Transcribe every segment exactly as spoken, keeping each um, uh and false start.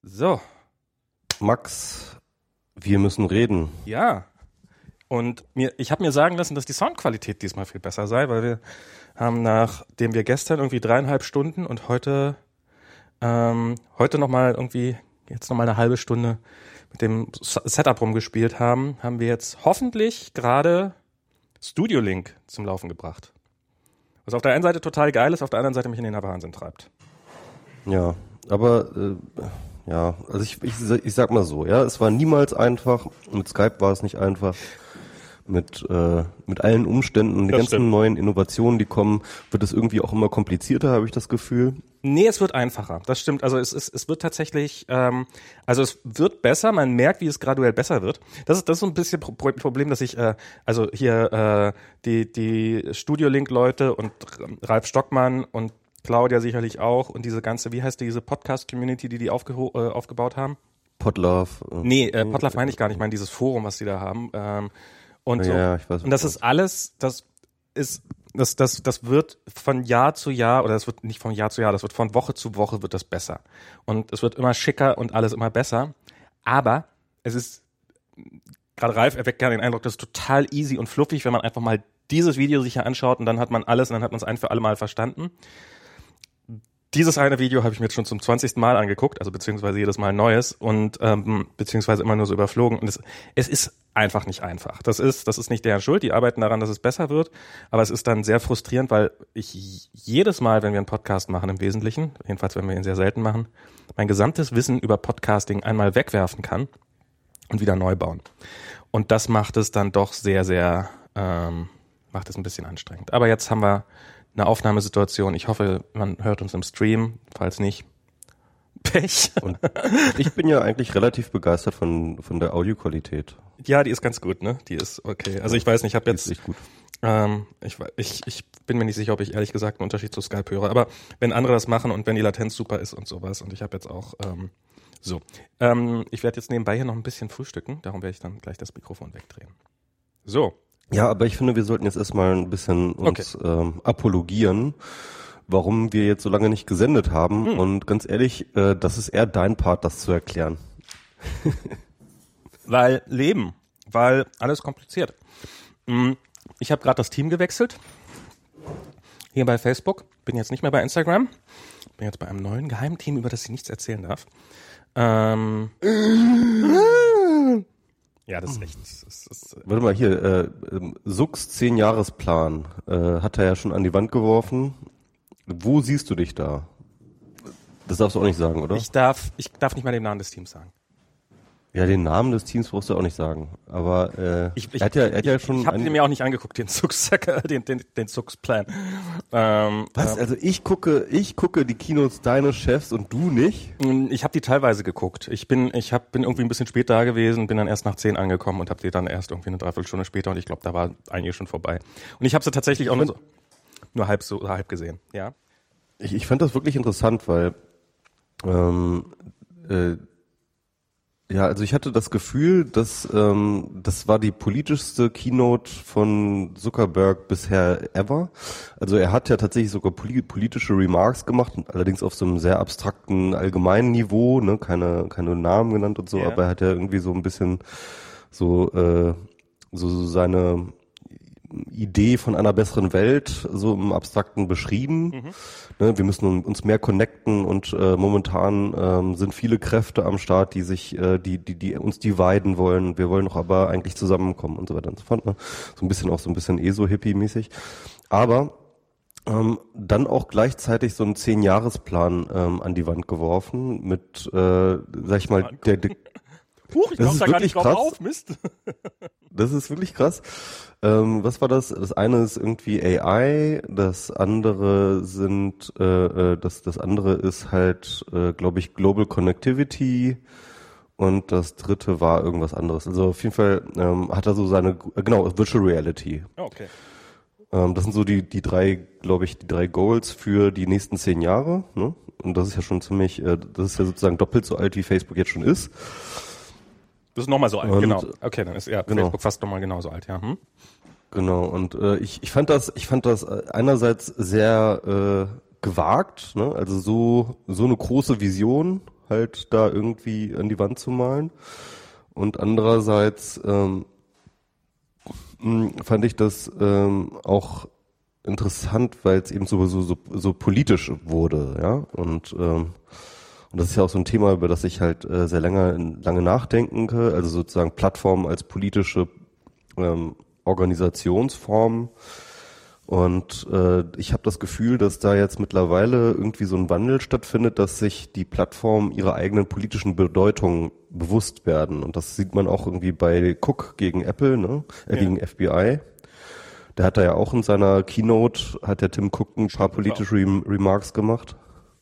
So. Max, wir müssen reden. Ja. Und mir, ich habe mir sagen lassen, dass die Soundqualität diesmal viel besser sei, weil wir haben, nachdem wir gestern irgendwie dreieinhalb Stunden und heute ähm, heute nochmal irgendwie, jetzt nochmal eine halbe Stunde mit dem Setup rumgespielt haben, haben wir jetzt hoffentlich gerade Studio Link zum Laufen gebracht. Was auf der einen Seite total geil ist, auf der anderen Seite mich in den Wahnsinn treibt. Ja, aber äh, ja, also ich, ich, ich sag mal so, ja, es war niemals einfach, mit Skype war es nicht einfach. Mit äh, mit allen Umständen, den ganzen stimmt. neuen Innovationen, die kommen, wird es irgendwie auch immer komplizierter, habe ich das Gefühl. Nee, es wird einfacher. Das stimmt. Also es es, es wird tatsächlich, ähm, also es wird besser. Man merkt, wie es graduell besser wird. Das ist das ist so ein bisschen Pro- Problem, dass ich, äh, also hier äh, die die Studio Link Leute und Ralf Stockmann und Claudia sicherlich auch und diese ganze, wie heißt diese Podcast Community, die die aufgeho- äh, aufgebaut haben? Podlove. Äh, Nee, äh, Podlove meine ich gar nicht. Ich meine dieses Forum, was die da haben. Ähm, Und so. Ja, ich weiß, und das ist alles, das ist, das, das, das wird von Jahr zu Jahr, oder das wird nicht von Jahr zu Jahr, das wird von Woche zu Woche wird das besser. Und es wird immer schicker und alles immer besser. Aber es ist, gerade Ralf erweckt gerne den Eindruck, das ist total easy und fluffig, wenn man einfach mal dieses Video sich hier anschaut und dann hat man alles und dann hat man es ein für alle Mal verstanden. Dieses eine Video habe ich mir jetzt schon zum zwanzigsten Mal angeguckt, also beziehungsweise jedes Mal Neues und ähm, beziehungsweise immer nur so überflogen. Und es, es ist einfach nicht einfach. Das ist, das ist nicht deren Schuld. Die arbeiten daran, dass es besser wird. Aber es ist dann sehr frustrierend, weil ich jedes Mal, wenn wir einen Podcast machen im Wesentlichen, jedenfalls wenn wir ihn sehr selten machen, mein gesamtes Wissen über Podcasting einmal wegwerfen kann und wieder neu bauen. Und das macht es dann doch sehr, sehr, ähm, macht es ein bisschen anstrengend. Aber jetzt haben wir eine Aufnahmesituation. Ich hoffe, man hört uns im Stream. Falls nicht, Pech. Und ich bin ja eigentlich relativ begeistert von von der Audioqualität. Ja, die ist ganz gut, ne? Die ist okay. Also ich weiß nicht, ich habe jetzt, Die ist echt gut. ähm, ich, ich, ich bin mir nicht sicher, ob ich ehrlich gesagt einen Unterschied zu Skype höre. Aber wenn andere das machen und wenn die Latenz super ist und sowas und ich habe jetzt auch ähm, so. Ähm, ich werde jetzt nebenbei hier noch ein bisschen frühstücken. Darum werde ich dann gleich das Mikrofon wegdrehen. So. Ja, aber ich finde, wir sollten jetzt erstmal ein bisschen uns okay. ähm, apologieren, warum wir jetzt so lange nicht gesendet haben. Hm. Und ganz ehrlich, äh, das ist eher dein Part, das zu erklären. Weil Leben, weil alles kompliziert. Ich habe gerade das Team gewechselt. Hier bei Facebook. Bin jetzt nicht mehr bei Instagram. Bin jetzt bei einem neuen Geheimteam, über das ich nichts erzählen darf. Ähm... Ja, das ist echt. Das ist, das ist, Warte mal hier, äh, Sux zehn-Jahresplan äh, hat er ja schon an die Wand geworfen. Wo siehst du dich da? Das darfst du auch nicht sagen, oder? Ich darf, ich darf nicht mal den Namen des Teams sagen. Ja, den Namen des Teams brauchst du auch nicht sagen. Aber äh, ich, ich, er hat ja, er hat ich, ja schon. Ich habe mir auch nicht angeguckt, den Sux, den, den, den Sux-Plan. Ähm, Was? Ähm, also ich gucke, ich gucke die Keynotes deines Chefs und du nicht? Ich habe die teilweise geguckt. Ich bin, ich hab, bin irgendwie ein bisschen spät da gewesen, bin dann erst nach zehn angekommen und habe die dann erst irgendwie eine Dreiviertelstunde später und ich glaube, da war eigentlich schon vorbei. Und ich habe sie tatsächlich auch nur, so, nur halb so halb gesehen. Ja. Ich, ich fand das wirklich interessant, weil ähm, äh, ja, also ich hatte das Gefühl, dass ähm, das war die politischste Keynote von Zuckerberg bisher ever. Also er hat ja tatsächlich sogar politische Remarks gemacht, allerdings auf so einem sehr abstrakten, allgemeinen Niveau, ne, keine keine Namen genannt und so, ja. Aber er hat ja irgendwie so ein bisschen so äh, so, so seine Idee von einer besseren Welt so im Abstrakten beschrieben. Mhm. Ne, wir müssen uns mehr connecten und äh, momentan ähm, sind viele Kräfte am Start, die sich, äh, die, die, die uns dividen wollen. Wir wollen doch aber eigentlich zusammenkommen und so weiter und so fort. Ne? So ein bisschen auch so ein bisschen eh so hippie-mäßig. Aber ähm, dann auch gleichzeitig so einen Zehn-Jahresplan ähm, an die Wand geworfen mit, äh, sag ich mal, der, der Huch, ich komm da gar nicht drauf auf, Mist. Das ist wirklich krass. Ähm, was war das? Das eine ist irgendwie A I, das andere sind, äh, äh, das das andere ist halt, äh, glaube ich, Global Connectivity und das dritte war irgendwas anderes. Also auf jeden Fall ähm, hat er so seine, äh, genau, Virtual Reality. Okay. Ähm, das sind so die die drei, glaube ich, die drei Goals für die nächsten zehn Jahre. Ne? Und das ist ja schon ziemlich, äh, das ist ja sozusagen doppelt so alt, wie Facebook jetzt schon ist. Das ist nochmal so alt, und, genau. Okay, dann ist ja genau. Facebook fast nochmal genauso alt, ja. Hm? Genau, und äh, ich, ich fand das, ich fand das einerseits sehr äh, gewagt, ne? Also so so eine große Vision halt da irgendwie an die Wand zu malen. Und andererseits ähm, fand ich das ähm, auch interessant, weil es eben so, so, so, so politisch wurde, ja. Und, ähm, und das ist ja auch so ein Thema, über das ich halt äh, sehr lange, lange nachdenke, also sozusagen Plattformen als politische ähm, Organisationsform. Und äh, ich habe das Gefühl, dass da jetzt mittlerweile irgendwie so ein Wandel stattfindet, dass sich die Plattformen ihrer eigenen politischen Bedeutung bewusst werden. Und das sieht man auch irgendwie bei Cook gegen Apple, ne? Äh, ja. Gegen F B I. Der hat da ja auch in seiner Keynote, hat der Tim Cook ein paar politische Rem- Remarks gemacht.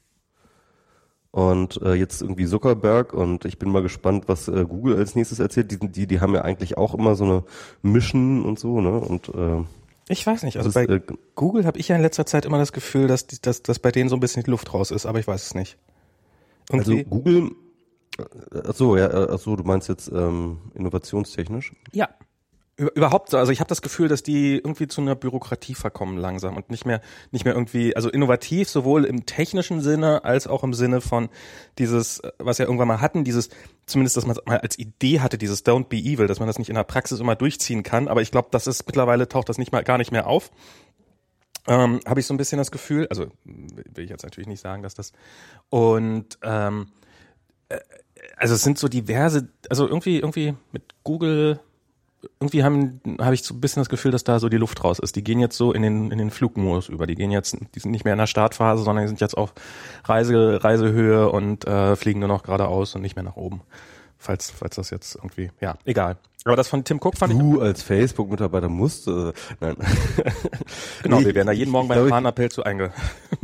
Und äh, jetzt irgendwie Zuckerberg, und ich bin mal gespannt, was äh, Google als nächstes erzählt. Die, die, die haben ja eigentlich auch immer so eine Mission und so, ne? Und äh, ich weiß nicht, also ist, bei äh, Google habe ich ja in letzter Zeit immer das Gefühl, dass, die, dass, dass bei denen so ein bisschen die Luft raus ist, aber ich weiß es nicht. Irgendwie? Also Google, ach so, ja, ach so, du meinst jetzt ähm, innovationstechnisch? Ja, überhaupt so. Also ich habe das Gefühl, dass die irgendwie zu einer Bürokratie verkommen langsam und nicht mehr nicht mehr irgendwie, also innovativ sowohl im technischen Sinne als auch im Sinne von dieses, was wir irgendwann mal hatten, dieses, zumindest, dass man es mal als Idee hatte, dieses Don't be evil, dass man das nicht in der Praxis immer durchziehen kann. Aber ich glaube, das ist mittlerweile taucht das nicht mal gar nicht mehr auf. Ähm, habe ich so ein bisschen das Gefühl, also will ich jetzt natürlich nicht sagen, dass das und ähm, äh, also es sind so diverse, also irgendwie irgendwie mit Google irgendwie haben habe ich so ein bisschen das Gefühl, dass da so die Luft raus ist. Die gehen jetzt so in den in den Flugmodus über. Die gehen jetzt, die sind nicht mehr in der Startphase, sondern die sind jetzt auf Reise Reisehöhe und äh, fliegen nur noch geradeaus und nicht mehr nach oben. Falls falls das jetzt irgendwie, ja, egal. Aber das von Tim Cook fand du ich. Du als Facebook-Mitarbeiter musst, äh, nein. Genau, nee, wir werden da jeden Morgen beim Fahnenappell zu einge.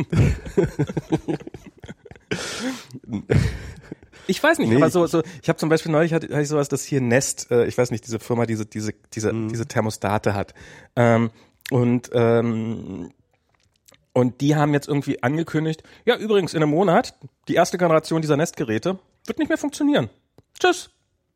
Ich weiß nicht, nee, aber so, so, ich habe zum Beispiel neulich hatte, hatte ich sowas, dass hier Nest, äh, ich weiß nicht, diese Firma, diese, diese, diese, mhm. diese Thermostate hat. Ähm, und, ähm, und die haben jetzt irgendwie angekündigt, ja, übrigens in einem Monat, die erste Generation dieser Nest-Geräte wird nicht mehr funktionieren. Tschüss.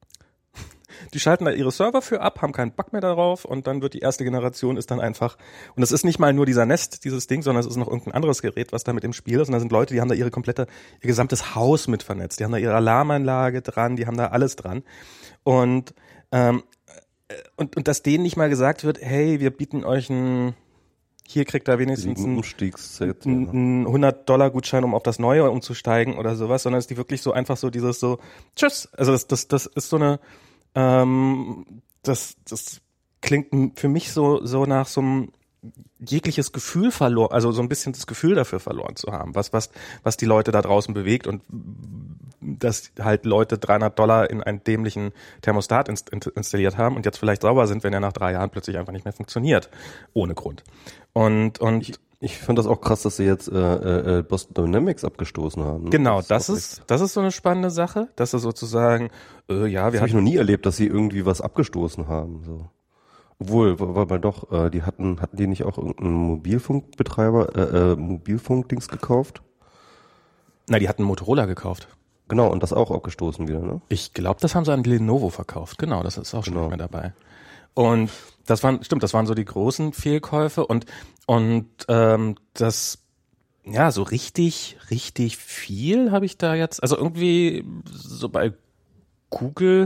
Die schalten da ihre Server für ab, haben keinen Bock mehr darauf und dann wird die erste Generation ist dann einfach, und das ist nicht mal nur dieser Nest, dieses Ding, sondern es ist noch irgendein anderes Gerät, was da mit im Spiel ist und da sind Leute, die haben da ihre komplette, ihr gesamtes Haus mit vernetzt, die haben da ihre Alarmanlage dran, die haben da alles dran und ähm, und, und dass denen nicht mal gesagt wird, hey, wir bieten euch ein, hier kriegt er wenigstens einen, einen hundert-Dollar-Gutschein, um auf das Neue umzusteigen oder sowas, sondern dass die wirklich so einfach so dieses so, tschüss, also das, das, das ist so eine Ähm, das, das klingt für mich so, so nach so einem jegliches Gefühl verloren, also so ein bisschen das Gefühl dafür verloren zu haben, was, was, was die Leute da draußen bewegt und dass halt Leute dreihundert Dollar in einen dämlichen Thermostat inst- installiert haben und jetzt vielleicht sauber sind, wenn er nach drei Jahren plötzlich einfach nicht mehr funktioniert. Ohne Grund. Und, und, ich, Ich fand das auch krass, dass sie jetzt äh, äh, Boston Dynamics abgestoßen haben. Ne? Genau, das, das ist das ist so eine spannende Sache, dass sie sozusagen, äh, ja, wir das habe ich noch nie erlebt, dass sie irgendwie was abgestoßen haben. So. Obwohl, weil mal doch, äh, die hatten hatten die nicht auch irgendeinen Mobilfunkbetreiber, äh, äh, Mobilfunkdings gekauft? Na, die hatten Motorola gekauft. Genau, und das auch abgestoßen wieder, ne? Ich glaube, das haben sie an Lenovo verkauft. Genau, das ist auch schon genau. nicht mehr dabei. Und das waren, stimmt, das waren so die großen Fehlkäufe und und ähm, das, ja, so richtig, richtig viel habe ich da jetzt, also irgendwie so bei Google,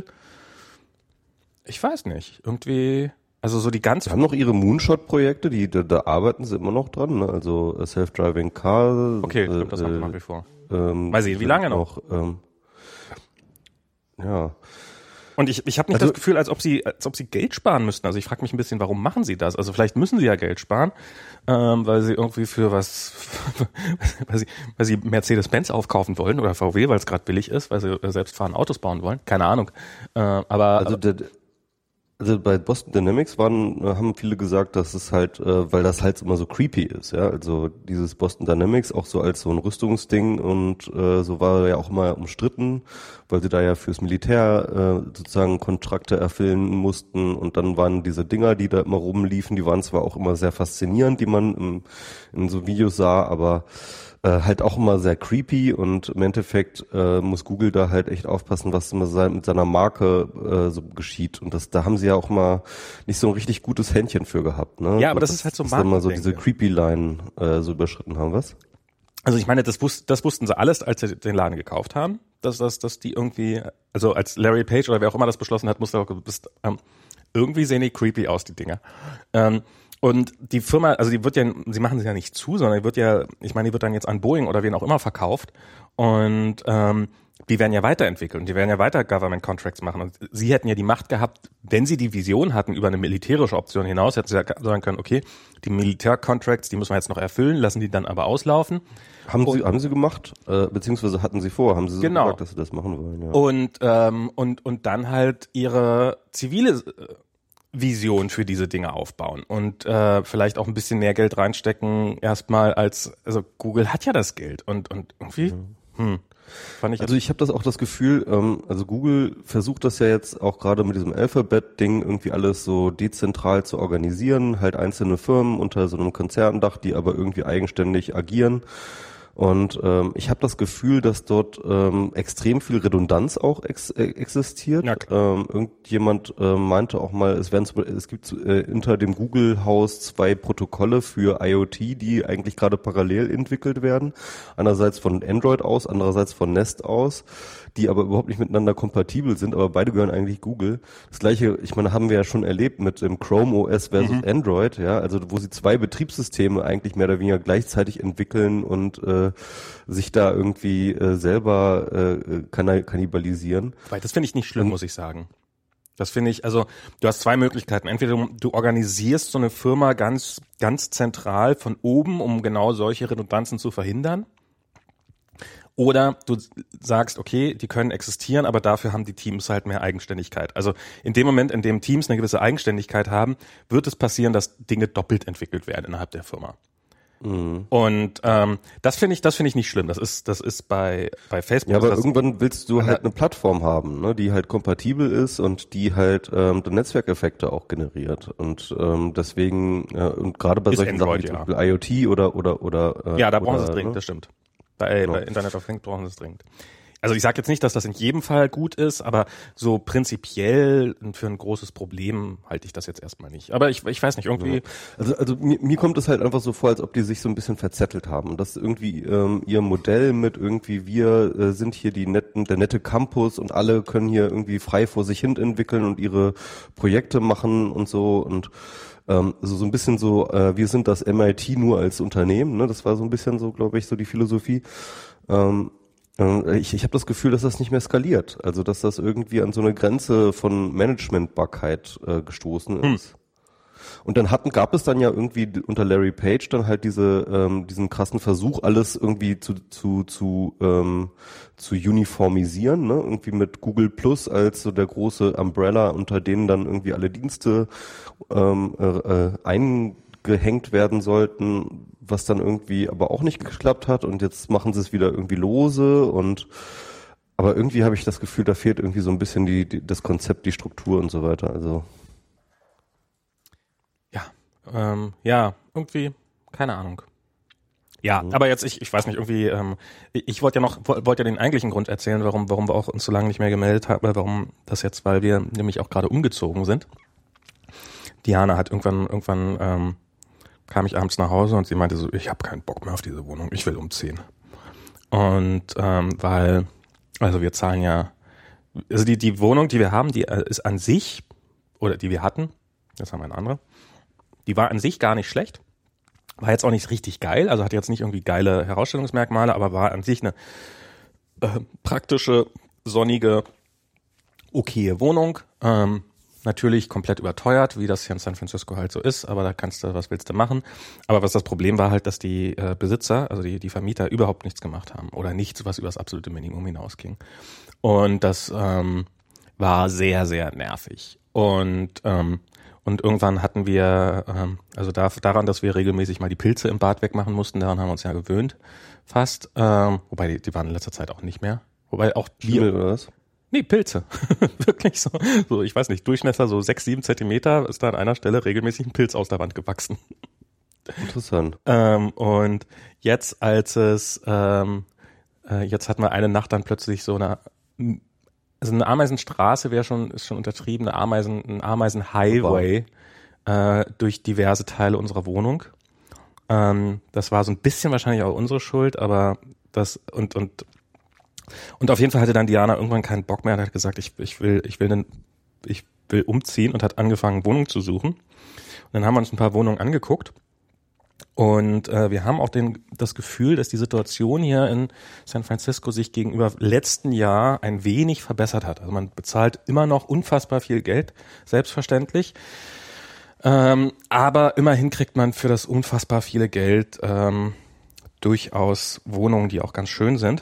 ich weiß nicht, irgendwie, also so die ganze. Sie haben noch ihre Moonshot-Projekte, die da, da arbeiten sie immer noch dran, ne? Also Self-Driving Car. Okay, äh, stimmt, das haben sie nach wie vor. Ähm, Mal sehen, wie lange noch? noch ähm, ja. Und ich, ich habe nicht also, das Gefühl, als ob sie, als ob sie Geld sparen müssten. Also ich frage mich ein bisschen, warum machen sie das? Also vielleicht müssen sie ja Geld sparen, ähm, weil sie irgendwie für was, weil sie, weil sie Mercedes-Benz aufkaufen wollen oder V W, weil es gerade billig ist, weil sie selbstfahrende Autos bauen wollen. Keine Ahnung. Äh, aber also der, also bei Boston Dynamics waren, haben viele gesagt, dass es halt, äh, weil das halt immer so creepy ist, ja, also dieses Boston Dynamics auch so als so ein Rüstungsding und äh, so war ja auch immer umstritten, weil sie da ja fürs Militär äh, sozusagen Kontrakte erfüllen mussten und dann waren diese Dinger, die da immer rumliefen, die waren zwar auch immer sehr faszinierend, die man im, in so Videos sah, aber äh, halt auch immer sehr creepy und im Endeffekt äh, muss Google da halt echt aufpassen, was immer sein, mit seiner Marke äh, so geschieht und das, da haben sie ja auch mal nicht so ein richtig gutes Händchen für gehabt, ne? Ja, aber das, das ist halt so Marketing. Dass sie mal so diese creepy Line äh, so überschritten haben, was? Also ich meine, das, wus- das wussten sie alles, als sie den Laden gekauft haben, dass, dass, dass die irgendwie, also als Larry Page oder wer auch immer das beschlossen hat, musste auch gewusst, ähm, irgendwie sehen die creepy aus, die Dinger. Ähm, und die Firma, also die wird ja, sie machen sie ja nicht zu, sondern die wird ja, ich meine, die wird dann jetzt an Boeing oder wen auch immer verkauft und ähm, die werden ja weiterentwickeln, die werden ja weiter Government Contracts machen und sie hätten ja die Macht gehabt, wenn sie die Vision hatten über eine militärische Option hinaus, hätten sie ja sagen können, okay, die Militär-Contracts, die müssen wir jetzt noch erfüllen, lassen die dann aber auslaufen. Haben und, Sie haben Sie gemacht, äh, beziehungsweise hatten Sie vor, haben Sie so genau. gesagt, dass Sie das machen wollen? Ja. Und ähm, und und dann halt ihre zivile äh, Vision für diese Dinge aufbauen und äh, vielleicht auch ein bisschen mehr Geld reinstecken erstmal als, also Google hat ja das Geld und und irgendwie, hm, fand ich also ich habe das auch das Gefühl, ähm, also Google versucht das ja jetzt auch gerade mit diesem Alphabet-Ding irgendwie alles so dezentral zu organisieren, halt einzelne Firmen unter so einem Konzerndach, die aber irgendwie eigenständig agieren. Und ähm, ich habe das Gefühl, dass dort ähm, extrem viel Redundanz auch ex äh, existiert. Ja, ähm, irgendjemand äh, meinte auch mal, es werden es gibt äh, hinter dem Google-Haus zwei Protokolle für IoT, die eigentlich gerade parallel entwickelt werden. Einerseits von Android aus, andererseits von Nest aus, die aber überhaupt nicht miteinander kompatibel sind, aber beide gehören eigentlich Google. Das gleiche, ich meine, haben wir ja schon erlebt mit dem Chrome O S versus mhm. Android, ja, also wo sie zwei Betriebssysteme eigentlich mehr oder weniger gleichzeitig entwickeln und äh, sich da irgendwie äh, selber äh, kann, kannibalisieren. Weil das finde ich nicht schlimm, und, muss ich sagen. Das finde ich, also du hast zwei Möglichkeiten. Entweder du, du organisierst so eine Firma ganz, ganz zentral von oben, um genau solche Redundanzen zu verhindern. Oder du sagst, okay, die können existieren, aber dafür haben die Teams halt mehr Eigenständigkeit. Also in dem Moment, in dem Teams eine gewisse Eigenständigkeit haben, wird es passieren, dass Dinge doppelt entwickelt werden innerhalb der Firma. Mhm. Und ähm, das finde ich, das finde ich nicht schlimm. Das ist, das ist bei bei Facebook. Ja, aber das, irgendwann willst du halt eine Plattform haben, ne, die halt kompatibel ist und die halt ähm, Netzwerkeffekte auch generiert. Und ähm, deswegen äh, und gerade bei solchen Android, Sachen wie ja. zum Beispiel IoT oder oder oder äh, ja, da oder, brauchen sie es dringend. Ne? Das stimmt. Bei, genau. bei Internet of Things brauchen sie es dringend. Also ich sage jetzt nicht, dass das in jedem Fall gut ist, aber so prinzipiell für ein großes Problem halte ich das jetzt erstmal nicht. Aber ich, ich weiß nicht, irgendwie... Ja. Also, also mir, mir kommt es halt einfach so vor, als ob die sich so ein bisschen verzettelt haben. Und dass irgendwie ähm, ihr Modell mit irgendwie wir äh, sind hier die netten, der nette Campus und alle können hier irgendwie frei vor sich hin entwickeln und ihre Projekte machen und so und ähm, so, so ein bisschen so, äh, wir sind das M I T nur als Unternehmen, ne? Das war so ein bisschen so, glaube ich, so die Philosophie. Ähm, Ich, ich habe das Gefühl, dass das nicht mehr skaliert. Also, dass das irgendwie an so eine Grenze von Managementbarkeit äh, gestoßen ist. Hm. Und dann hatten, gab es dann ja irgendwie unter Larry Page dann halt diese, ähm, diesen krassen Versuch, alles irgendwie zu, zu, zu, ähm, zu uniformisieren, ne? Irgendwie mit Google Plus als so der große Umbrella, unter denen dann irgendwie alle Dienste ähm, äh, eingehängt werden sollten, was dann irgendwie aber auch nicht geklappt hat und jetzt machen sie es wieder irgendwie lose und aber irgendwie habe ich das Gefühl, da fehlt irgendwie so ein bisschen die, die das Konzept, die Struktur und so weiter. Also ja, ähm, ja, irgendwie, keine Ahnung. Ja, mhm. aber jetzt, ich, ich weiß nicht, irgendwie, ähm, ich, ich wollte ja noch, wollte ja den eigentlichen Grund erzählen, warum, warum wir auch uns so lange nicht mehr gemeldet haben, warum das jetzt, weil wir nämlich auch gerade umgezogen sind. Diana hat irgendwann, irgendwann, ähm, kam ich abends nach Hause und sie meinte so, ich habe keinen Bock mehr auf diese Wohnung, ich will umziehen. Und ähm, weil, also wir zahlen ja, also die die Wohnung, die wir haben, die ist an sich, oder die wir hatten, das haben wir eine andere, die war an sich gar nicht schlecht, war jetzt auch nicht richtig geil, also hatte jetzt nicht irgendwie geile Herausstellungsmerkmale, aber war an sich eine äh, praktische, sonnige, okaye Wohnung, ähm, natürlich komplett überteuert, wie das hier in San Francisco halt so ist, aber da kannst du, was willst du machen. Aber was das Problem war halt, dass die äh, Besitzer, also die die Vermieter überhaupt nichts gemacht haben oder nichts, was über das absolute Minimum hinausging. Und das ähm, war sehr, sehr nervig. Und ähm, und irgendwann hatten wir, ähm, also da, daran, dass wir regelmäßig mal die Pilze im Bad wegmachen mussten, daran haben wir uns ja gewöhnt, fast. Ähm, wobei die, die waren in letzter Zeit auch nicht mehr. Wobei auch Schimmel oder was? Nee, Pilze. Wirklich so, so, ich weiß nicht, Durchmesser so sechs, sieben Zentimeter ist da an einer Stelle regelmäßig ein Pilz aus der Wand gewachsen. Interessant. Ähm, und jetzt, als es, ähm, äh, jetzt hatten wir eine Nacht dann plötzlich so eine, also eine Ameisenstraße wäre schon, ist schon untertrieben, eine Ameisen, ein Ameisenhighway äh, durch diverse Teile unserer Wohnung. Ähm, das war so ein bisschen wahrscheinlich auch unsere Schuld, aber das und und und auf jeden Fall hatte dann Diana irgendwann keinen Bock mehr und hat gesagt, ich ich will ich will denn, ich will umziehen und hat angefangen Wohnungen zu suchen. Und dann haben wir uns ein paar Wohnungen angeguckt. Und äh, wir haben auch den, das Gefühl, dass die Situation hier in San Francisco sich gegenüber letzten Jahr ein wenig verbessert hat. Also man bezahlt immer noch unfassbar viel Geld, selbstverständlich. Ähm, aber immerhin kriegt man für das unfassbar viele Geld ähm, durchaus Wohnungen, die auch ganz schön sind.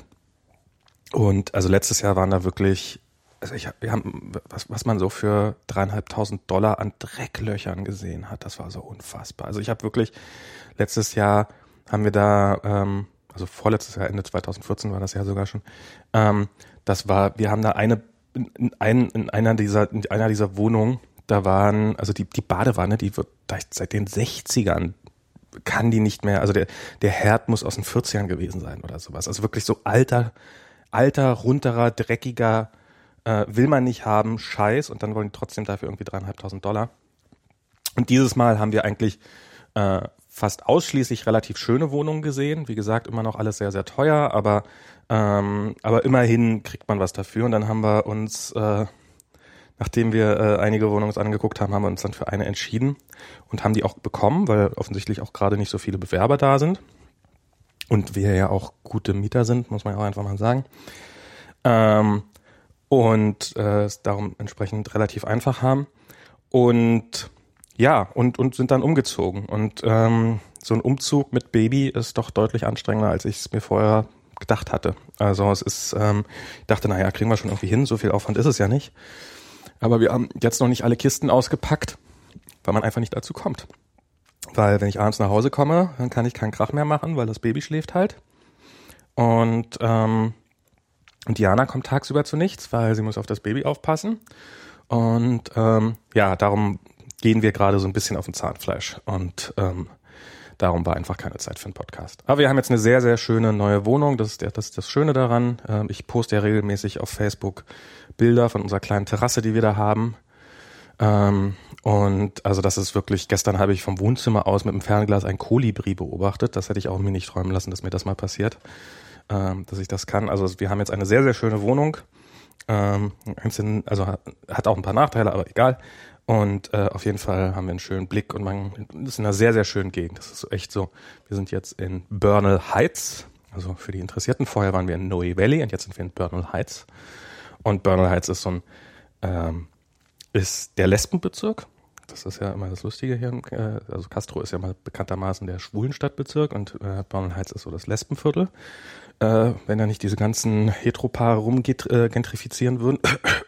Und also letztes Jahr waren da wirklich, also ich, wir haben, was, was man so für dreieinhalbtausend Dollar an Drecklöchern gesehen hat, das war so unfassbar. Also ich habe wirklich, letztes Jahr haben wir da, ähm, also vorletztes Jahr, Ende zweitausendvierzehn war das ja sogar schon, ähm, das war, wir haben da eine, in, ein, in einer dieser, in einer dieser Wohnungen, da waren, also die, die Badewanne, die wird seit den sechzigern, kann die nicht mehr, also der, der Herd muss aus den vierzigern gewesen sein oder sowas. Also wirklich so alter, alter, runterer, dreckiger, äh, will man nicht haben, Scheiß, und dann wollen die trotzdem dafür irgendwie dreieinhalbtausend Dollar. Und dieses Mal haben wir eigentlich äh, fast ausschließlich relativ schöne Wohnungen gesehen. Wie gesagt, immer noch alles sehr, sehr teuer, aber ähm, aber immerhin kriegt man was dafür. Und dann haben wir uns, äh, nachdem wir äh, einige Wohnungen uns angeguckt haben, haben wir uns dann für eine entschieden und haben die auch bekommen, weil offensichtlich auch gerade nicht so viele Bewerber da sind. Und wir ja auch gute Mieter sind, muss man ja auch einfach mal sagen. Ähm, und äh, es darum entsprechend relativ einfach haben. Und ja, und und sind dann umgezogen. Und ähm, so ein Umzug mit Baby ist doch deutlich anstrengender, als ich es mir vorher gedacht hatte. Also es ist, ähm, ich dachte, naja, kriegen wir schon irgendwie hin, so viel Aufwand ist es ja nicht. Aber wir haben jetzt noch nicht alle Kisten ausgepackt, weil man einfach nicht dazu kommt. Weil wenn ich abends nach Hause komme, dann kann ich keinen Krach mehr machen, weil das Baby schläft halt. Und, ähm, und Diana kommt tagsüber zu nichts, weil sie muss auf das Baby aufpassen. Und ähm, ja, darum gehen wir gerade so ein bisschen auf den Zahnfleisch. Und ähm, darum war einfach keine Zeit für einen Podcast. Aber wir haben jetzt eine sehr, sehr schöne neue Wohnung. Das ist, der, das, ist das Schöne daran. Ähm, ich poste ja regelmäßig auf Facebook Bilder von unserer kleinen Terrasse, die wir da haben. Ähm, und also das ist wirklich, gestern habe ich vom Wohnzimmer aus mit dem Fernglas ein Kolibri beobachtet. Das hätte ich auch mir nicht träumen lassen, dass mir das mal passiert, ähm, dass ich das kann. Also wir haben jetzt eine sehr, sehr schöne Wohnung. Ähm, einzeln, also hat auch ein paar Nachteile, aber egal. Und äh, auf jeden Fall haben wir einen schönen Blick und man das ist in einer sehr, sehr schönen Gegend. Das ist so echt so, wir sind jetzt in Bernal Heights, also für die Interessierten. Vorher waren wir in Noe Valley und jetzt sind wir in Bernal Heights. Und Bernal Heights ist so ein, ähm, ist der Lesbenbezirk. Das ist ja immer das Lustige hier. Äh, also Castro ist ja mal bekanntermaßen der Schwulenstadtbezirk und äh, Bernal Heights ist so das Lesbenviertel. Äh, wenn da nicht diese ganzen Heteropaare rumgentrifizieren äh, würden.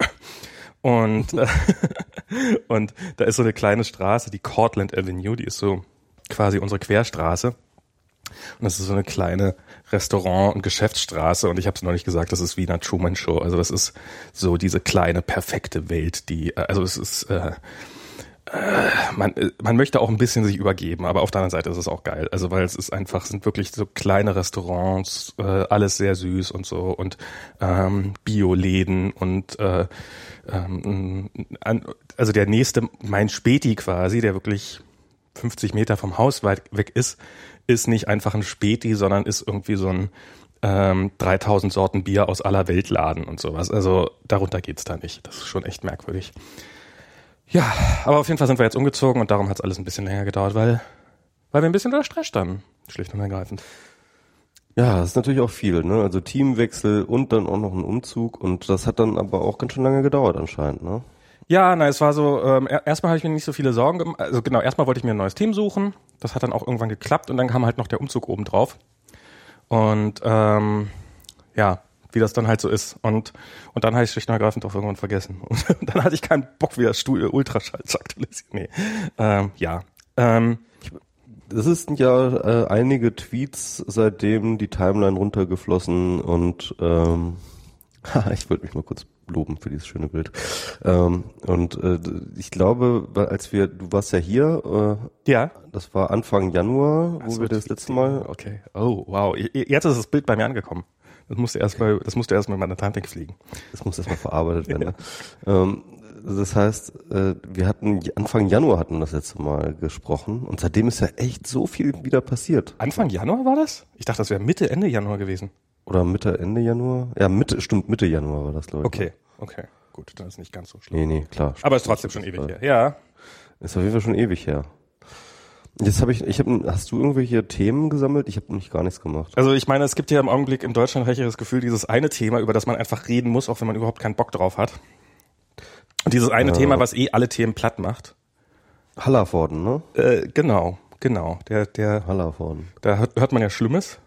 Und, äh, und da ist so eine kleine Straße, die Cortland Avenue, die ist so quasi unsere Querstraße. Und das ist so eine kleine Restaurant- und Geschäftsstraße. Und ich habe es noch nicht gesagt, das ist wie in einer Truman Show. Also das ist so diese kleine, perfekte Welt, die, also es ist, äh, äh, man, man möchte auch ein bisschen sich übergeben, aber auf der anderen Seite ist es auch geil. Also weil es ist einfach, sind wirklich so kleine Restaurants, äh, alles sehr süß und so und ähm, Bioläden und äh, ähm, an, also der nächste, mein Späti quasi, der wirklich fünfzig Meter vom Haus weit weg ist, ist nicht einfach ein Späti, sondern ist irgendwie so ein ähm, dreitausend Sorten Bier aus aller Welt Laden und sowas. Also darunter geht's da nicht. Das ist schon echt merkwürdig. Ja, aber auf jeden Fall sind wir jetzt umgezogen und darum hat's alles ein bisschen länger gedauert, weil weil wir ein bisschen unter Stress standen, schlicht und ergreifend. Ja, das ist natürlich auch viel, ne? Also Teamwechsel und dann auch noch ein Umzug und das hat dann aber auch ganz schön lange gedauert anscheinend, ne? Ja, na, es war so, ähm, erstmal habe ich mir nicht so viele Sorgen gemacht, also genau, erstmal wollte ich mir ein neues Team suchen, das hat dann auch irgendwann geklappt und dann kam halt noch der Umzug oben drauf und ähm, ja, wie das dann halt so ist und und dann habe ich schlicht und ergreifend auch irgendwann vergessen und dann hatte ich keinen Bock, wieder Studio Ultraschall zu aktualisieren, nee, ähm, ja, ähm, es sind ja äh, einige Tweets seitdem die Timeline runtergeflossen und ähm, ich wollte mich mal kurz loben für dieses schöne Bild. Ähm, und äh, ich glaube, als wir, du warst ja hier, äh, ja, das war Anfang Januar, wo so, wir das letzte Mal. Okay. Oh, wow. Jetzt ist das Bild bei mir angekommen. Das musste erst mal, das musste erst mal in meine Tante fliegen. Das muss erst mal verarbeitet werden. Ja. Ne? Ähm, das heißt, wir hatten Anfang Januar hatten das letzte Mal gesprochen und seitdem ist ja echt so viel wieder passiert. Anfang Januar war das? Ich dachte, das wäre Mitte, Ende Januar gewesen. Oder Mitte, Ende Januar? Ja, Mitte, stimmt, Mitte Januar war das, glaube ich. Okay, okay, gut, dann ist nicht ganz so schlimm. Nee, nee, klar. Aber ist trotzdem schon ewig her, ja. Ist auf jeden Fall schon ewig her. Jetzt habe ich, ich habe, hast du irgendwelche Themen gesammelt? Ich habe nämlich gar nichts gemacht. Also ich meine, es gibt ja im Augenblick in Deutschland habe ich das Gefühl, dieses eine Thema, über das man einfach reden muss, auch wenn man überhaupt keinen Bock drauf hat. Und dieses eine äh, Thema, was eh alle Themen platt macht. Hallervorden, ne? Äh, genau, genau. Der, der. Hallervorden. Da hört, hört man ja Schlimmes.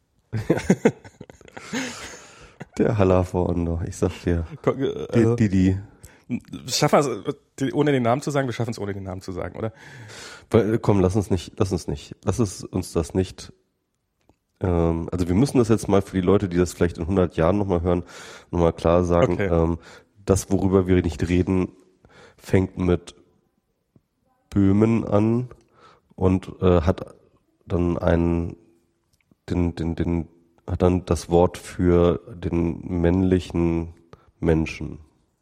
Der Hallervorden, doch. Ich sag dir. Also, die, die, die. Schaffen wir es, ohne den Namen zu sagen? Wir schaffen es, ohne den Namen zu sagen, oder? Komm, lass uns nicht, lass uns nicht, lass es uns das nicht, ähm, also wir müssen das jetzt mal für die Leute, die das vielleicht in hundert Jahren nochmal hören, nochmal klar sagen, okay. ähm, das, worüber wir nicht reden, fängt mit Böhmen an und äh, hat dann einen, den, den, den, hat dann das Wort für den männlichen Menschen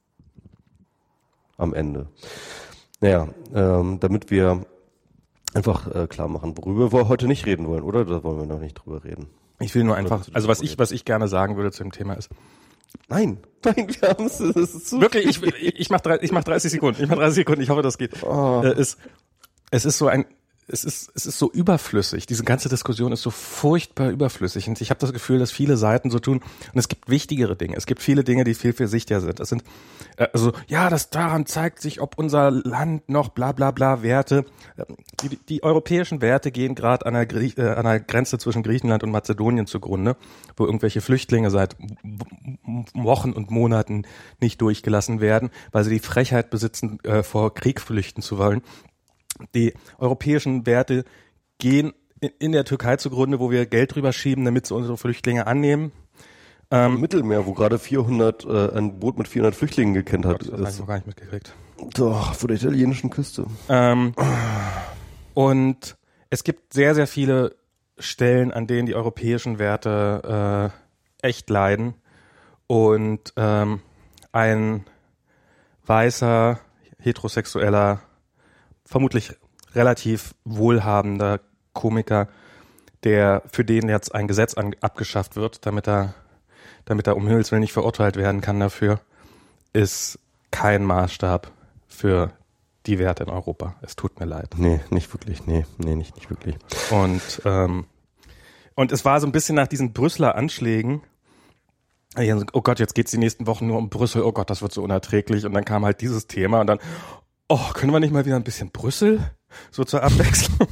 am Ende. Naja, ähm, damit wir einfach äh, klar machen, worüber wir heute nicht reden wollen, oder? Da wollen wir noch nicht drüber reden. Ich will nur einfach, also was ich, was ich gerne sagen würde zu dem Thema ist. Nein, nein, wir haben es. Das ist so wirklich, ich, ich mach ich mach dreißig Sekunden, ich mach dreißig Sekunden, ich hoffe, das geht. Oh. Äh, es, es ist so ein, es ist, es ist so überflüssig. Diese ganze Diskussion ist so furchtbar überflüssig. Und ich habe das Gefühl, dass viele Seiten so tun. Und es gibt wichtigere Dinge. Es gibt viele Dinge, die viel, viel wichtiger sind. Das sind, äh, also, ja, das daran zeigt sich, ob unser Land noch bla, bla, bla Werte. Die, die europäischen Werte gehen gerade an, äh, an der Grenze zwischen Griechenland und Mazedonien zugrunde, wo irgendwelche Flüchtlinge seit Wochen und Monaten nicht durchgelassen werden, weil sie die Frechheit besitzen, äh, vor Krieg flüchten zu wollen. Die europäischen Werte gehen in der Türkei zugrunde, wo wir Geld drüber schieben, damit sie unsere Flüchtlinge annehmen. Ähm, Im Mittelmeer, wo gerade vierhundert, äh, ein Boot mit vierhundert Flüchtlingen gekennt hat. Das, das habe ich noch gar nicht mitgekriegt. Doch, vor der italienischen Küste. Ähm, und es gibt sehr, sehr viele Stellen, an denen die europäischen Werte äh, echt leiden. Und ähm, ein weißer, heterosexueller, vermutlich relativ wohlhabender Komiker, der für den jetzt ein Gesetz an, abgeschafft wird, damit er, damit er um Himmels Willen nicht verurteilt werden kann dafür, ist kein Maßstab für die Werte in Europa. Es tut mir leid. Nee, nicht wirklich. Nee, nee, nicht, nicht wirklich. Und, ähm, und es war so ein bisschen nach diesen Brüsseler Anschlägen, oh Gott, jetzt geht's die nächsten Wochen nur um Brüssel, oh Gott, das wird so unerträglich. Und dann kam halt dieses Thema und dann, oh, können wir nicht mal wieder ein bisschen Brüssel? So zur Abwechslung.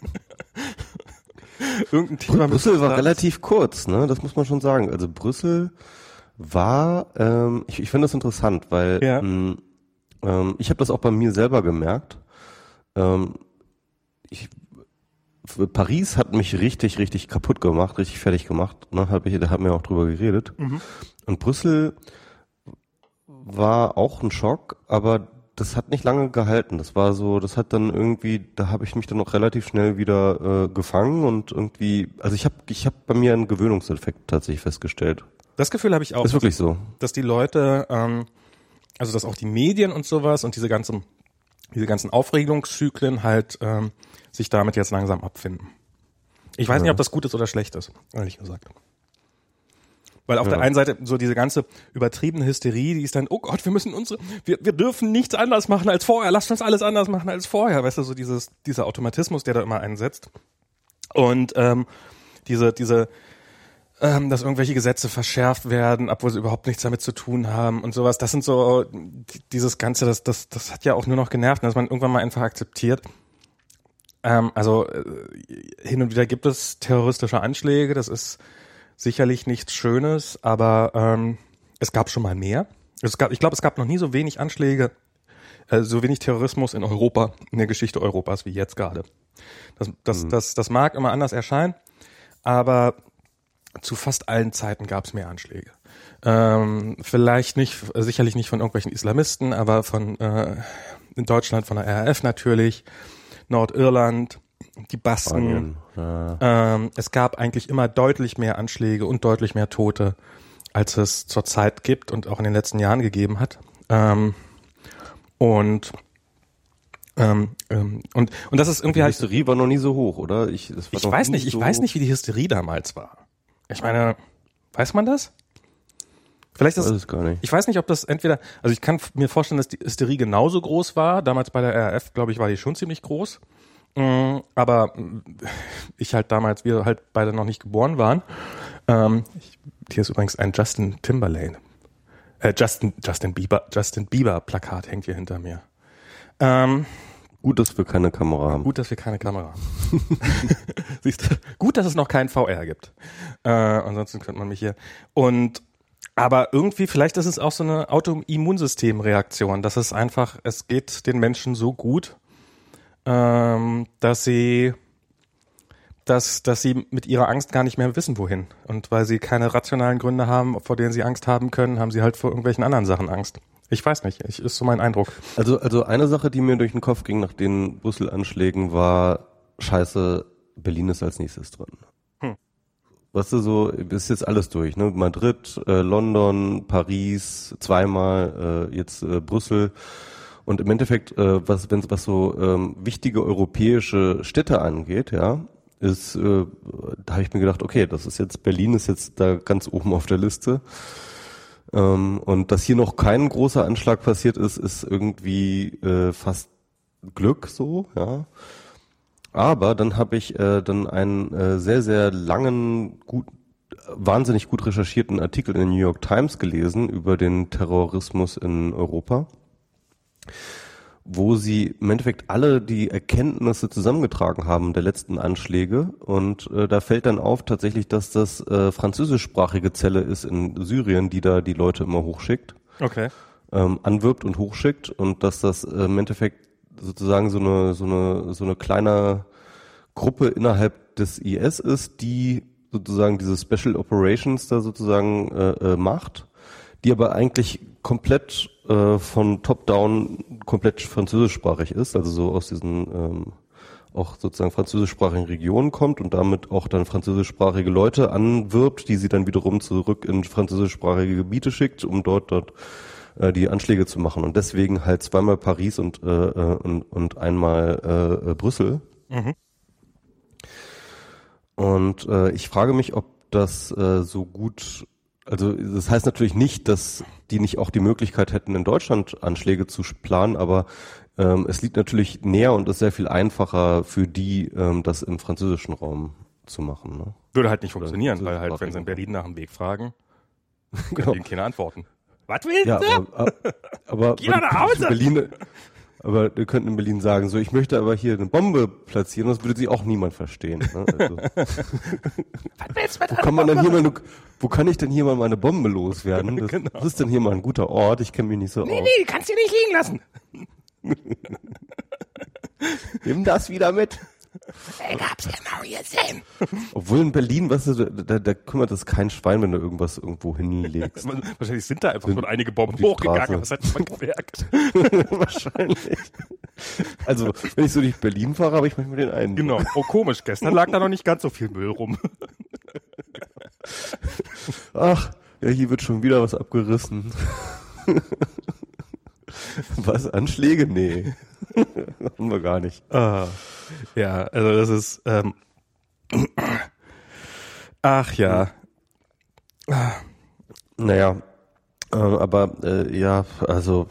Irgendein Thema. Brüssel war relativ kurz, ne? Das muss man schon sagen. Also Brüssel war, ähm, ich, ich finde das interessant, weil ja. mh, ähm, ich habe das auch bei mir selber gemerkt. Ähm, ich, Paris hat mich richtig, richtig kaputt gemacht, richtig fertig gemacht. Ne? Hab ich, da haben wir auch drüber geredet. Mhm. Und Brüssel war auch ein Schock, aber das hat nicht lange gehalten. Das war so, das hat dann irgendwie, da habe ich mich dann auch relativ schnell wieder äh, gefangen und irgendwie, also ich habe ich hab bei mir einen Gewöhnungseffekt tatsächlich festgestellt. Das Gefühl habe ich auch. Ist wirklich so. Dass die Leute, ähm, also dass auch die Medien und sowas und diese ganzen, diese ganzen Aufregungszyklen halt ähm, sich damit jetzt langsam abfinden. Ich weiß ja. nicht, ob das gut ist oder schlecht ist, ehrlich gesagt. Weil auf ja. der einen Seite so diese ganze übertriebene Hysterie, die ist dann, oh Gott, wir müssen unsere, wir, wir dürfen nichts anders machen als vorher, lasst uns alles anders machen als vorher, weißt du, so dieses, dieser Automatismus, der da immer einsetzt. Und ähm, diese, diese, ähm, dass irgendwelche Gesetze verschärft werden, obwohl sie überhaupt nichts damit zu tun haben und sowas, das sind so, dieses Ganze, das, das, das hat ja auch nur noch genervt, dass man irgendwann mal einfach akzeptiert. Ähm, also äh, hin und wieder gibt es terroristische Anschläge, das ist sicherlich nichts Schönes, aber ähm, es gab schon mal mehr. Es gab, ich glaube, es gab noch nie so wenig Anschläge, äh, so wenig Terrorismus in Europa, in der Geschichte Europas wie jetzt gerade. Das, das, mhm. das, das mag immer anders erscheinen, aber zu fast allen Zeiten gab es mehr Anschläge. Ähm, vielleicht nicht, sicherlich nicht von irgendwelchen Islamisten, aber von äh, in Deutschland von der R A F natürlich, Nordirland, die Basken. Ja. Ähm, es gab eigentlich immer deutlich mehr Anschläge und deutlich mehr Tote, als es zurzeit gibt und auch in den letzten Jahren gegeben hat. Ähm, Und ähm, ähm, und und das ist irgendwie Die halt, Hysterie war noch nie so hoch, oder? Ich, das war ich noch weiß nie nicht, ich so weiß nicht, wie die Hysterie damals war. Ich meine, weiß man das? Vielleicht ist weiß es gar nicht. Ich weiß nicht, ob das entweder, also ich kann mir vorstellen, dass die Hysterie genauso groß war. Damals bei der R A F, glaube ich, war die schon ziemlich groß. Mm, aber ich halt damals, wir halt beide noch nicht geboren waren. Ähm, ich, hier ist übrigens ein Justin Timberlake, äh, Justin, Justin Bieber, Justin Bieber Plakat hängt hier hinter mir. Ähm, Gut, dass wir keine Kamera haben. Gut, dass wir keine Kamera haben. Siehst du? Gut, dass es noch keinen V R gibt. Äh, ansonsten könnte man mich hier. Und aber irgendwie, vielleicht ist es auch so eine Autoimmunsystemreaktion, dass es einfach, es geht den Menschen so gut, ähm, dass sie, dass, dass sie mit ihrer Angst gar nicht mehr wissen, wohin. Und weil sie keine rationalen Gründe haben, vor denen sie Angst haben können, haben sie halt vor irgendwelchen anderen Sachen Angst. Ich weiß nicht, ich, ist so mein Eindruck. Also, also eine Sache, die mir durch den Kopf ging nach den Brüssel-Anschlägen, war, scheiße, Berlin ist als nächstes drin. Hm. Weißt du, so, ist jetzt alles durch, ne? Madrid, äh, London, Paris, zweimal, äh, jetzt äh, Brüssel. Und im Endeffekt, äh, was, wenn was so ähm, wichtige europäische Städte angeht, ja, ist, äh, da habe ich mir gedacht, okay, das ist jetzt, Berlin ist jetzt da ganz oben auf der Liste. Ähm, und dass hier noch kein großer Anschlag passiert ist, ist irgendwie äh, fast Glück so, ja. Aber dann habe ich äh, dann einen äh, sehr, sehr langen, gut, wahnsinnig gut recherchierten Artikel in der New York Times gelesen über den Terrorismus in Europa, wo sie im Endeffekt alle die Erkenntnisse zusammengetragen haben der letzten Anschläge. Und äh, da fällt dann auf tatsächlich, dass das äh, französischsprachige Zelle ist in Syrien, die da die Leute immer hochschickt, Okay. ähm, anwirbt und hochschickt, und dass das äh, im Endeffekt sozusagen so eine so eine so eine kleine Gruppe innerhalb des I S ist, die sozusagen diese Special Operations da sozusagen äh, äh, macht, die aber eigentlich komplett äh, von Top-Down komplett französischsprachig ist, also so aus diesen ähm, auch sozusagen französischsprachigen Regionen kommt und damit auch dann französischsprachige Leute anwirbt, die sie dann wiederum zurück in französischsprachige Gebiete schickt, um dort dort äh, die Anschläge zu machen. Und deswegen halt zweimal Paris und äh, und, und einmal äh, Brüssel. Mhm. Und äh, ich frage mich, ob das äh, so gut, also das heißt natürlich nicht, dass die nicht auch die Möglichkeit hätten, in Deutschland Anschläge zu planen, aber ähm, es liegt natürlich näher und ist sehr viel einfacher für die, ähm, das im französischen Raum zu machen. Ne? Würde halt nicht funktionieren, weil halt, wenn sie in Berlin nach dem Weg fragen, können Genau. ihnen keine antworten. Was willst Ja, du? aber, aber, Geh doch nach Hause! Berlin, aber wir könnten in Berlin sagen, so, ich möchte aber hier eine Bombe platzieren, das würde sie auch niemand verstehen. Ne? Also, Was willst du mit wo kann man denn hier mal eine, wo kann ich denn hier mal meine Bombe loswerden? Das, Genau. das ist denn hier mal ein guter Ort? Ich kenne mich nicht so Nee, aus. nee, die kannst du nicht liegen lassen. Nimm das wieder mit. Ich hab's genau gesehen. Obwohl in Berlin, weißt du, da, da kümmert es kein Schwein, wenn du irgendwas irgendwo hinlegst. Wahrscheinlich sind da einfach schon einige Bomben die hochgegangen. Straße. Was hat man gemerkt? Wahrscheinlich. Also, wenn ich so durch Berlin fahre, habe ich manchmal den einen. Genau. Oh, komisch. Gestern lag da noch nicht ganz so viel Müll rum. Ach, ja, hier wird schon wieder was abgerissen. Was? Anschläge? Nee. Haben wir gar nicht. Ah, ja, also das ist, ähm, ach ja. Naja, äh, aber äh, ja, also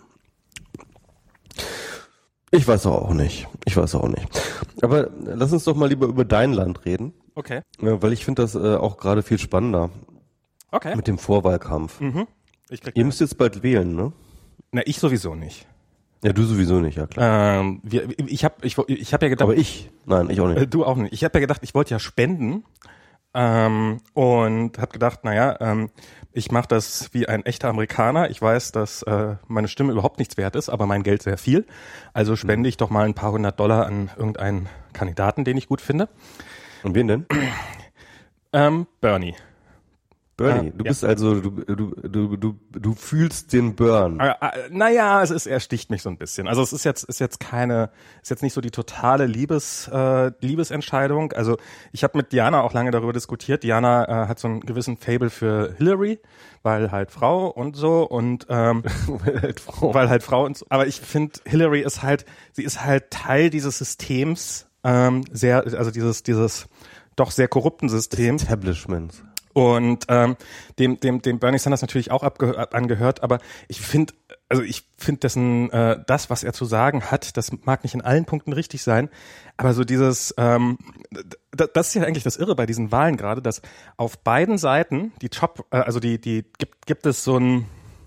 ich weiß auch nicht. Ich weiß auch nicht. Aber lass uns doch mal lieber über dein Land reden. Okay. Ja, weil ich finde das äh, auch gerade viel spannender Okay. mit dem Vorwahlkampf. Mhm. Ich krieg Ihr müsst jetzt bald wählen, ne? Na, ich sowieso nicht. Ja, du sowieso nicht, ja klar. Ähm, wir, ich habe ich, ich hab ja gedacht, Aber ich? Nein, ich auch äh, nicht. du auch nicht. Ich habe ja gedacht, ich wollte ja spenden ähm, und habe gedacht, naja, ähm, ich mache das wie ein echter Amerikaner. Ich weiß, dass äh, meine Stimme überhaupt nichts wert ist, aber mein Geld sehr viel. Also spende ich doch mal ein paar hundert Dollar an irgendeinen Kandidaten, den ich gut finde. Und wen denn? Ähm, Bernie. Bernie, äh, du ja. bist also, du, du, du, du, du fühlst den Burn. Äh, äh, naja, es ist, er sticht mich so ein bisschen. Also es ist jetzt, ist jetzt keine, ist jetzt nicht so die totale Liebes, äh, Liebesentscheidung. Also ich habe mit Diana auch lange darüber diskutiert. Diana äh, hat so einen gewissen Fable für Hillary, weil halt Frau und so und ähm, weil halt Frau. weil halt Frau und so. Aber ich finde, Hillary ist halt, sie ist halt Teil dieses Systems, ähm, sehr, also dieses, dieses doch sehr korrupten Systems. Establishments. Und ähm, dem, dem, dem Bernie Sanders natürlich auch abge- angehört, aber ich finde, also ich finde dessen, äh, das, was er zu sagen hat, das mag nicht in allen Punkten richtig sein, aber so dieses, ähm, d- das ist ja eigentlich das Irre bei diesen Wahlen gerade, dass auf beiden Seiten die Top, äh, also die, die gibt, gibt es so ein,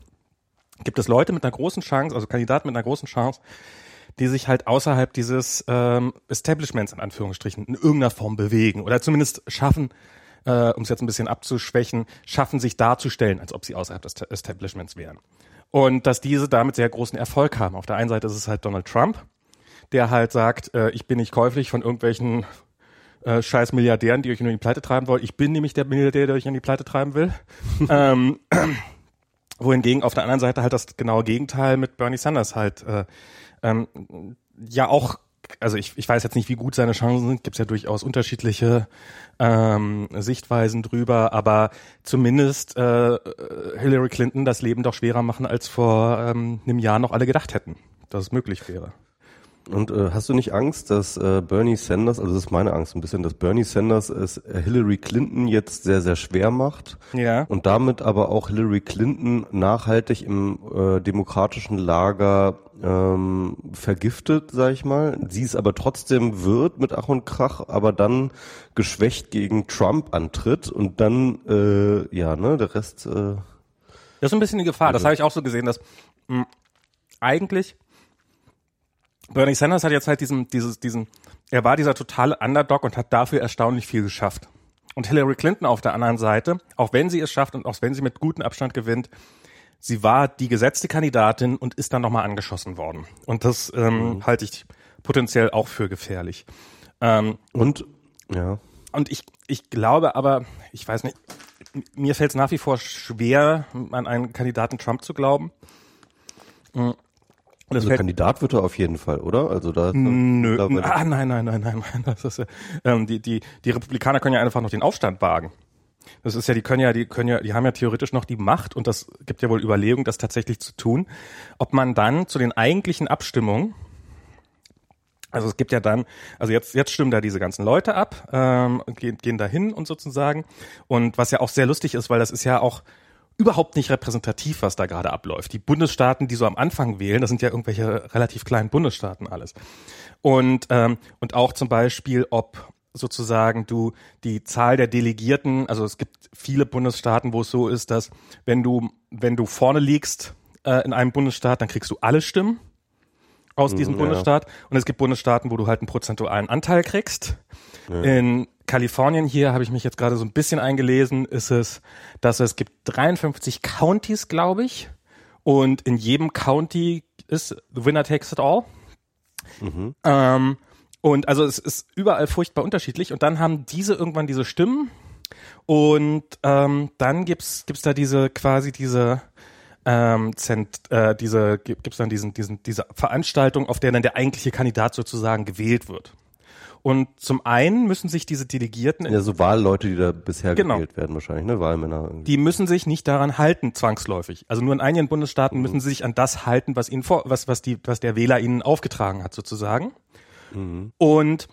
gibt es Leute mit einer großen Chance, also Kandidaten mit einer großen Chance, die sich halt außerhalb dieses ähm, Establishments in Anführungsstrichen in irgendeiner Form bewegen oder zumindest schaffen, äh, um es jetzt ein bisschen abzuschwächen, schaffen sich darzustellen, als ob sie außerhalb des Establishments wären. Und dass diese damit sehr großen Erfolg haben. Auf der einen Seite ist es halt Donald Trump, der halt sagt, äh, ich bin nicht käuflich von irgendwelchen äh, scheiß Milliardären, die euch nur in die Pleite treiben wollen. Ich bin nämlich der Milliardär, der euch in die Pleite treiben will. ähm, wohingegen auf der anderen Seite halt das genaue Gegenteil mit Bernie Sanders halt äh, ähm, ja auch, also ich, ich weiß jetzt nicht, wie gut seine Chancen sind, gibt es ja durchaus unterschiedliche ähm, Sichtweisen drüber, aber zumindest äh, Hillary Clinton das Leben doch schwerer machen, als vor ähm, einem Jahr noch alle gedacht hätten, dass es möglich wäre. Und äh, hast du nicht Angst, dass äh, Bernie Sanders, also das ist meine Angst ein bisschen, dass Bernie Sanders es äh, Hillary Clinton jetzt sehr, sehr schwer macht Ja. und damit aber auch Hillary Clinton nachhaltig im äh, demokratischen Lager ähm, vergiftet, sag ich mal. Sie es aber trotzdem wird mit Ach und Krach, aber dann geschwächt gegen Trump antritt und dann, äh, ja, ne, der Rest... Äh, Das ist ein bisschen die Gefahr, das habe ich auch so gesehen, dass mh, eigentlich Bernie Sanders hat jetzt halt diesen, dieses, diesen, er war dieser totale Underdog und hat dafür erstaunlich viel geschafft. Und Hillary Clinton auf der anderen Seite, auch wenn sie es schafft und auch wenn sie mit gutem Abstand gewinnt, sie war die gesetzte Kandidatin und ist dann nochmal angeschossen worden. Und das ähm, mhm. halte ich potenziell auch für gefährlich. Ähm, und, ja. Und ich, ich glaube aber, ich weiß nicht, mir fällt es nach wie vor schwer, an einen Kandidaten Trump zu glauben. Mhm. Also Kandidat wird er auf jeden Fall, oder? Also da Nö, ah, nein, nein, nein, nein, nein. Das ist ja, ähm, die, die, die Republikaner können ja einfach noch den Aufstand wagen. Das ist ja, die können ja, die können ja, die haben ja theoretisch noch die Macht und das gibt ja wohl Überlegungen, das tatsächlich zu tun. Ob man dann zu den eigentlichen Abstimmungen, also es gibt ja dann, also jetzt, jetzt stimmen da diese ganzen Leute ab, ähm, gehen, gehen dahin und sozusagen. Und was ja auch sehr lustig ist, weil das ist ja auch überhaupt nicht repräsentativ, was da gerade abläuft. Die Bundesstaaten, die so am Anfang wählen, das sind ja irgendwelche relativ kleinen Bundesstaaten alles. Und ähm, und auch zum Beispiel, ob sozusagen du die Zahl der Delegierten, also es gibt viele Bundesstaaten, wo es so ist, dass wenn du wenn du vorne liegst äh, in einem Bundesstaat, dann kriegst du alle Stimmen aus diesem ja. Bundesstaat. Und es gibt Bundesstaaten, wo du halt einen prozentualen Anteil kriegst. Ja. In Kalifornien hier, habe ich mich jetzt gerade so ein bisschen eingelesen, ist es, dass es gibt dreiundfünfzig Counties, glaube ich. Und in jedem County ist the winner takes it all. Mhm. Ähm, und also es ist überall furchtbar unterschiedlich. Und dann haben diese irgendwann diese Stimmen. Und ähm, dann gibt's gibt's da diese quasi diese ähm, Zent, äh, diese gibt's dann diesen diesen diese Veranstaltung, auf der dann der eigentliche Kandidat sozusagen gewählt wird. Und zum einen müssen sich diese Delegierten... Ja, so Wahlleute, die da bisher genau. gewählt werden wahrscheinlich, ne? Wahlmänner. Irgendwie. Die müssen sich nicht daran halten, zwangsläufig. Also nur in einigen Bundesstaaten mhm. müssen sie sich an das halten, was ihnen vor, was, was die, was der Wähler ihnen aufgetragen hat, sozusagen. Mhm. Und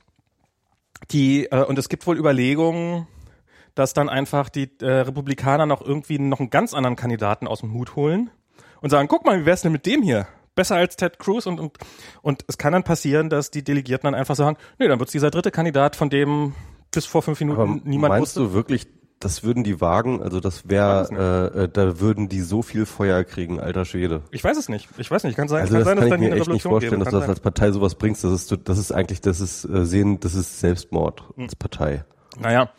die, äh, und es gibt wohl Überlegungen, dass dann einfach die äh, Republikaner noch irgendwie noch einen ganz anderen Kandidaten aus dem Hut holen und sagen, guck mal, wie wär's denn mit dem hier? Besser als Ted Cruz und, und und es kann dann passieren, dass die Delegierten dann einfach sagen, nee, dann wird's dieser dritte Kandidat, von dem bis vor fünf Minuten Aber niemand meinst wusste. Meinst du wirklich, das würden die wagen? Also das wäre, äh, äh, da würden die so viel Feuer kriegen, alter Schwede. Ich weiß es nicht. Ich weiß nicht. Kann sein, also kann das sein, kann dass ich dann mir hier eine echt nicht Revolution vorstellen, geben. dass du das als Partei sowas bringst. Das ist, das ist eigentlich, das ist äh, sehen, das ist Selbstmord hm. als Partei. Naja.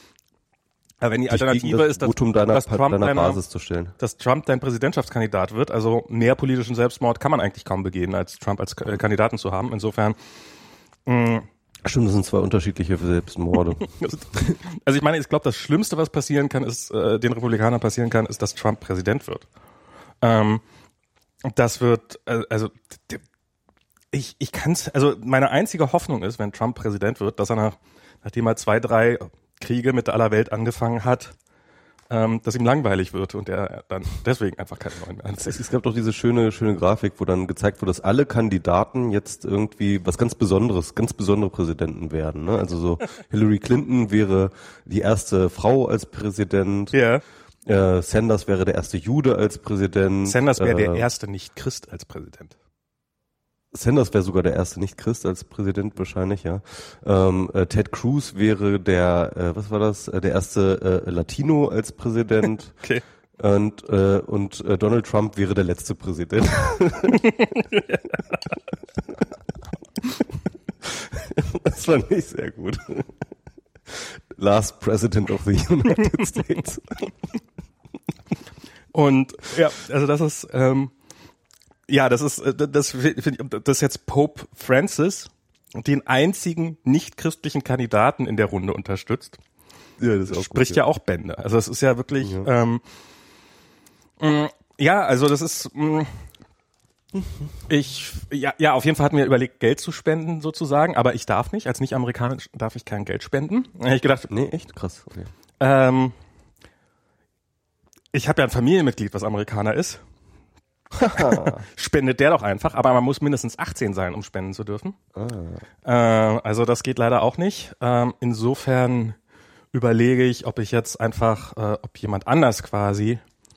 Aber wenn die Alternative das ist, dass, Votum deiner, dass, Trump deiner deine, Basis zu stellen. dass Trump dein Präsidentschaftskandidat wird, also mehr politischen Selbstmord kann man eigentlich kaum begehen, als Trump als K- Kandidaten zu haben. Insofern, mh, Stimmt, das sind zwei unterschiedliche Selbstmorde. Also ich meine, ich glaube, das Schlimmste, was passieren kann, ist, äh, den Republikanern passieren kann, ist, dass Trump Präsident wird. Ähm, das wird, äh, also ich, ich kann es, also meine einzige Hoffnung ist, wenn Trump Präsident wird, dass er nach, nachdem er zwei, drei Kriege mit aller Welt angefangen hat, ähm, dass ihm langweilig wird und er dann deswegen einfach keinen neuen mehr anzieht. Es gab doch diese schöne, schöne Grafik, wo dann gezeigt wurde, dass alle Kandidaten jetzt irgendwie was ganz Besonderes, ganz besondere Präsidenten werden. Ne? Also so Hillary Clinton wäre die erste Frau als Präsident. Ja. Äh, Sanders wäre der erste Jude als Präsident. Sanders wäre äh, der erste Nicht-Christ als Präsident. Sanders wäre sogar der erste Nicht-Christ als Präsident wahrscheinlich, ja. Ähm, äh, Ted Cruz wäre der, äh, was war das, äh, der erste äh, Latino als Präsident. Okay. Und, äh, und äh, Donald Trump wäre der letzte Präsident. Das fand ich sehr gut. Last President of the United States. Und ja, also das ist, ähm, ja, das ist, das finde ich, das ist jetzt Pope Francis, den einzigen nicht-christlichen Kandidaten in der Runde unterstützt. Ja, das ist auch Spricht gut, ja auch Bände. Also es ist ja wirklich, ja, ähm, mh, ja also das ist, mh, ich, ja, ja, auf jeden Fall hatten wir überlegt, Geld zu spenden sozusagen, aber ich darf nicht, als Nicht-Amerikaner darf ich kein Geld spenden. Da habe ich gedacht, nee, echt krass. Okay. Ähm, ich habe ja ein Familienmitglied, was Amerikaner ist. Spendet der doch einfach, aber man muss mindestens achtzehn sein, um spenden zu dürfen. Ah. Äh, also das geht leider auch nicht. Ähm, insofern überlege ich, ob ich jetzt einfach, äh, ob jemand anders quasi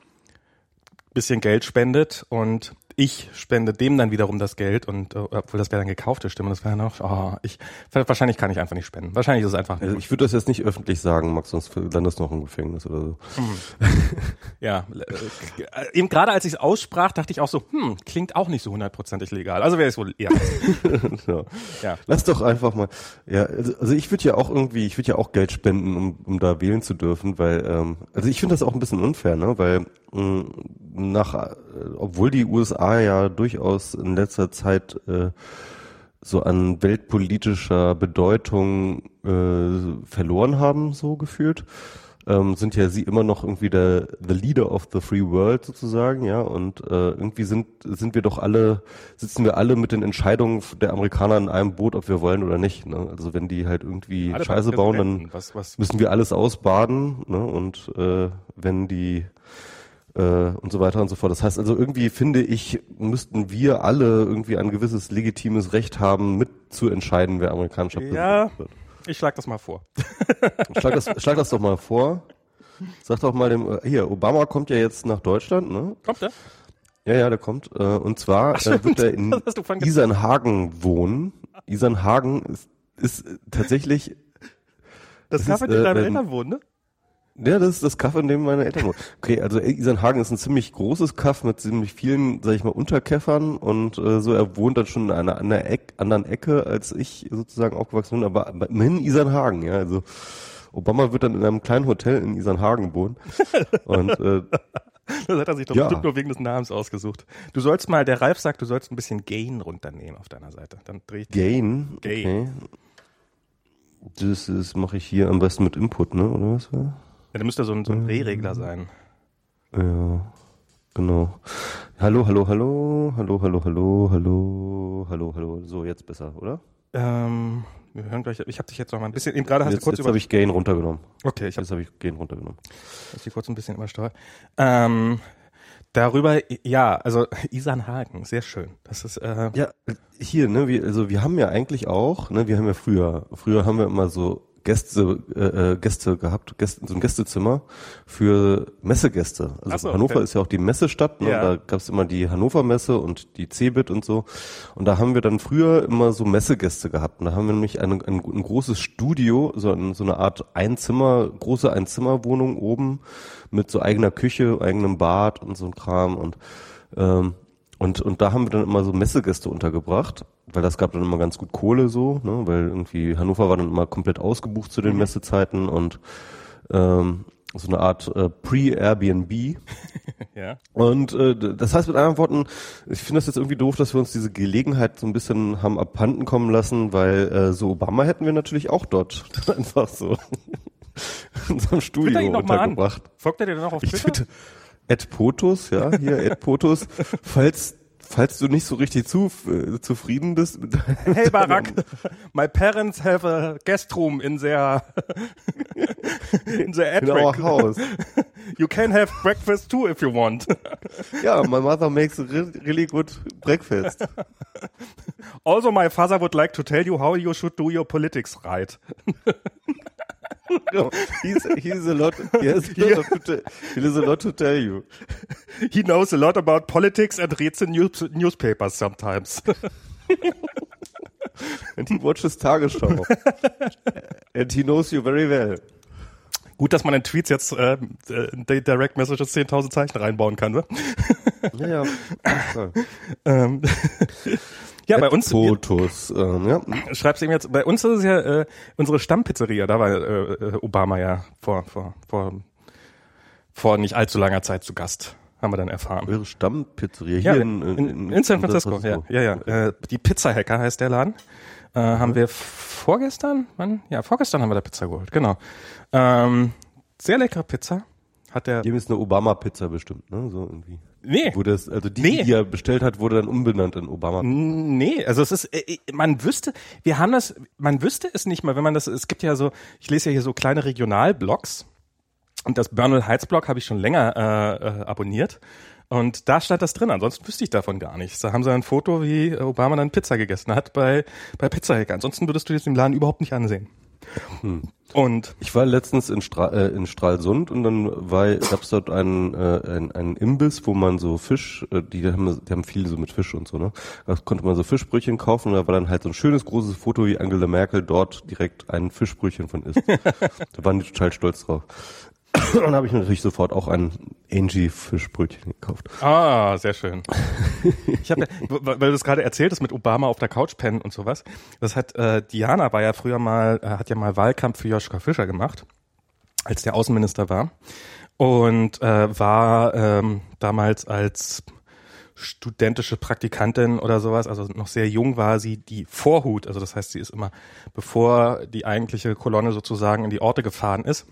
bisschen Geld spendet und ich spende dem dann wiederum das Geld und äh, obwohl das wäre dann gekaufte Stimme, das wäre noch, oh, ich, wahrscheinlich kann ich einfach nicht spenden. Wahrscheinlich ist es einfach nicht. Also ich würde das jetzt nicht öffentlich sagen, Max, sonst landest du noch im Gefängnis oder so. Hm. Ja, äh, eben gerade als ich es aussprach, dachte ich auch so, hm, klingt auch nicht so hundertprozentig legal. Also wäre es wohl eher. Ja. Ja. Lass doch einfach mal. Ja, also, also ich würde ja auch irgendwie, ich würde ja auch Geld spenden, um, um da wählen zu dürfen, weil, ähm, also ich finde das auch ein bisschen unfair, ne, weil mh, nach, äh, obwohl die U S A ja durchaus in letzter Zeit äh, so an weltpolitischer Bedeutung äh, verloren haben, so gefühlt, ähm, sind ja sie immer noch irgendwie der the leader of the free world sozusagen, ja, und äh, irgendwie sind sind wir doch alle, sitzen wir alle mit den Entscheidungen der Amerikaner in einem Boot, ob wir wollen oder nicht, ne? Also wenn die halt irgendwie Alle Scheiße bauen, dann was, was? müssen wir alles ausbaden, ne? Und äh, wenn die äh, und so weiter und so fort. Das heißt also irgendwie, finde ich, müssten wir alle irgendwie ein gewisses legitimes Recht haben, mitzuentscheiden, wer amerikanischer Präsident Ja, wird. ich schlag das mal vor. Schlag das, schlag das doch mal vor. Sag doch mal dem, hier, Obama kommt ja jetzt nach Deutschland, ne? Kommt der? Ja, ja, der kommt. Äh, und zwar äh, wird er in Das hast du vorhin Isernhagen wohnen. Isernhagen ist, ist tatsächlich... Das das Kaffee, ist, in äh, deinen ähm, Eltern wohnen, ne? Ja, das ist das Kaff, in dem meine Eltern wohnen. Okay, also Isernhagen ist ein ziemlich großes Kaff mit ziemlich vielen, sag ich mal, Unterkäffern und äh, so. Er wohnt dann schon in einer anderen, Eck, anderen Ecke, als ich sozusagen aufgewachsen bin, aber immerhin Isernhagen, ja. Also Obama wird dann in einem kleinen Hotel in Isernhagen wohnen. Und äh, Das hat er sich doch ja. bestimmt nur wegen des Namens ausgesucht. Du sollst mal, der Ralf sagt, du sollst ein bisschen Gain runternehmen auf deiner Seite. Dann dreh ich Gain, Gain. okay. Das ist mache ich hier am besten mit Input, ne? Oder was war? Ja, da müsste so ein, so ein Drehregler sein. Ja, genau. Hallo, hallo, hallo, hallo, hallo, hallo, hallo, hallo, hallo. So, jetzt besser, oder? Ähm, wir hören gleich, ich habe dich jetzt noch mal ein bisschen, eben gerade hast Jetzt, du kurz jetzt über... habe ich Gain runtergenommen. Okay, ich habe Jetzt habe ich Gain runtergenommen. dich kurz ein bisschen übersteuert. Ähm, darüber, ja, also Isernhagen, sehr schön. Das ist, äh, Ja, hier, ne, wir, also wir haben ja eigentlich auch, ne, wir haben ja früher, früher haben wir immer so Gäste, äh, Gäste gehabt, Gäste, so ein Gästezimmer für Messegäste. Also Ach so, Hannover okay. ist ja auch die Messestadt, ne? Ja. Da gab es immer die Hannover Messe und die Cebit und so. Und da haben wir dann früher immer so Messegäste gehabt. Und da haben wir nämlich ein, ein, ein großes Studio, so, ein, so eine Art Einzimmer, große Einzimmerwohnung oben mit so eigener Küche, eigenem Bad und so ein Kram und ähm, Und, und da haben wir dann immer so Messegäste untergebracht, weil das gab dann immer ganz gut Kohle so, ne, weil irgendwie Hannover war dann immer komplett ausgebucht zu den Mhm. Messezeiten und ähm, so eine Art äh, Pre-Airbnb. Ja. Und äh, das heißt mit anderen Worten, ich finde das jetzt irgendwie doof, dass wir uns diese Gelegenheit so ein bisschen haben abhanden kommen lassen, weil äh, so Obama hätten wir natürlich auch dort einfach so in unserem Studio ihn noch mal an. untergebracht. Folgt er dir noch auf Ich Twitter? bitte, Ed Potus, ja, hier Ed Potus, falls falls du nicht so richtig zu, äh, zufrieden bist. Mit Hey Barack, my parents have a guest room in their in their in our attic. house. You can have breakfast too if you want. Ja, my mother makes a re- really good breakfast. Also my father would like to tell you how you should do your politics right. No, he's he's a lot. He has a lot, to te- he has a lot to tell you. He knows a lot about politics and reads the news- newspapers sometimes. And he watches Tagesschau. And he knows you very well. Gut, dass man in Tweets jetzt äh, äh, Direct Messages zehntausend Zeichen reinbauen kann, ne? Ja, ja. ja. ähm, ja, bei uns Fotos. Ähm, ja. Schreib's ihm jetzt. Bei uns ist es ja äh, unsere Stammpizzeria. Da war äh, Obama ja vor vor vor vor nicht allzu langer Zeit zu Gast. Haben wir dann erfahren. Eure Stammpizzeria Ja, hier in, in, in, in, in San Francisco. Ja, ja, ja. Äh, die Pizza Hacker heißt der Laden. Äh, mhm. Haben wir vorgestern? Wann? Ja, vorgestern haben wir da Pizza geholt. Genau. Ähm, sehr leckere Pizza. Hat der. Dem ist eine Obama-Pizza bestimmt, ne? So irgendwie. Nee. Wo das, also die, Nee. die er bestellt hat, wurde dann umbenannt in Obama. Nee, also es ist, äh, man wüsste, wir haben das, man wüsste es nicht mal, wenn man das, es gibt ja so, ich lese ja hier so kleine Regionalblogs und das Bernal Heights Blog habe ich schon länger äh, äh, abonniert und da stand das drin, ansonsten wüsste ich davon gar nichts. Da haben sie ein Foto, wie Obama dann Pizza gegessen hat bei, bei Pizza Hacker. Ansonsten würdest du jetzt den Laden überhaupt nicht ansehen. Hm. Und ich war letztens in, Stra äh, in Stralsund und dann war gab's dort einen, äh, einen, einen Imbiss, wo man so Fisch, äh, die haben, die haben viel so mit Fisch und so, ne? Da konnte man so Fischbrötchen kaufen und da war dann halt so ein schönes großes Foto, wie Angela Merkel dort direkt ein Fischbrötchen von isst. Da waren die total stolz drauf. Und dann habe ich mir natürlich sofort auch ein Angie-Fischbrötchen gekauft. Ah, sehr schön. Ich habe, weil du das gerade erzählt hast mit Obama auf der Couch pennen und sowas. Das hat äh, Diana war ja früher mal, äh, hat ja mal Wahlkampf für Joschka Fischer gemacht, als der Außenminister war und äh, war ähm, damals als studentische Praktikantin oder sowas, also noch sehr jung war sie die Vorhut. Also das heißt, sie ist immer, bevor die eigentliche Kolonne sozusagen in die Orte gefahren ist,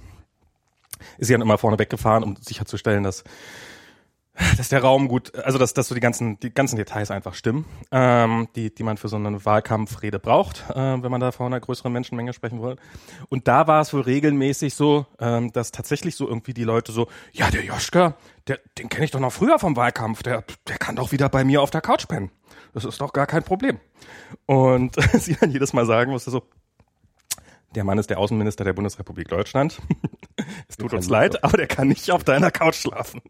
ist sie dann immer vorne weggefahren, um sicherzustellen, dass, dass der Raum gut, also dass, dass so die ganzen, die ganzen Details einfach stimmen, ähm, die, die man für so eine Wahlkampfrede braucht, äh, wenn man da vor einer größeren Menschenmenge sprechen will. Und da war es wohl regelmäßig so, ähm, dass tatsächlich so irgendwie die Leute so, ja, der Joschka, der, den kenne ich doch noch früher vom Wahlkampf, der, der kann doch wieder bei mir auf der Couch pennen. Das ist doch gar kein Problem. Und sie dann jedes Mal sagen musste so, der Mann ist der Außenminister der Bundesrepublik Deutschland. Es tut uns leid, aber der kann nicht auf deiner Couch schlafen.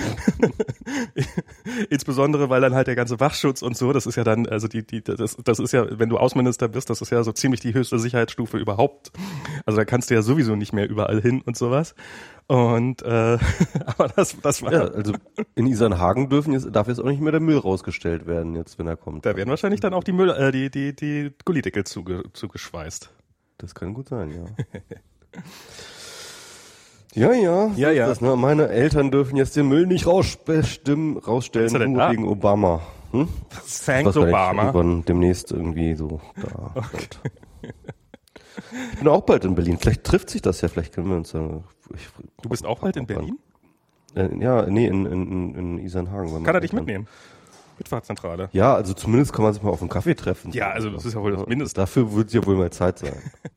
Insbesondere, weil dann halt der ganze Wachschutz und so, das ist ja dann, also die, die, das, das ist ja, wenn du Außenminister bist, das ist ja so ziemlich die höchste Sicherheitsstufe überhaupt. Also da kannst du ja sowieso nicht mehr überall hin und sowas. Und äh, aber das, das war. Ja, also in Isernhagen dürfen jetzt, darf jetzt auch nicht mehr der Müll rausgestellt werden, jetzt wenn er kommt. Da werden wahrscheinlich dann auch die Müll, äh, die, die, die Gullideckel zuge, zugeschweißt. Das kann gut sein, ja. Ja, ja. Ja, ja. Das, ne? Meine Eltern dürfen jetzt den Müll nicht rausbestimmen, rausstellen, Was ist er denn nur da? wegen Obama. Hm? Thanks Obama. Irgendwann demnächst irgendwie so da. Okay. Ich bin auch bald in Berlin. Vielleicht trifft sich das ja, vielleicht können wir uns ja. Ich, Du bist auch bald in Berlin? Äh, ja, nee, in, in, in Isernhagen. Kann er dich mitnehmen? Mitfahrzentrale. Ja, also zumindest kann man sich mal auf einen Kaffee treffen. Ja, also das ist ja wohl das Mindeste. Dafür wird es ja wohl mal Zeit sein.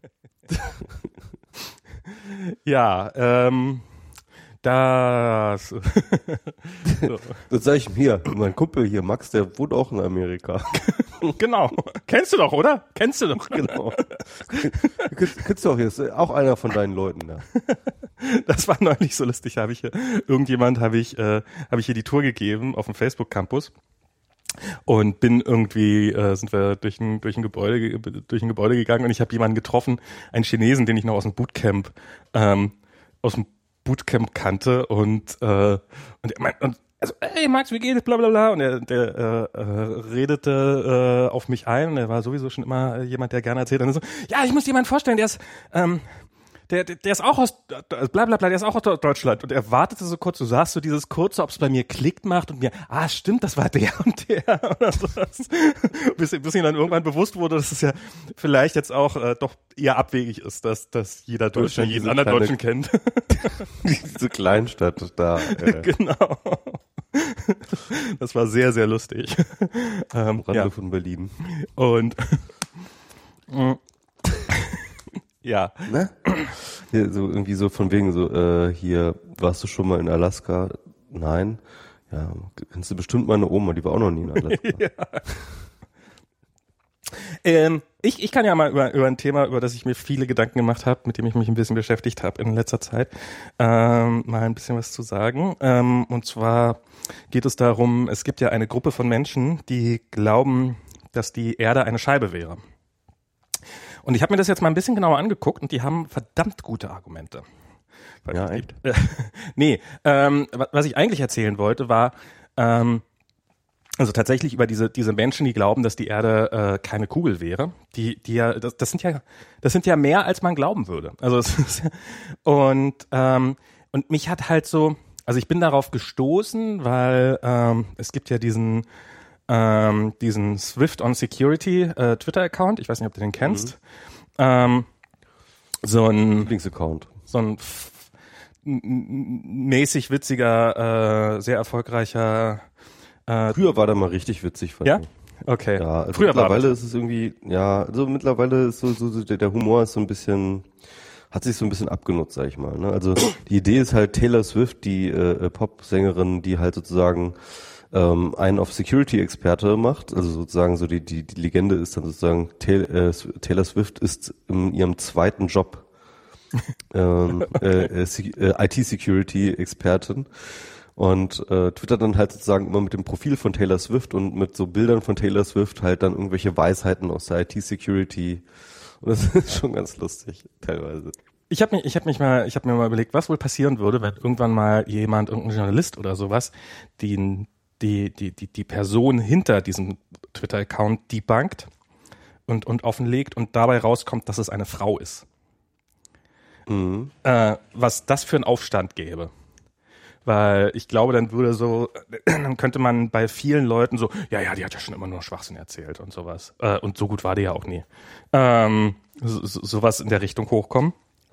Ja, ähm, das. So. Das sage ich mir. Mein Kumpel hier, Max, der wohnt auch in Amerika. Genau. Kennst du doch, oder? Kennst du doch. Genau. Kennst, kennst du auch hier, ist auch einer von deinen Leuten da. Das war neulich so lustig. Habe ich hier, irgendjemand habe ich, äh, habe ich hier die Tour gegeben auf dem Facebook Campus. Und bin irgendwie, äh, sind wir durch ein, durch ein Gebäude, durch ein Gebäude gegangen und ich habe jemanden getroffen, einen Chinesen, den ich noch aus dem Bootcamp, ähm, aus dem Bootcamp kannte und, äh, und er meint, und, also, hey Max, wie geht es, bla, bla, bla, und er, der, äh, äh, redete, äh, auf mich ein und er war sowieso schon immer jemand, der gerne erzählt und so, ja, ich muss dir jemanden vorstellen, der ist, ähm, der, der, der ist auch aus, bla bla bla, der ist auch aus Deutschland. Und er wartete so kurz, du sagst so dieses kurze, ob es bei mir klickt macht und mir, ah stimmt, das war der und der oder sowas. bis, bis ihm dann irgendwann bewusst wurde, dass es ja vielleicht jetzt auch äh, doch eher abwegig ist, dass, dass jeder Deutsche jeden anderen kleine, Deutschen kennt. Diese Kleinstadt da. Äh. Genau. Das war sehr, sehr lustig. Am Rande ja. von Berlin. Und ja. Ne? Ja, so irgendwie so von wegen so, äh, hier, warst du schon mal in Alaska? Nein. Ja, kennst du bestimmt meine Oma, die war auch noch nie in Alaska. Ja. Ähm, ich, ich kann ja mal über, über ein Thema, über das ich mir viele Gedanken gemacht habe, mit dem ich mich ein bisschen beschäftigt habe in letzter Zeit, ähm, mal ein bisschen was zu sagen. Ähm, und zwar geht es darum, es gibt ja eine Gruppe von Menschen, die glauben, dass die Erde eine Scheibe wäre. Und ich habe mir das jetzt mal ein bisschen genauer angeguckt und die haben verdammt gute Argumente. Ja, echt? Äh, nee, ähm, was ich eigentlich erzählen wollte, war, ähm, also tatsächlich über diese diese Menschen, die glauben, dass die Erde äh, keine Kugel wäre, die die ja das, das sind ja das sind ja mehr als man glauben würde. Also es ist, und ähm, und mich hat halt so, also ich bin darauf gestoßen, weil ähm, es gibt ja diesen ähm, diesen Swift on Security äh, Twitter-Account, ich weiß nicht, ob du den kennst. Mhm. Ähm, so ein Lieblings-Account. So ein f- mäßig witziger, äh, sehr erfolgreicher. Äh, Früher war der mal richtig witzig, fand ja? ich. Okay. Ja, also Früher mittlerweile war ist es irgendwie, ja, also mittlerweile ist so, so, so der, der Humor ist so ein bisschen, hat sich so ein bisschen abgenutzt, sag ich mal. Ne? Also die Idee ist halt Taylor Swift, die äh, Pop-Sängerin, die halt sozusagen ähm, einen auf Security-Experte macht. Also sozusagen so die die die Legende ist dann sozusagen Taylor, äh, Taylor Swift ist in ihrem zweiten Job ähm, äh, äh, I T-Security-Expertin. Und äh, twittert dann halt sozusagen immer mit dem Profil von Taylor Swift und mit so Bildern von Taylor Swift halt dann irgendwelche Weisheiten aus der I T-Security. Und das ist schon ganz lustig, teilweise. Ich habe mich, ich habe mich mal, ich habe mir mal überlegt, was wohl passieren würde, wenn irgendwann mal jemand, irgendein Journalist oder sowas, die die die die die Person hinter diesem Twitter-Account debunkt und und offenlegt und dabei rauskommt, dass es eine Frau ist. Mhm. Äh, was das für einen Aufstand gäbe. Weil ich glaube, dann würde so, dann könnte man bei vielen Leuten so, ja, ja, die hat ja schon immer nur Schwachsinn erzählt und sowas. Äh, und so gut war die ja auch nie. Ähm, so, so, sowas in der Richtung hochkommen.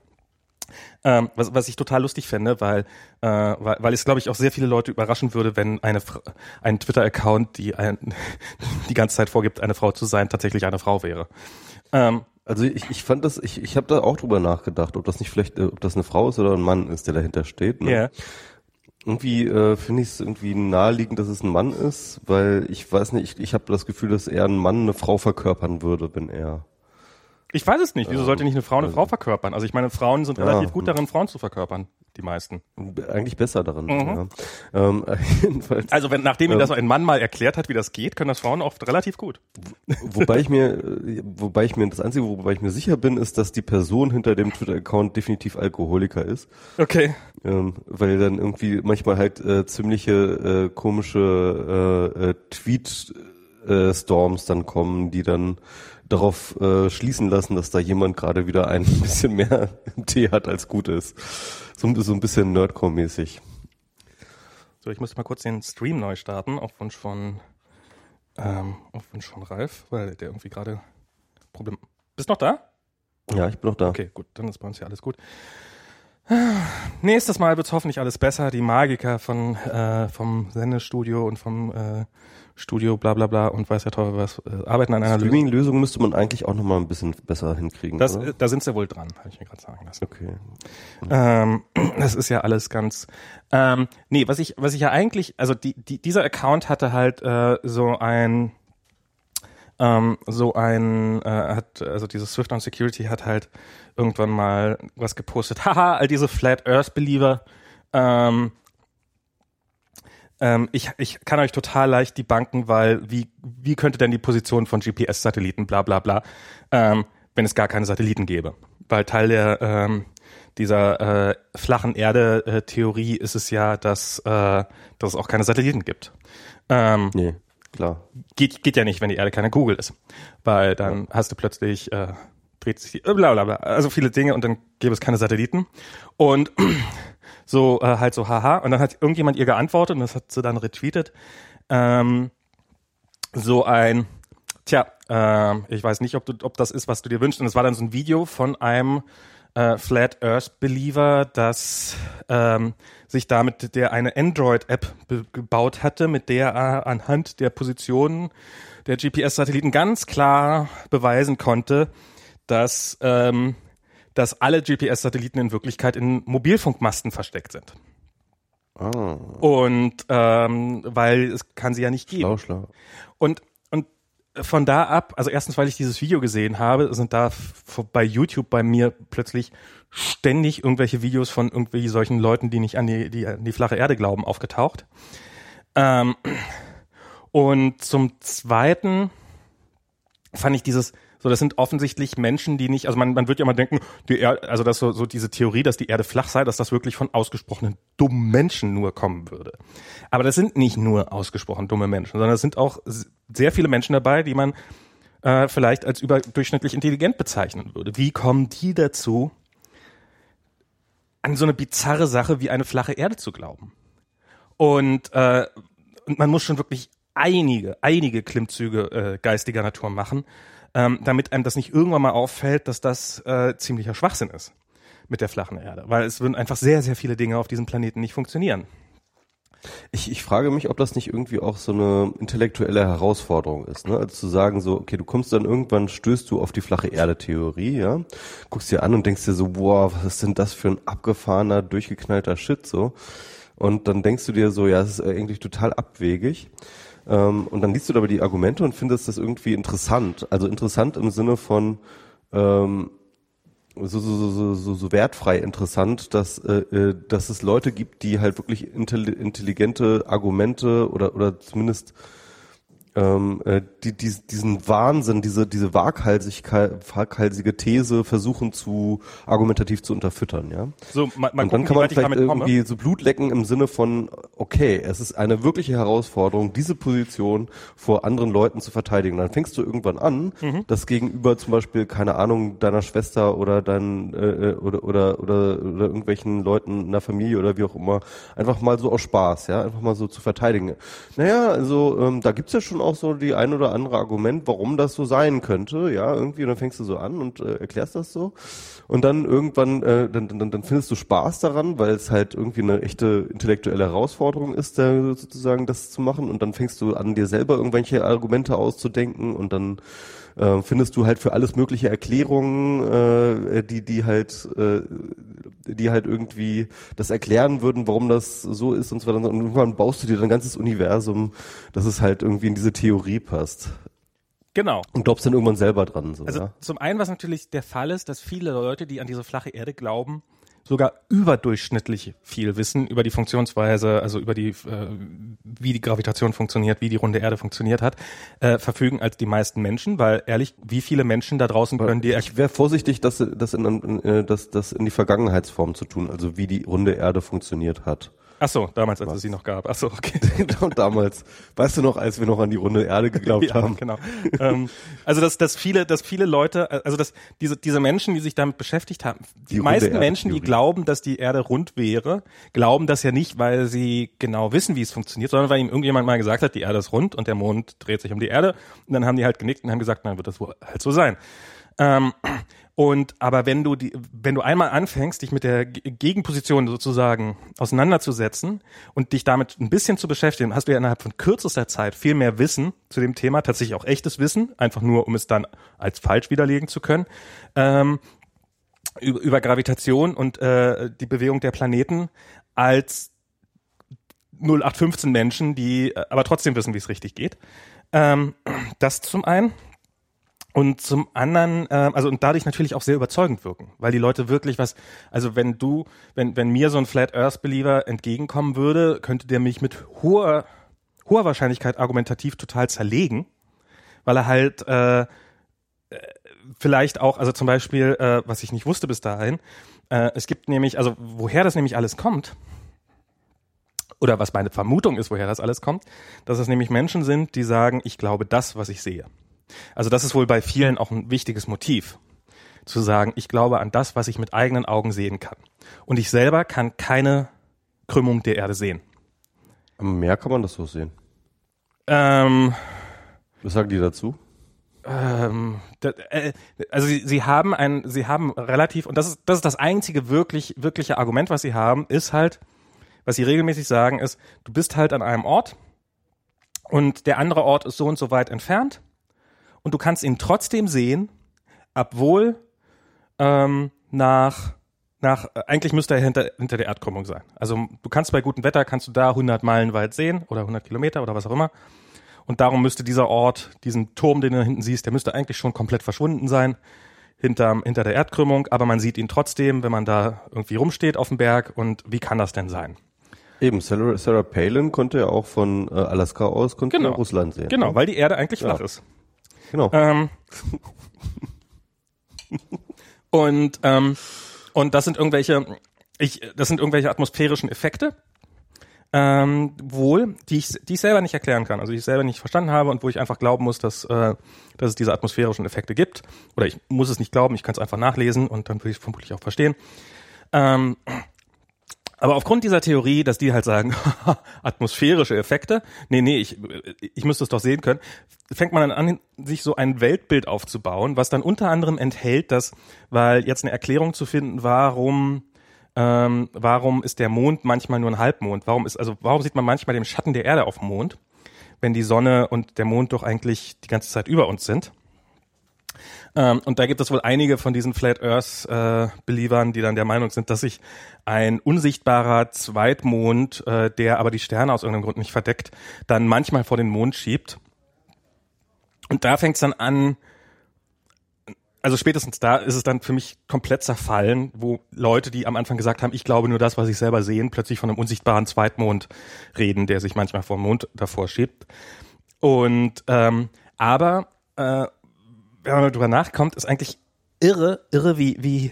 Ähm, was, was ich total lustig fände, weil, äh, weil, weil es, glaube ich, auch sehr viele Leute überraschen würde, wenn eine ein Twitter-Account, die ein, die ganze Zeit vorgibt, eine Frau zu sein, tatsächlich eine Frau wäre. Ähm, Also ich, ich fand das, ich, ich habe da auch drüber nachgedacht, ob das nicht vielleicht, ob das eine Frau ist oder ein Mann ist, der dahinter steht. Ne? Yeah. Irgendwie äh, finde ich es irgendwie naheliegend, dass es ein Mann ist, weil ich weiß nicht, ich, ich habe das Gefühl, dass eher ein Mann eine Frau verkörpern würde, wenn er. Ich weiß es nicht. Wieso sollte nicht eine Frau eine also, Frau verkörpern? Also ich meine, Frauen sind ja, relativ gut darin, Frauen zu verkörpern, die meisten. Eigentlich besser darin. Mhm. Ja. Ähm, jedenfalls, also wenn nachdem ähm, Ihnen das ein Mann mal erklärt hat, wie das geht, können das Frauen oft relativ gut. Wobei ich mir, wobei ich mir das Einzige, wobei ich mir sicher bin, ist, dass die Person hinter dem Twitter-Account definitiv Alkoholiker ist. Okay. Ähm, weil dann irgendwie manchmal halt äh, ziemliche äh, komische äh, äh, Tweet-Storms dann kommen, die dann darauf äh, schließen lassen, dass da jemand gerade wieder ein bisschen mehr Tee hat als gut ist. So, so ein bisschen Nerdcore-mäßig. So, ich muss mal kurz den Stream neu starten, auf Wunsch von ähm, auf Wunsch von Ralf, weil der irgendwie gerade Problem. Bist du noch da? Ja, ich bin noch da. Okay, gut, dann ist bei uns ja alles gut. Nächstes Mal wird's hoffentlich alles besser. Die Magiker von äh, vom Sendestudio und vom äh, Studio bla bla bla und weiß ja toll was, äh, arbeiten an einer Lösung. Streaming-Lösung müsste man eigentlich auch nochmal ein bisschen besser hinkriegen, das, oder? Da sind sie wohl dran, habe ich mir gerade sagen lassen. Okay. Ähm, das ist ja alles ganz ähm, nee, was ich was ich ja eigentlich, also die, die dieser Account hatte halt äh, so ein ähm, so ein äh, hat also dieses Swift on Security hat halt irgendwann mal was gepostet. Haha, all diese Flat Earth Believer. Ähm, ähm, ich ich kann euch total leicht debunken, weil wie wie könnte denn die Position von G P S-Satelliten bla bla bla, ähm, wenn es gar keine Satelliten gäbe? Weil Teil der ähm, dieser äh, flachen Erde-Theorie ist es ja, dass äh, dass es auch keine Satelliten gibt. Ähm, nee, klar. Geht geht ja nicht, wenn die Erde keine Kugel ist, weil dann ja. hast du plötzlich äh, dreht sich die, blablabla, also viele Dinge und dann gäbe es keine Satelliten. Und so äh, halt so haha. Und dann hat irgendjemand ihr geantwortet und das hat sie dann retweetet. Ähm, so ein, tja, äh, ich weiß nicht, ob du, ob das ist, was du dir wünschst. Und es war dann so ein Video von einem äh, Flat Earth Believer, das ähm, sich damit der eine Android-App be- gebaut hatte, mit der er anhand der Positionen der G P S-Satelliten ganz klar beweisen konnte, dass ähm, dass alle G P S-Satelliten in Wirklichkeit in Mobilfunkmasten versteckt sind. Ah. Und ähm, weil es kann sie ja nicht geben. Schlau, schlau. Und und von da ab, also erstens, weil ich dieses Video gesehen habe, sind da f- bei YouTube bei mir plötzlich ständig irgendwelche Videos von irgendwie solchen Leuten, die nicht an die, die, an die flache Erde glauben, aufgetaucht. Ähm, und zum Zweiten fand ich dieses, so das sind offensichtlich Menschen, die nicht, also man, man wird ja mal denken, die Erde, also dass so, so diese Theorie, dass die Erde flach sei, dass das wirklich von ausgesprochenen dummen Menschen nur kommen würde. Aber das sind nicht nur ausgesprochen dumme Menschen, sondern es sind auch sehr viele Menschen dabei, die man äh, vielleicht als überdurchschnittlich intelligent bezeichnen würde. Wie kommen die dazu, an so eine bizarre Sache wie eine flache Erde zu glauben? Und, äh, und man muss schon wirklich einige, einige Klimmzüge äh, geistiger Natur machen, ähm, damit einem das nicht irgendwann mal auffällt, dass das äh, ziemlicher Schwachsinn ist mit der flachen Erde. Weil es würden einfach sehr, sehr viele Dinge auf diesem Planeten nicht funktionieren. Ich, ich frage mich, ob das nicht irgendwie auch so eine intellektuelle Herausforderung ist, ne? Also zu sagen so, okay, du kommst dann irgendwann, stößt du auf die flache Erde-Theorie, ja, guckst dir an und denkst dir so, boah, was ist denn das für ein abgefahrener, durchgeknallter Shit, so. Und dann denkst du dir so, ja, es ist eigentlich total abwegig. Ähm, und dann liest du aber die Argumente und findest das irgendwie interessant. Also interessant im Sinne von, ähm, so, so, so, so, so wertfrei interessant, dass, äh, dass es Leute gibt, die halt wirklich intelligente Argumente oder, oder zumindest ähm, die, die, diesen Wahnsinn, diese, diese Waghalsigkeit, waghalsige These versuchen zu argumentativ zu unterfüttern, ja. So, mal, mal und dann gucken, kann man wie weit vielleicht ich damit komme. irgendwie so Blut lecken im Sinne von, okay, es ist eine wirkliche Herausforderung, diese Position vor anderen Leuten zu verteidigen. Dann fängst du irgendwann an, Mhm. das gegenüber zum Beispiel, keine Ahnung, deiner Schwester oder dein äh, oder, oder oder oder irgendwelchen Leuten in der Familie oder wie auch immer, einfach mal so aus Spaß, ja, einfach mal so zu verteidigen. Naja, also ähm, da gibt's ja schon auch so die ein oder andere Argument, warum das so sein könnte, ja, irgendwie, und dann fängst du so an und äh, erklärst das so und dann irgendwann, äh, dann, dann, dann findest du Spaß daran, weil es halt irgendwie eine echte intellektuelle Herausforderung ist, da sozusagen das zu machen und dann fängst du an, dir selber irgendwelche Argumente auszudenken und dann äh, findest du halt für alles mögliche Erklärungen, äh, die, die halt, äh, die halt irgendwie das erklären würden, warum das so ist und so weiter. Und irgendwann baust du dir dein ganzes Universum, dass es halt irgendwie in diese Theorie passt. Genau. Und glaubst dann irgendwann selber dran. So, Also ja? zum einen, was natürlich der Fall ist, dass viele Leute, die an diese flache Erde glauben, sogar überdurchschnittlich viel wissen über die Funktionsweise, also über die, äh, wie die Gravitation funktioniert, wie die runde Erde funktioniert hat, äh, verfügen als die meisten Menschen, weil ehrlich, wie viele Menschen da draußen können die... Ich wäre vorsichtig, das, das, in, in, das, das in die Vergangenheitsform zu tun, also wie die runde Erde funktioniert hat. Ach so, damals, als Was? es sie noch gab. Ach so, okay. Genau, damals. Weißt du noch, als wir noch an die runde Erde geglaubt ja, haben? Genau. ähm, also dass, dass viele, dass viele Leute, also dass diese diese Menschen, die sich damit beschäftigt haben, die, die meisten Menschen, die glauben, dass die Erde rund wäre, glauben das ja nicht, weil sie genau wissen, wie es funktioniert, sondern weil ihnen irgendjemand mal gesagt hat, die Erde ist rund und der Mond dreht sich um die Erde. Und dann haben die halt genickt und haben gesagt, dann wird das wohl halt so sein. Ähm, und aber wenn du die, wenn du einmal anfängst, dich mit der G- Gegenposition sozusagen auseinanderzusetzen und dich damit ein bisschen zu beschäftigen, hast du ja innerhalb von kürzester Zeit viel mehr Wissen zu dem Thema, tatsächlich auch echtes Wissen, einfach nur, um es dann als falsch widerlegen zu können, ähm, über, über Gravitation und äh, die Bewegung der Planeten als null acht fünfzehn Menschen, die äh, aber trotzdem wissen, wie es richtig geht. Ähm, das zum einen. Und zum anderen, äh, also und dadurch natürlich auch sehr überzeugend wirken, weil die Leute wirklich was, also wenn du, wenn wenn mir so ein Flat Earth Believer entgegenkommen würde, könnte der mich mit hoher hoher Wahrscheinlichkeit argumentativ total zerlegen, weil er halt äh, vielleicht auch, also zum Beispiel, äh, was ich nicht wusste bis dahin, äh, es gibt nämlich, also woher das nämlich alles kommt, oder was meine Vermutung ist, woher das alles kommt, dass es nämlich Menschen sind, die sagen, ich glaube das, was ich sehe. Also das ist wohl bei vielen auch ein wichtiges Motiv. zu sagen, ich glaube an das, was ich mit eigenen Augen sehen kann. Und ich selber kann keine Krümmung der Erde sehen. Am Meer kann man das so sehen. Ähm, Was sagen die dazu? ähm, da, äh, also sie, sie haben ein, sie haben relativ, und das ist, das ist das einzige wirklich, wirkliche Argument, was sie haben, ist halt, was sie regelmäßig sagen, ist, du bist halt an einem Ort und der andere Ort ist so und so weit entfernt und du kannst ihn trotzdem sehen, obwohl ähm, nach, nach, eigentlich müsste er hinter, hinter der Erdkrümmung sein. Also du kannst bei gutem Wetter, kannst du da hundert Meilen weit sehen oder hundert Kilometer oder was auch immer. Und darum müsste dieser Ort, diesen Turm, den du da hinten siehst, der müsste eigentlich schon komplett verschwunden sein hinterm, hinter der Erdkrümmung, aber man sieht ihn trotzdem, wenn man da irgendwie rumsteht auf dem Berg. Und wie kann das denn sein? Eben, Sarah, Sarah Palin konnte ja auch von äh, Alaska aus konnte Genau. Russland sehen. Genau, ne? weil die Erde eigentlich Ja. flach ist. Genau. Ähm, und ähm, und das sind irgendwelche, ich, das sind irgendwelche atmosphärischen Effekte, ähm, wohl, die ich, die ich selber nicht erklären kann, also die ich selber nicht verstanden habe und wo ich einfach glauben muss, dass, äh, dass es diese atmosphärischen Effekte gibt. Oder ich muss es nicht glauben, ich kann es einfach nachlesen und dann würde ich es vermutlich auch verstehen. Ähm, aber aufgrund dieser Theorie, dass die halt sagen, atmosphärische Effekte, nee, nee, ich, ich müsste es doch sehen können, fängt man dann an, sich so ein Weltbild aufzubauen, was dann unter anderem enthält, dass, weil jetzt eine Erklärung zu finden, warum Ähm, warum ist der Mond manchmal nur ein Halbmond? Warum ist, also warum sieht man manchmal den Schatten der Erde auf dem Mond, wenn die Sonne und der Mond doch eigentlich die ganze Zeit über uns sind? Ähm, und da gibt es wohl einige von diesen Flat Earth äh, Believern, die dann der Meinung sind, dass sich ein unsichtbarer Zweitmond, äh, der aber die Sterne aus irgendeinem Grund nicht verdeckt, dann manchmal vor den Mond schiebt. Und da fängt es dann an, also spätestens da ist es dann für mich komplett zerfallen, wo Leute, die am Anfang gesagt haben, ich glaube nur das, was ich selber sehe, plötzlich von einem unsichtbaren Zweitmond reden, der sich manchmal vor dem Mond davor schiebt. Und ähm, aber äh, wenn man darüber nachkommt, ist eigentlich irre, irre, wie wie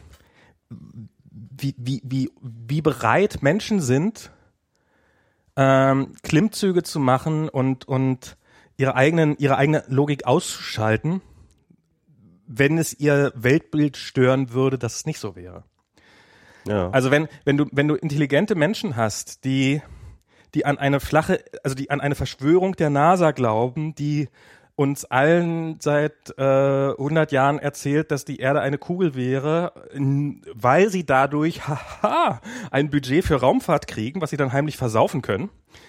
wie wie wie, wie bereit Menschen sind, ähm, Klimmzüge zu machen und und ihre eigenen ihre eigene Logik auszuschalten, wenn es ihr Weltbild stören würde, dass es nicht so wäre. Ja. Also wenn wenn du wenn du intelligente Menschen hast, die die an eine flache, also die an eine Verschwörung der NASA glauben, die uns allen seit äh, hundert Jahren erzählt, dass die Erde eine Kugel wäre, n- weil sie dadurch haha, ein Budget für Raumfahrt kriegen, was sie dann heimlich versaufen können.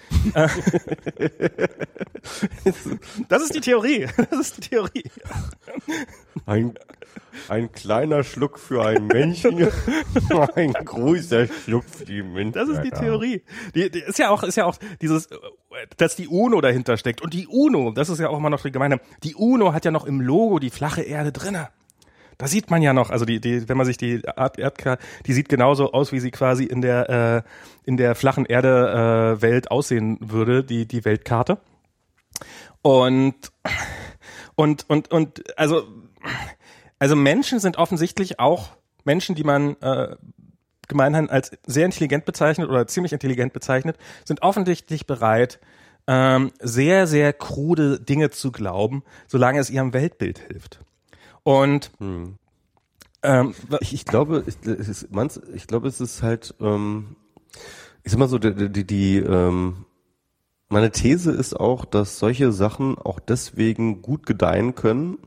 Das ist die Theorie. Das ist die Theorie. Ein, ein kleiner Schluck für ein Männchen, ein großer Schluck für die Menschen. Das ist die Theorie. Die, die ist ja auch, ist ja auch dieses, dass die UNO dahinter steckt. Und die UNO, das ist ja auch immer noch die Gemeinde, die UNO hat ja noch im Logo die flache Erde drinne. Da sieht man ja noch, also die, die, wenn man sich die Erdkarte, die sieht genauso aus, wie sie quasi in der, äh, in der flachen Erde äh, Welt aussehen würde, die, die Weltkarte. Und, und, und, und, also, also Menschen sind offensichtlich auch Menschen, die man äh, gemeinhin als sehr intelligent bezeichnet oder ziemlich intelligent bezeichnet, sind offensichtlich bereit, ähm, sehr, sehr krude Dinge zu glauben, solange es ihrem Weltbild hilft. Und Hm. ähm, Ich, ich glaube, ich, es ist, man's, ich glaube, es ist halt, ähm, ich sag mal so, die, die, die ähm, meine These ist auch, dass solche Sachen auch deswegen gut gedeihen können,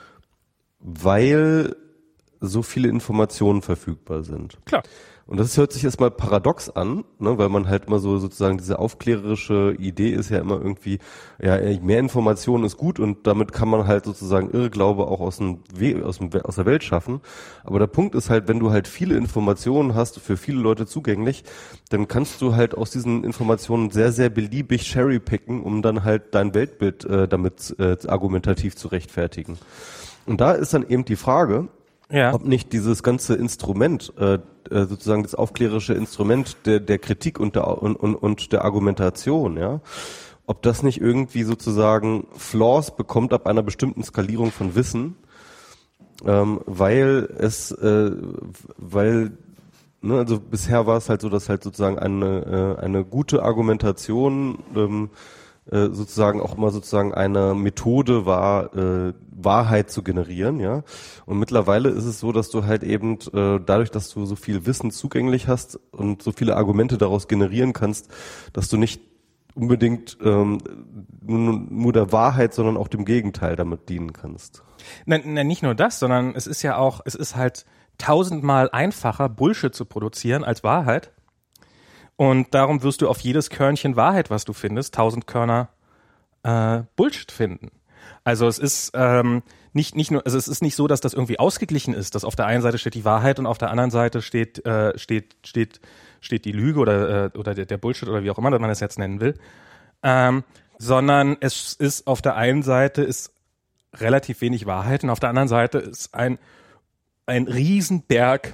weil so viele Informationen verfügbar sind. klar. Und das hört sich erstmal paradox an, ne, weil man halt immer so sozusagen diese aufklärerische Idee ist ja immer irgendwie, ja, mehr Informationen ist gut und damit kann man halt sozusagen Irrglaube auch aus dem, We- aus dem aus der Welt schaffen. Aber der Punkt ist halt, wenn du halt viele Informationen hast, für viele Leute zugänglich, dann kannst du halt aus diesen Informationen sehr, sehr beliebig cherrypicken, um dann halt dein Weltbild äh, damit äh, argumentativ zu rechtfertigen. Und da ist dann eben die Frage, Ja. ob nicht dieses ganze Instrument, äh, sozusagen das aufklärerische Instrument der, der Kritik und der, und, und, und der Argumentation, ja, ob das nicht irgendwie sozusagen Flaws bekommt ab einer bestimmten Skalierung von Wissen, ähm, weil es, äh, weil, ne, also bisher war es halt so, dass halt sozusagen eine, äh, eine gute Argumentation, ähm, äh, sozusagen auch immer sozusagen eine Methode war, äh, Wahrheit zu generieren, ja. Und mittlerweile ist es so, dass du halt eben äh, dadurch, dass du so viel Wissen zugänglich hast und so viele Argumente daraus generieren kannst, dass du nicht unbedingt ähm, nur, nur der Wahrheit, sondern auch dem Gegenteil damit dienen kannst. Nein, nein, nicht nur das, sondern es ist ja auch, es ist halt tausendmal einfacher, Bullshit zu produzieren als Wahrheit. Und darum wirst du auf jedes Körnchen Wahrheit, was du findest, tausend Körner äh, Bullshit finden. Also es ist ähm, nicht nicht nur, also es ist nicht so, dass das irgendwie ausgeglichen ist, dass auf der einen Seite steht die Wahrheit und auf der anderen Seite steht äh, steht steht steht die Lüge oder äh, oder der, der Bullshit oder wie auch immer man das jetzt nennen will, ähm, sondern es ist auf der einen Seite ist relativ wenig Wahrheit und auf der anderen Seite ist ein ein Riesenberg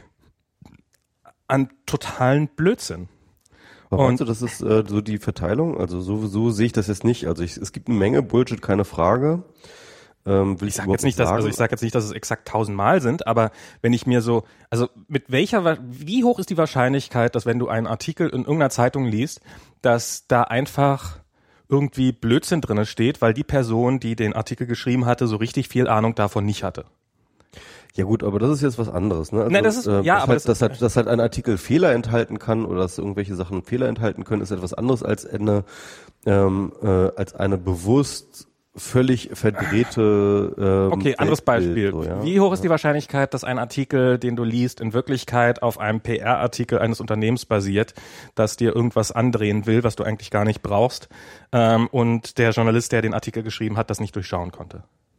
an totalen Blödsinn. Aber meinst du, das ist äh, so die Verteilung? Also so, so sehe ich das jetzt nicht. Also ich, es gibt eine Menge Bullshit, keine Frage. Ähm, will ich ich sage jetzt nicht, dass, also ich sage jetzt nicht, dass es exakt tausendmal sind, aber wenn ich mir so, also mit welcher, wie hoch ist die Wahrscheinlichkeit, dass wenn du einen Artikel in irgendeiner Zeitung liest, dass da einfach irgendwie Blödsinn drinne steht, weil die Person, die den Artikel geschrieben hatte, so richtig viel Ahnung davon nicht hatte? Ja gut, aber das ist jetzt was anderes, ne? Also, Nein, das ist, äh, ja, dass aber halt, das, dass, halt, dass halt ein Artikel Fehler enthalten kann oder dass irgendwelche Sachen Fehler enthalten können, ist etwas anderes als eine, ähm, äh, als eine bewusst völlig verdrehte ähm, okay, anderes Beispiel. So, ja? Wie hoch ist die Wahrscheinlichkeit, dass ein Artikel, den du liest, in Wirklichkeit auf einem P R-Artikel eines Unternehmens basiert, das dir irgendwas andrehen will, was du eigentlich gar nicht brauchst, ähm, und der Journalist, der den Artikel geschrieben hat, das nicht durchschauen konnte?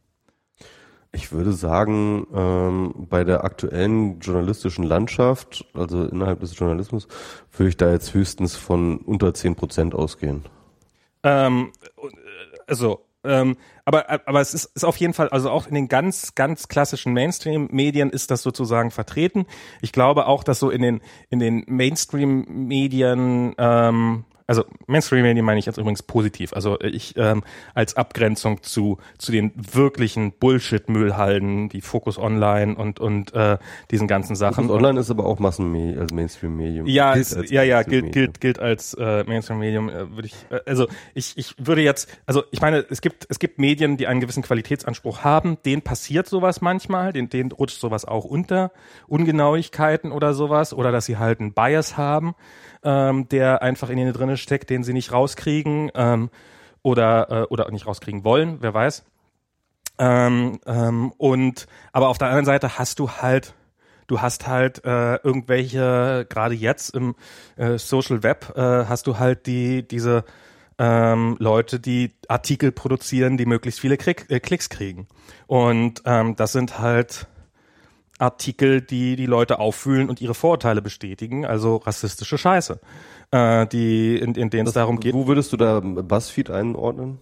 Ich würde sagen, ähm, bei der aktuellen journalistischen Landschaft, also innerhalb des Journalismus, würde ich da jetzt höchstens von unter zehn Prozent ausgehen. Ähm, also, ähm, aber, aber es ist, ist auf jeden Fall, also auch in den ganz, ganz klassischen Mainstream-Medien ist das sozusagen vertreten. Ich glaube auch, dass so in den, in den Mainstream-Medien, ähm, also Mainstream-Medien meine ich jetzt übrigens positiv. Also ich ähm, als Abgrenzung zu zu den wirklichen Bullshit-Müllhalden wie Focus Online und und äh, diesen ganzen Sachen. Focus Online ist aber auch Massenmedium, also Mainstream-Medium. Ja, ist, ja, ja, gilt gilt gilt als äh, Mainstream-Medium. Äh, würde ich, äh, also ich ich würde jetzt, also ich meine, es gibt es gibt Medien, die einen gewissen Qualitätsanspruch haben. Denen passiert sowas manchmal, denen denen rutscht sowas auch unter, Ungenauigkeiten oder sowas, oder dass sie halt einen Bias haben, ähm, der einfach in ihnen drinne steckt, den sie nicht rauskriegen ähm, oder äh, oder nicht rauskriegen wollen, wer weiß. Ähm, ähm, und aber auf der anderen Seite hast du halt du hast halt äh, irgendwelche, gerade jetzt im äh, Social Web äh, hast du halt die diese ähm, Leute, die Artikel produzieren, die möglichst viele Krieg, äh, Klicks kriegen. Und ähm, das sind halt Artikel, die die Leute auffühlen und ihre Vorurteile bestätigen, also rassistische Scheiße, äh, die in, in denen es darum geht. Wo würdest du da BuzzFeed einordnen?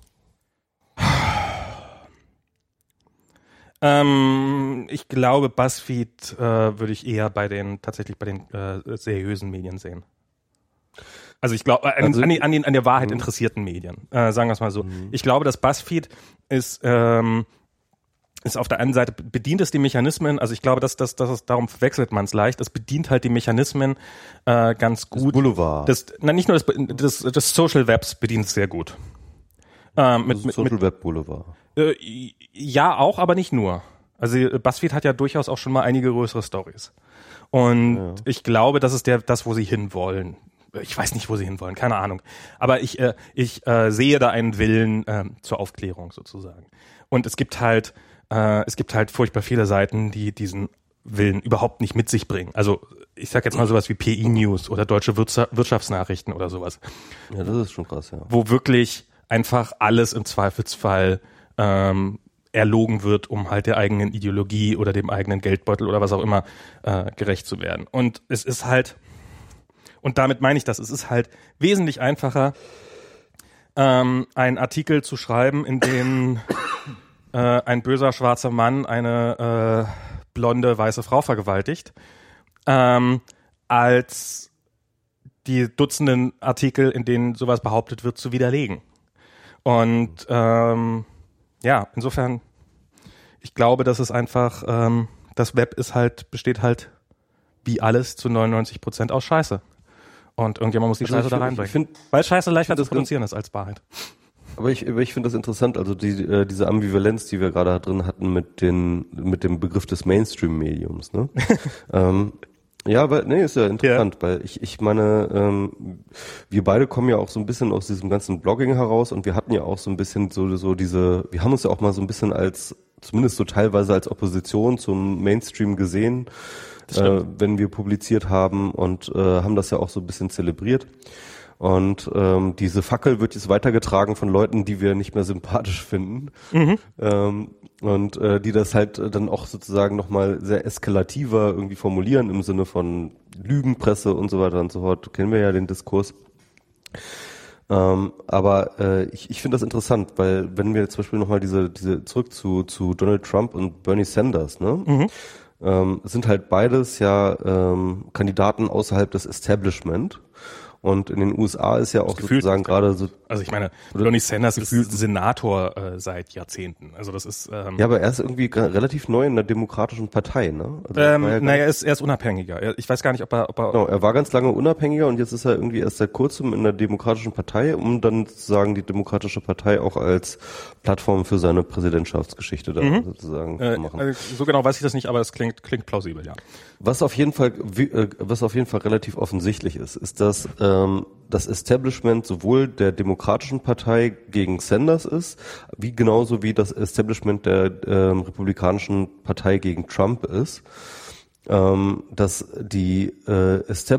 Ähm, ich glaube, BuzzFeed äh, würde ich eher bei den tatsächlich bei den äh, seriösen Medien sehen. Also ich glaube an, also, an, an, den, an der Wahrheit mh. interessierten Medien, äh, sagen wir es mal so. Mhm. Ich glaube, dass BuzzFeed ist ähm, ist auf der einen Seite bedient es die Mechanismen, also ich glaube, dass das, das darum verwechselt man es leicht, es bedient halt die Mechanismen äh, ganz gut. Das Boulevard. Das, na, nicht nur das, das, das Social Webs bedient es sehr gut. Ähm, mit, das Social mit, Web Boulevard. Äh, ja, auch, aber nicht nur. Also BuzzFeed hat ja durchaus auch schon mal einige größere Stories. Und ja. ich glaube, das ist der, das, wo sie hinwollen. Ich weiß nicht, wo sie hinwollen, keine Ahnung. Aber ich, äh, ich äh, sehe da einen Willen äh, zur Aufklärung sozusagen. Und es gibt halt Äh, es gibt halt furchtbar viele Seiten, die diesen Willen überhaupt nicht mit sich bringen. Also ich sag jetzt mal sowas wie P I News oder Deutsche Wirtschaftsnachrichten oder sowas. Ja, das ist schon krass, ja. Wo wirklich einfach alles im Zweifelsfall ähm, erlogen wird, um halt der eigenen Ideologie oder dem eigenen Geldbeutel oder was auch immer äh, gerecht zu werden. Und es ist halt, und damit meine ich das, es ist halt wesentlich einfacher, ähm, einen Artikel zu schreiben, in dem Äh, ein böser schwarzer Mann eine äh, blonde weiße Frau vergewaltigt, ähm, als die Dutzenden Artikel, in denen sowas behauptet wird, zu widerlegen. Und ähm, ja, insofern, ich glaube, dass es einfach, ähm, das Web ist halt, besteht halt wie alles zu neunundneunzig Prozent aus Scheiße. Und irgendjemand muss die also Scheiße find, da reinbringen. Find, Weil Scheiße leichter zu produzieren ist als Wahrheit. Aber ich, aber ich finde das interessant, also die, äh, diese Ambivalenz, die wir gerade drin hatten mit den, mit dem Begriff des Mainstream-Mediums, ne? ähm, ja, aber nee, ist ja interessant, ja. weil ich, ich meine, ähm, wir beide kommen ja auch so ein bisschen aus diesem ganzen Blogging heraus und wir hatten ja auch so ein bisschen so, so diese, wir haben uns ja auch mal so ein bisschen als, zumindest so teilweise als Opposition zum Mainstream gesehen, äh, wenn wir publiziert haben und äh, haben das ja auch so ein bisschen zelebriert. Und ähm, diese Fackel wird jetzt weitergetragen von Leuten, die wir nicht mehr sympathisch finden. Mhm. Ähm, und äh, die das halt dann auch sozusagen nochmal sehr eskalativer irgendwie formulieren im Sinne von Lügenpresse und so weiter und so fort. Kennen wir ja den Diskurs. Ähm, aber äh, ich, ich finde das interessant, weil wenn wir zum Beispiel nochmal diese, diese zurück zu, zu Donald Trump und Bernie Sanders, ne? Mhm. Ähm, sind halt beides ja ähm, Kandidaten außerhalb des Establishment. Und in den U S A ist ja auch sozusagen gerade so. Also ich meine, Bernie Sanders ist Senator äh, seit Jahrzehnten. Also das ist. Ähm, ja, aber er ist irgendwie relativ neu in der Demokratischen Partei, ne? Also ähm, ja naja, er ist, er ist unabhängiger. Er, ich weiß gar nicht, ob er, ob er. Genau, er war ganz lange unabhängiger und jetzt ist er irgendwie erst seit kurzem in der Demokratischen Partei, um dann sozusagen die Demokratische Partei auch als Plattform für seine Präsidentschaftsgeschichte da mhm. sozusagen äh, zu machen. Also so genau weiß ich das nicht, aber es klingt klingt plausibel, ja. Was auf jeden Fall, was auf jeden Fall relativ offensichtlich ist, ist, dass ähm, das Establishment sowohl der Demokratischen Partei gegen Sanders ist, wie genauso wie das Establishment der ähm, Republikanischen Partei gegen Trump ist, ähm, dass die äh,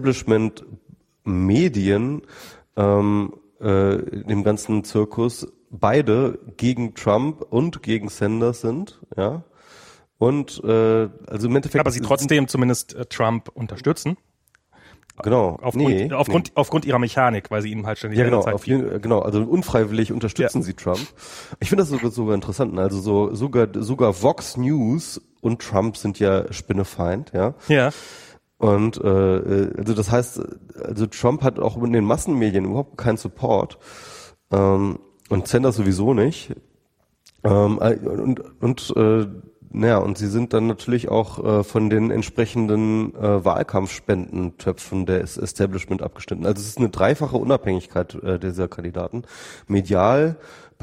Establishment-Medien ähm, äh, in dem ganzen Zirkus beide gegen Trump und gegen Sanders sind, ja. Und äh, also im Endeffekt. Aber sie trotzdem zumindest äh, Trump unterstützen. Genau. Aufgrund, nee, aufgrund, nee. aufgrund ihrer Mechanik, weil sie ihm halt ständig ja, genau, Zeit auf jeden, genau, also unfreiwillig unterstützen ja. sie Trump. Ich finde das sogar, sogar interessant. Also so sogar sogar Vox News und Trump sind ja Spinnefeind, ja. Ja. Und äh, also das heißt, also Trump hat auch in den Massenmedien überhaupt keinen Support ähm, und Sanders sowieso nicht. Ähm, und und äh, Naja, und sie sind dann natürlich auch äh, von den entsprechenden äh, Wahlkampfspendentöpfen des Establishment abgeschnitten. Also es ist eine dreifache Unabhängigkeit äh, dieser Kandidaten. Medial,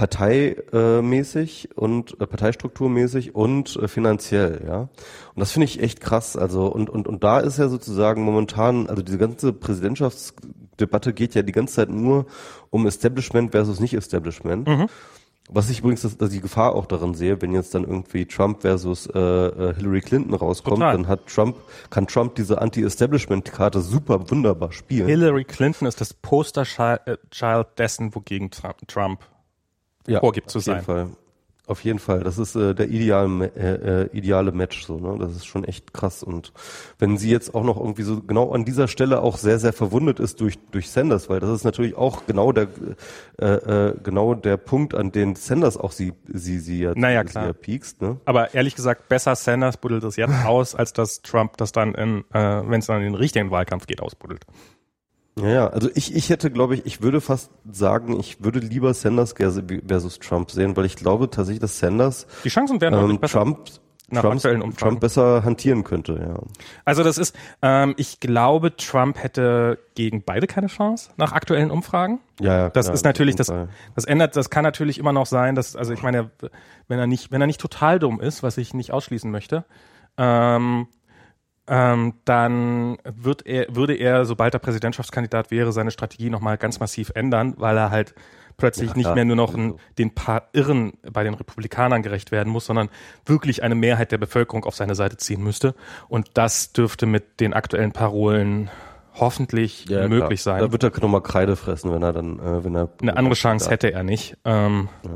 parteimäßig und äh, parteistrukturmäßig und äh, finanziell, ja. Und das finde ich echt krass. Also und und und da ist ja sozusagen momentan, also diese ganze Präsidentschaftsdebatte geht ja die ganze Zeit nur um Establishment versus nicht Establishment. Mhm. Was ich übrigens das, dass die Gefahr auch darin sehe, wenn jetzt dann irgendwie Trump versus äh, Hillary Clinton rauskommt, Total. dann hat Trump kann Trump diese Anti-Establishment-Karte super wunderbar spielen. Hillary Clinton ist das Poster-Child dessen, wogegen Trump ja, vorgibt zu sein. Auf jeden Fall. Auf jeden Fall. Das ist äh, der ideale, äh, äh, ideale Match, so, ne? Das ist schon echt krass. Und wenn sie jetzt auch noch irgendwie so genau an dieser Stelle auch sehr, sehr verwundet ist durch, durch Sanders, weil das ist natürlich auch genau der, äh, äh, genau der Punkt, an den Sanders auch sie, sie, sie ja, naja, sie ja piekst, ne? Aber ehrlich gesagt, besser Sanders buddelt es jetzt aus, als dass Trump das dann in, äh, wenn es dann in den richtigen Wahlkampf geht, ausbuddelt. Ja, ja, also ich, ich hätte, glaube ich, ich würde fast sagen, ich würde lieber Sanders versus Trump sehen, weil ich glaube tatsächlich, dass Sanders die Chancen wären ähm, besser. Trump, Trump, Trump besser hantieren könnte, ja. Also das ist, ähm, ich glaube, Trump hätte gegen beide keine Chance nach aktuellen Umfragen. Ja, ja. Das klar, ist natürlich, das, das ändert, das kann natürlich immer noch sein, dass, also ich meine, wenn er nicht, wenn er nicht total dumm ist, was ich nicht ausschließen möchte, ähm, Ähm, dann wird er, würde er, sobald er Präsidentschaftskandidat wäre, seine Strategie nochmal ganz massiv ändern, weil er halt plötzlich ja, nicht mehr nur noch ein, den paar Irren bei den Republikanern gerecht werden muss, sondern wirklich eine Mehrheit der Bevölkerung auf seine Seite ziehen müsste. Und das dürfte mit den aktuellen Parolen hoffentlich ja, möglich klar. sein. Da wird er nochmal Kreide fressen, wenn er dann, äh, wenn er eine andere Chance hätte er nicht. Ähm, ja.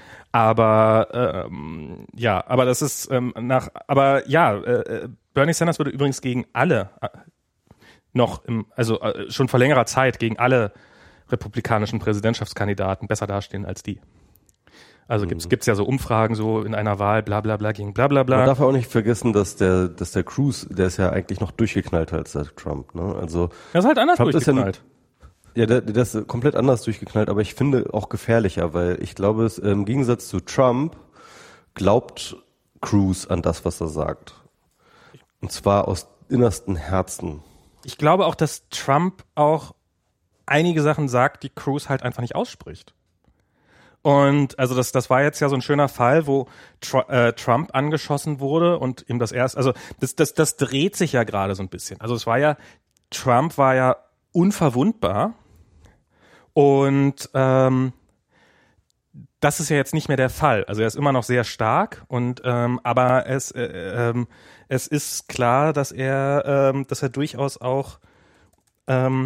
Aber ähm, ja, aber das ist ähm, nach, aber ja, äh, Bernie Sanders würde übrigens gegen alle äh, noch im, also äh, schon vor längerer Zeit gegen alle republikanischen Präsidentschaftskandidaten besser dastehen als die. Also mhm. gibt's gibt's ja so Umfragen so in einer Wahl, bla bla bla gegen bla bla bla. Man darf auch nicht vergessen, dass der, dass der Cruz, der ist ja eigentlich noch durchgeknallter als der Trump, ne? Also das ist halt anders Trump durchgeknallt. Ja, der, der ist komplett anders durchgeknallt, aber ich finde auch gefährlicher, weil ich glaube, es, im Gegensatz zu Trump glaubt Cruz an das, was er sagt. Und zwar aus innersten Herzen. Ich glaube auch, dass Trump auch einige Sachen sagt, die Cruz halt einfach nicht ausspricht. Und also das, das war jetzt ja so ein schöner Fall, wo Tr- äh, Trump angeschossen wurde und ihm das erst, also das, das, das dreht sich ja gerade so ein bisschen. Also es war ja, Trump war ja unverwundbar und ähm, das ist ja jetzt nicht mehr der Fall. Also er ist immer noch sehr stark und ähm, aber es äh, ähm, es ist klar, dass er ähm, dass er durchaus auch ähm,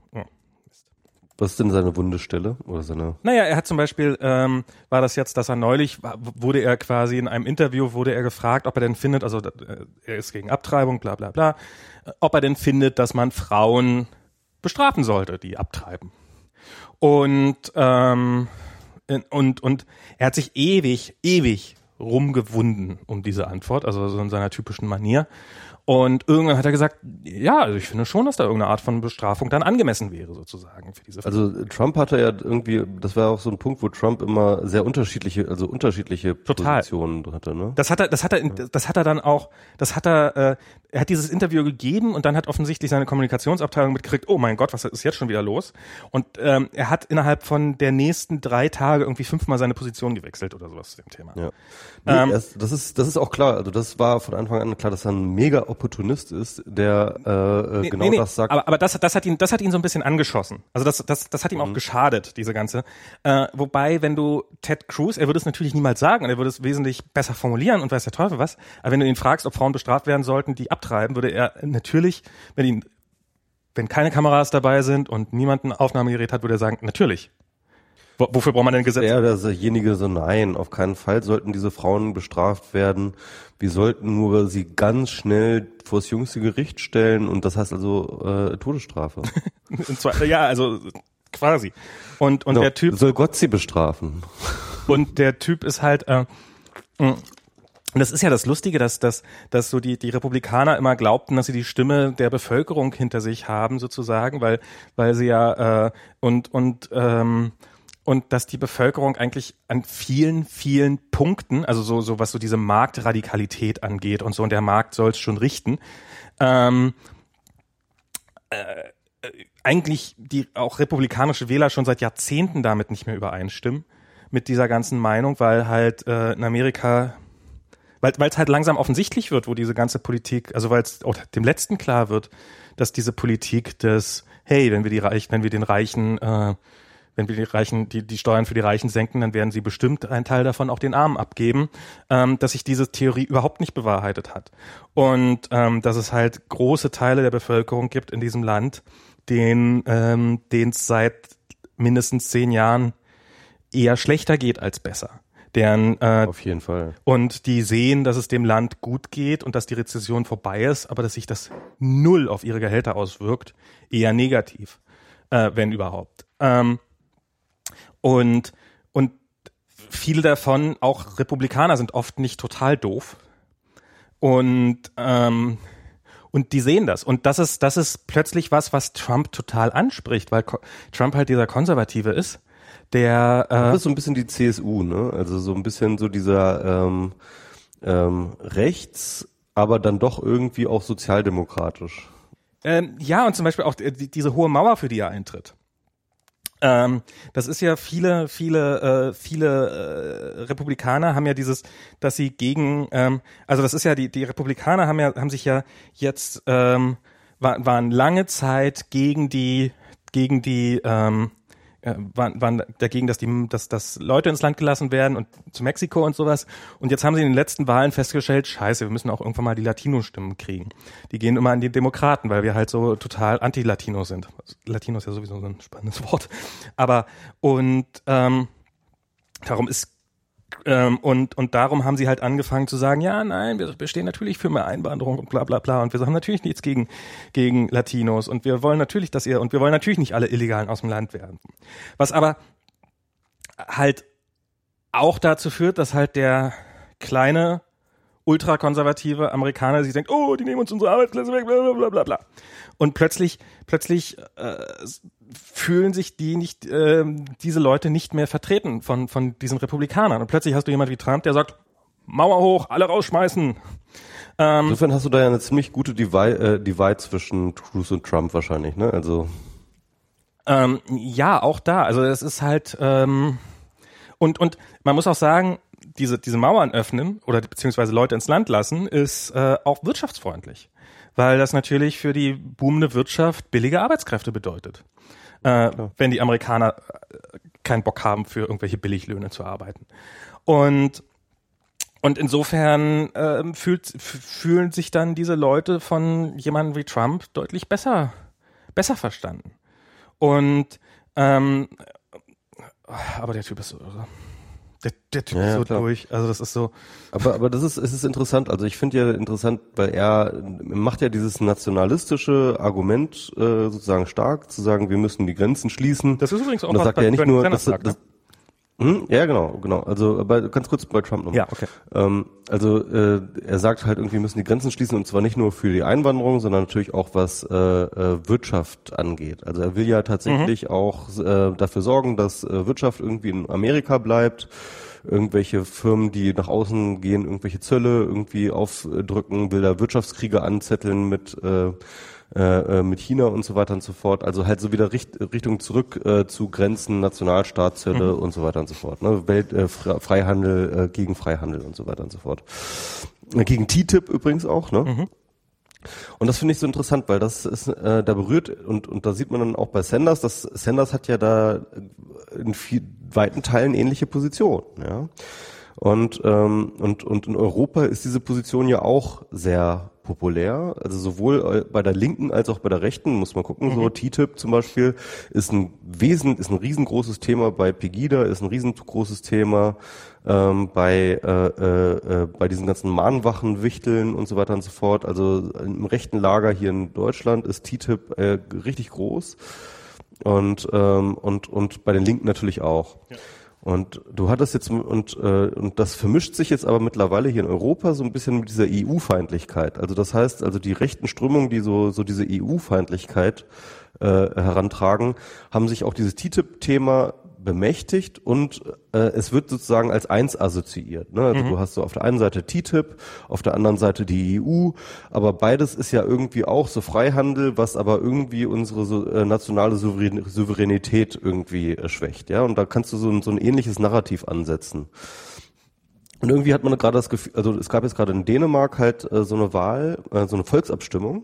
Was ist denn seine Wundestelle oder seine? Naja, er hat zum Beispiel, ähm, war das jetzt, dass er neulich, wurde er quasi in einem Interview, wurde er gefragt, ob er denn findet, also äh, er ist gegen Abtreibung, bla bla bla, ob er denn findet, dass man Frauen bestrafen sollte, die abtreiben. Und, ähm, und, und er hat sich ewig, ewig rumgewunden um diese Antwort, also so in seiner typischen Manier. Und irgendwann hat er gesagt, ja, also ich finde schon, dass da irgendeine Art von Bestrafung dann angemessen wäre, sozusagen, für diese Also Trump hatte ja irgendwie, das war auch so ein Punkt, wo Trump immer sehr unterschiedliche, also unterschiedliche Total. Positionen hatte, ne? Das hat er, das hat er, das hat er dann auch, das hat er, äh, er hat dieses Interview gegeben und dann hat offensichtlich seine Kommunikationsabteilung mitgekriegt, oh mein Gott, was ist jetzt schon wieder los? Und ähm, er hat innerhalb von der nächsten drei Tage irgendwie fünfmal seine Position gewechselt oder sowas zu dem Thema. Ja. Nee, Ähm, erst, das ist, das ist auch klar. Also das war von Anfang an klar, dass er ein mega Opportunist ist, der äh, Nee, genau nee, nee, das sagt. Aber, aber das, das hat ihn, das hat ihn so ein bisschen angeschossen. Also das, das, das hat ihm auch geschadet, diese ganze. Äh, wobei, wenn du Ted Cruz, er würde es natürlich niemals sagen und er würde es wesentlich besser formulieren und weiß der Teufel was. Aber wenn du ihn fragst, ob Frauen bestraft werden sollten, die abtreiben, würde er natürlich, wenn ihn, wenn keine Kameras dabei sind und niemand ein Aufnahmegerät hat, würde er sagen, natürlich. Wo, wofür braucht man denn Gesetze? Er, derjenige so, nein, auf keinen Fall sollten diese Frauen bestraft werden. Wir sollten nur sie ganz schnell vors jüngste Gericht stellen und das heißt also äh, Todesstrafe. Und zwar, ja, also quasi. Und und no, der Typ soll Gott sie bestrafen. und der Typ ist halt äh, mh, und das ist ja das Lustige, dass, dass, dass so die, die Republikaner immer glaubten, dass sie die Stimme der Bevölkerung hinter sich haben, sozusagen, weil, weil sie ja, äh, und, und, ähm, und dass die Bevölkerung eigentlich an vielen, vielen Punkten, also so, so was so diese Marktradikalität angeht und so, und der Markt soll es schon richten, ähm, äh, eigentlich die auch republikanische Wähler schon seit Jahrzehnten damit nicht mehr übereinstimmen, mit dieser ganzen Meinung, weil halt äh, in Amerika Weil es halt langsam offensichtlich wird, wo diese ganze Politik, also weil es auch dem Letzten klar wird, dass diese Politik des, hey, wenn wir die Reich, wenn wir den Reichen, äh, wenn wir die Reichen, die die Steuern für die Reichen senken, dann werden sie bestimmt einen Teil davon auch den Armen abgeben, ähm, dass sich diese Theorie überhaupt nicht bewahrheitet hat. Und ähm, dass es halt große Teile der Bevölkerung gibt in diesem Land, denen ähm, denen es seit mindestens zehn Jahren eher schlechter geht als besser. Deren, äh, Auf jeden Fall. Und die sehen, dass es dem Land gut geht und dass die Rezession vorbei ist, aber dass sich das null auf ihre Gehälter auswirkt, eher negativ, äh, wenn überhaupt. Ähm, und, und viele davon, auch Republikaner, sind oft nicht total doof. Und, ähm, und die sehen das. Und das ist, das ist plötzlich was, was Trump total anspricht, weil Ko- Trump halt dieser Konservative ist. Der, äh, das ist so ein bisschen die C S U, ne? Also so ein bisschen so dieser ähm, ähm, rechts, aber dann doch irgendwie auch sozialdemokratisch. ähm, ja, und zum Beispiel auch die, diese hohe Mauer, für die er eintritt. Ähm, das ist ja viele, viele, äh, viele äh, Republikaner haben ja dieses, dass sie gegen, ähm, also das ist ja die, die Republikaner haben ja, haben sich ja jetzt ähm, war, waren lange Zeit gegen die, gegen die ähm, waren, waren dagegen, dass die, dass, dass Leute ins Land gelassen werden und zu Mexiko und sowas. Und jetzt haben sie in den letzten Wahlen festgestellt, scheiße, wir müssen auch irgendwann mal die Latino-Stimmen kriegen. Die gehen immer an die Demokraten, weil wir halt so total anti-Latino sind. Latino ist ja sowieso so ein spannendes Wort. Aber, und, ähm, darum ist, ähm, und, und darum haben sie halt angefangen zu sagen, ja, nein, wir, wir stehen natürlich für mehr Einwanderung und bla, bla, bla. Und wir haben natürlich nichts gegen, gegen Latinos. Und wir wollen natürlich, dass ihr, und wir wollen natürlich nicht alle Illegalen aus dem Land werden. Was aber halt auch dazu führt, dass halt der kleine, ultrakonservative Amerikaner sich denkt, oh, die nehmen uns unsere Arbeitsplätze weg, bla, bla, bla, bla. Und plötzlich, plötzlich, äh, fühlen sich die nicht, äh, diese Leute nicht mehr vertreten von, von diesen Republikanern. Und plötzlich hast du jemand wie Trump, der sagt, Mauer hoch, alle rausschmeißen. Ähm, Insofern hast du da ja eine ziemlich gute Divide, äh, Divide zwischen Cruz und Trump wahrscheinlich, ne? Also ähm, ja, auch da. Also es ist halt, ähm, Und, und man muss auch sagen, diese, diese Mauern öffnen oder beziehungsweise Leute ins Land lassen, ist äh, auch wirtschaftsfreundlich. Weil das natürlich für die boomende Wirtschaft billige Arbeitskräfte bedeutet. Äh, wenn die Amerikaner keinen Bock haben, für irgendwelche Billiglöhne zu arbeiten. Und Und insofern äh, fühlt, fühlen sich dann diese Leute von jemandem wie Trump deutlich besser, besser verstanden. Und ähm, aber der Typ ist so irre. Der, der Typ ja, ist so klar. durch. Also das ist so. Aber aber das ist es ist interessant. Also ich finde ja interessant, weil er macht ja dieses nationalistische Argument äh, sozusagen stark, zu sagen, wir müssen die Grenzen schließen. Das ist übrigens auch Und das was sagt er ja nicht nur, Sanders dass, sagt, das, ne? Hm? Ja, genau, genau. Also aber ganz kurz bei Trump noch. Ja, okay. Ähm, also äh, er sagt halt irgendwie, wir müssen die Grenzen schließen und zwar nicht nur für die Einwanderung, sondern natürlich auch was äh, äh, Wirtschaft angeht. Also er will ja tatsächlich mhm. auch äh, dafür sorgen, dass äh, Wirtschaft irgendwie in Amerika bleibt. Irgendwelche Firmen, die nach außen gehen, irgendwelche Zölle irgendwie aufdrücken, will da Wirtschaftskriege anzetteln mit äh, äh, mit China und so weiter und so fort. Also halt so wieder Richt, Richtung zurück äh, zu Grenzen, Nationalstaatszölle mhm. und so weiter und so fort. Ne? Welt, äh, Freihandel, äh, gegen Freihandel und so weiter und so fort. Gegen T T I P übrigens auch, ne? Mhm. Und das finde ich so interessant, weil das ist, äh, da berührt und und da sieht man dann auch bei Sanders, dass Sanders hat ja da in viel, weiten Teilen ähnliche Positionen, ja. Und ähm, und und in Europa ist diese Position ja auch sehr populär, also sowohl bei der Linken als auch bei der Rechten, muss man gucken, mhm. so T T I P zum Beispiel ist ein Wesen, ist ein riesengroßes Thema bei Pegida, ist ein riesengroßes Thema ähm, bei äh, äh, bei diesen ganzen Mahnwachen, Wichteln und so weiter und so fort. Also im rechten Lager hier in Deutschland ist T T I P äh, richtig groß und ähm, und und bei den Linken natürlich auch. Ja. Und du hattest jetzt und äh, und das vermischt sich jetzt aber mittlerweile hier in Europa so ein bisschen mit dieser E U-Feindlichkeit. Also das heißt, also die rechten Strömungen, die so so diese E U-Feindlichkeit äh, herantragen, haben sich auch dieses T T I P-Thema bemächtigt und äh, es wird sozusagen als eins assoziiert. Ne? Also mhm. du hast so auf der einen Seite T T I P, auf der anderen Seite die E U, aber beides ist ja irgendwie auch so Freihandel, was aber irgendwie unsere so, äh, nationale Souverän- Souveränität irgendwie äh, schwächt. Ja, und da kannst du so ein, so ein ähnliches Narrativ ansetzen. Und irgendwie hat man gerade das Gefühl, also es gab jetzt gerade in Dänemark halt äh, so eine Wahl, äh, so eine Volksabstimmung.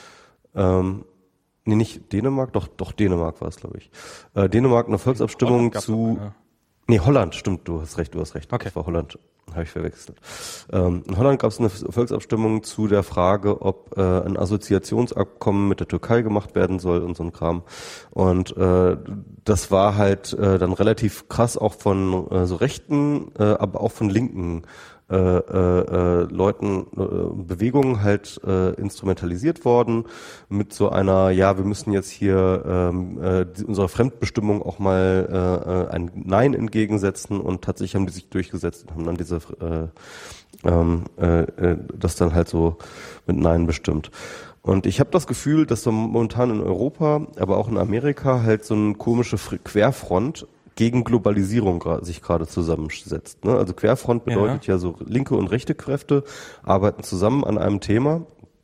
Ähm, Nee, nicht Dänemark, doch, doch Dänemark war es, glaube ich. Äh, Dänemark eine Volksabstimmung zu. Auch, ja. Nee, Holland, stimmt, du hast recht, du hast recht. Okay. Das war Holland, habe ich verwechselt. Ähm, in Holland gab es eine Volksabstimmung zu der Frage, ob äh, ein Assoziationsabkommen mit der Türkei gemacht werden soll und so ein Kram. Und äh, das war halt äh, dann relativ krass auch von äh, so Rechten, äh, aber auch von Linken Äh, äh, Leuten, äh, Bewegungen halt äh, instrumentalisiert worden mit so einer, ja, wir müssen jetzt hier ähm, äh, die, unserer Fremdbestimmung auch mal äh, ein Nein entgegensetzen und tatsächlich haben die sich durchgesetzt und haben dann diese äh, ähm, äh, das dann halt so mit Nein bestimmt. Und ich habe das Gefühl, dass so momentan in Europa, aber auch in Amerika halt so eine komische Querfront gegen Globalisierung sich gerade zusammensetzt. Ne? Also Querfront bedeutet ja. ja so linke und rechte Kräfte arbeiten zusammen an einem Thema.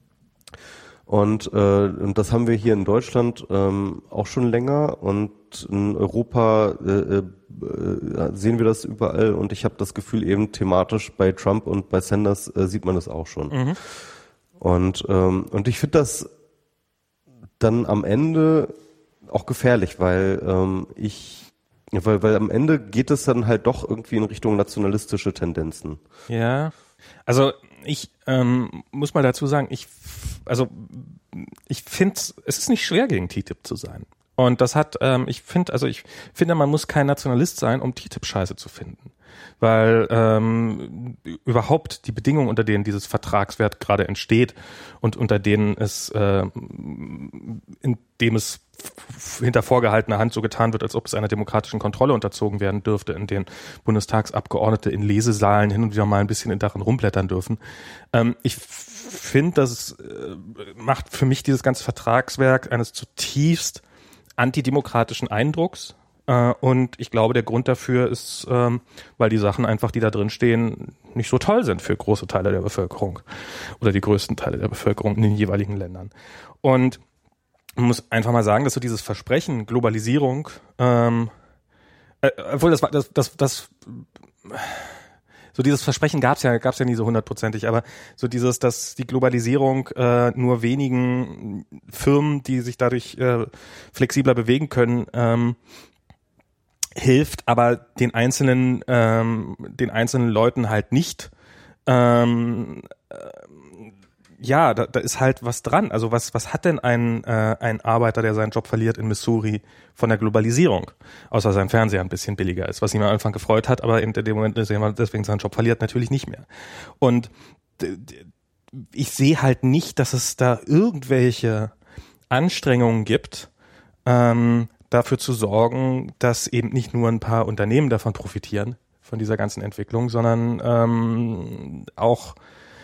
Und, äh, und das haben wir hier in Deutschland ähm, auch schon länger und in Europa äh, äh, sehen wir das überall und ich habe das Gefühl eben thematisch bei Trump und bei Sanders äh, sieht man das auch schon. Mhm. Und, ähm, und ich finde das dann am Ende auch gefährlich, weil ähm, ich Ja, weil, weil am Ende geht es dann halt doch irgendwie in Richtung nationalistische Tendenzen. Ja, also ich ähm, muss mal dazu sagen, ich also ich finde, es ist nicht schwer gegen T T I P zu sein. Und das hat, ähm, ich finde, also ich finde, man muss kein Nationalist sein, um T T I P scheiße zu finden. Weil ähm, überhaupt die Bedingungen, unter denen dieses Vertragswerk gerade entsteht und unter denen es, äh, in dem es hinter vorgehaltener Hand so getan wird, als ob es einer demokratischen Kontrolle unterzogen werden dürfte, in denen Bundestagsabgeordnete in Lesesaalen hin und wieder mal ein bisschen in darin rumblättern dürfen. Ähm, ich finde, das äh, macht für mich dieses ganze Vertragswerk eines zutiefst antidemokratischen Eindrucks. Uh, und ich glaube, der Grund dafür ist, ähm, weil die Sachen einfach, die da drin stehen, nicht so toll sind für große Teile der Bevölkerung oder die größten Teile der Bevölkerung in den jeweiligen Ländern. Und man muss einfach mal sagen, dass so dieses Versprechen Globalisierung ähm, äh, obwohl das war, das, das, das, so dieses Versprechen gab's ja, gab's ja nie so hundertprozentig, aber so dieses, dass die Globalisierung äh, nur wenigen Firmen, die sich dadurch äh, flexibler bewegen können, ähm, hilft, aber den einzelnen, ähm, den einzelnen Leuten halt nicht. Ähm, äh, ja, da, da ist halt was dran. Also was, was hat denn ein, äh, ein Arbeiter, der seinen Job verliert in Missouri von der Globalisierung? Außer sein Fernseher ein bisschen billiger ist, was ihn am Anfang gefreut hat, aber in dem Moment ist jemand deswegen seinen Job verliert, natürlich nicht mehr. Und d- d- ich sehe halt nicht, dass es da irgendwelche Anstrengungen gibt, ähm, dafür zu sorgen, dass eben nicht nur ein paar Unternehmen davon profitieren, von dieser ganzen Entwicklung, sondern ähm, auch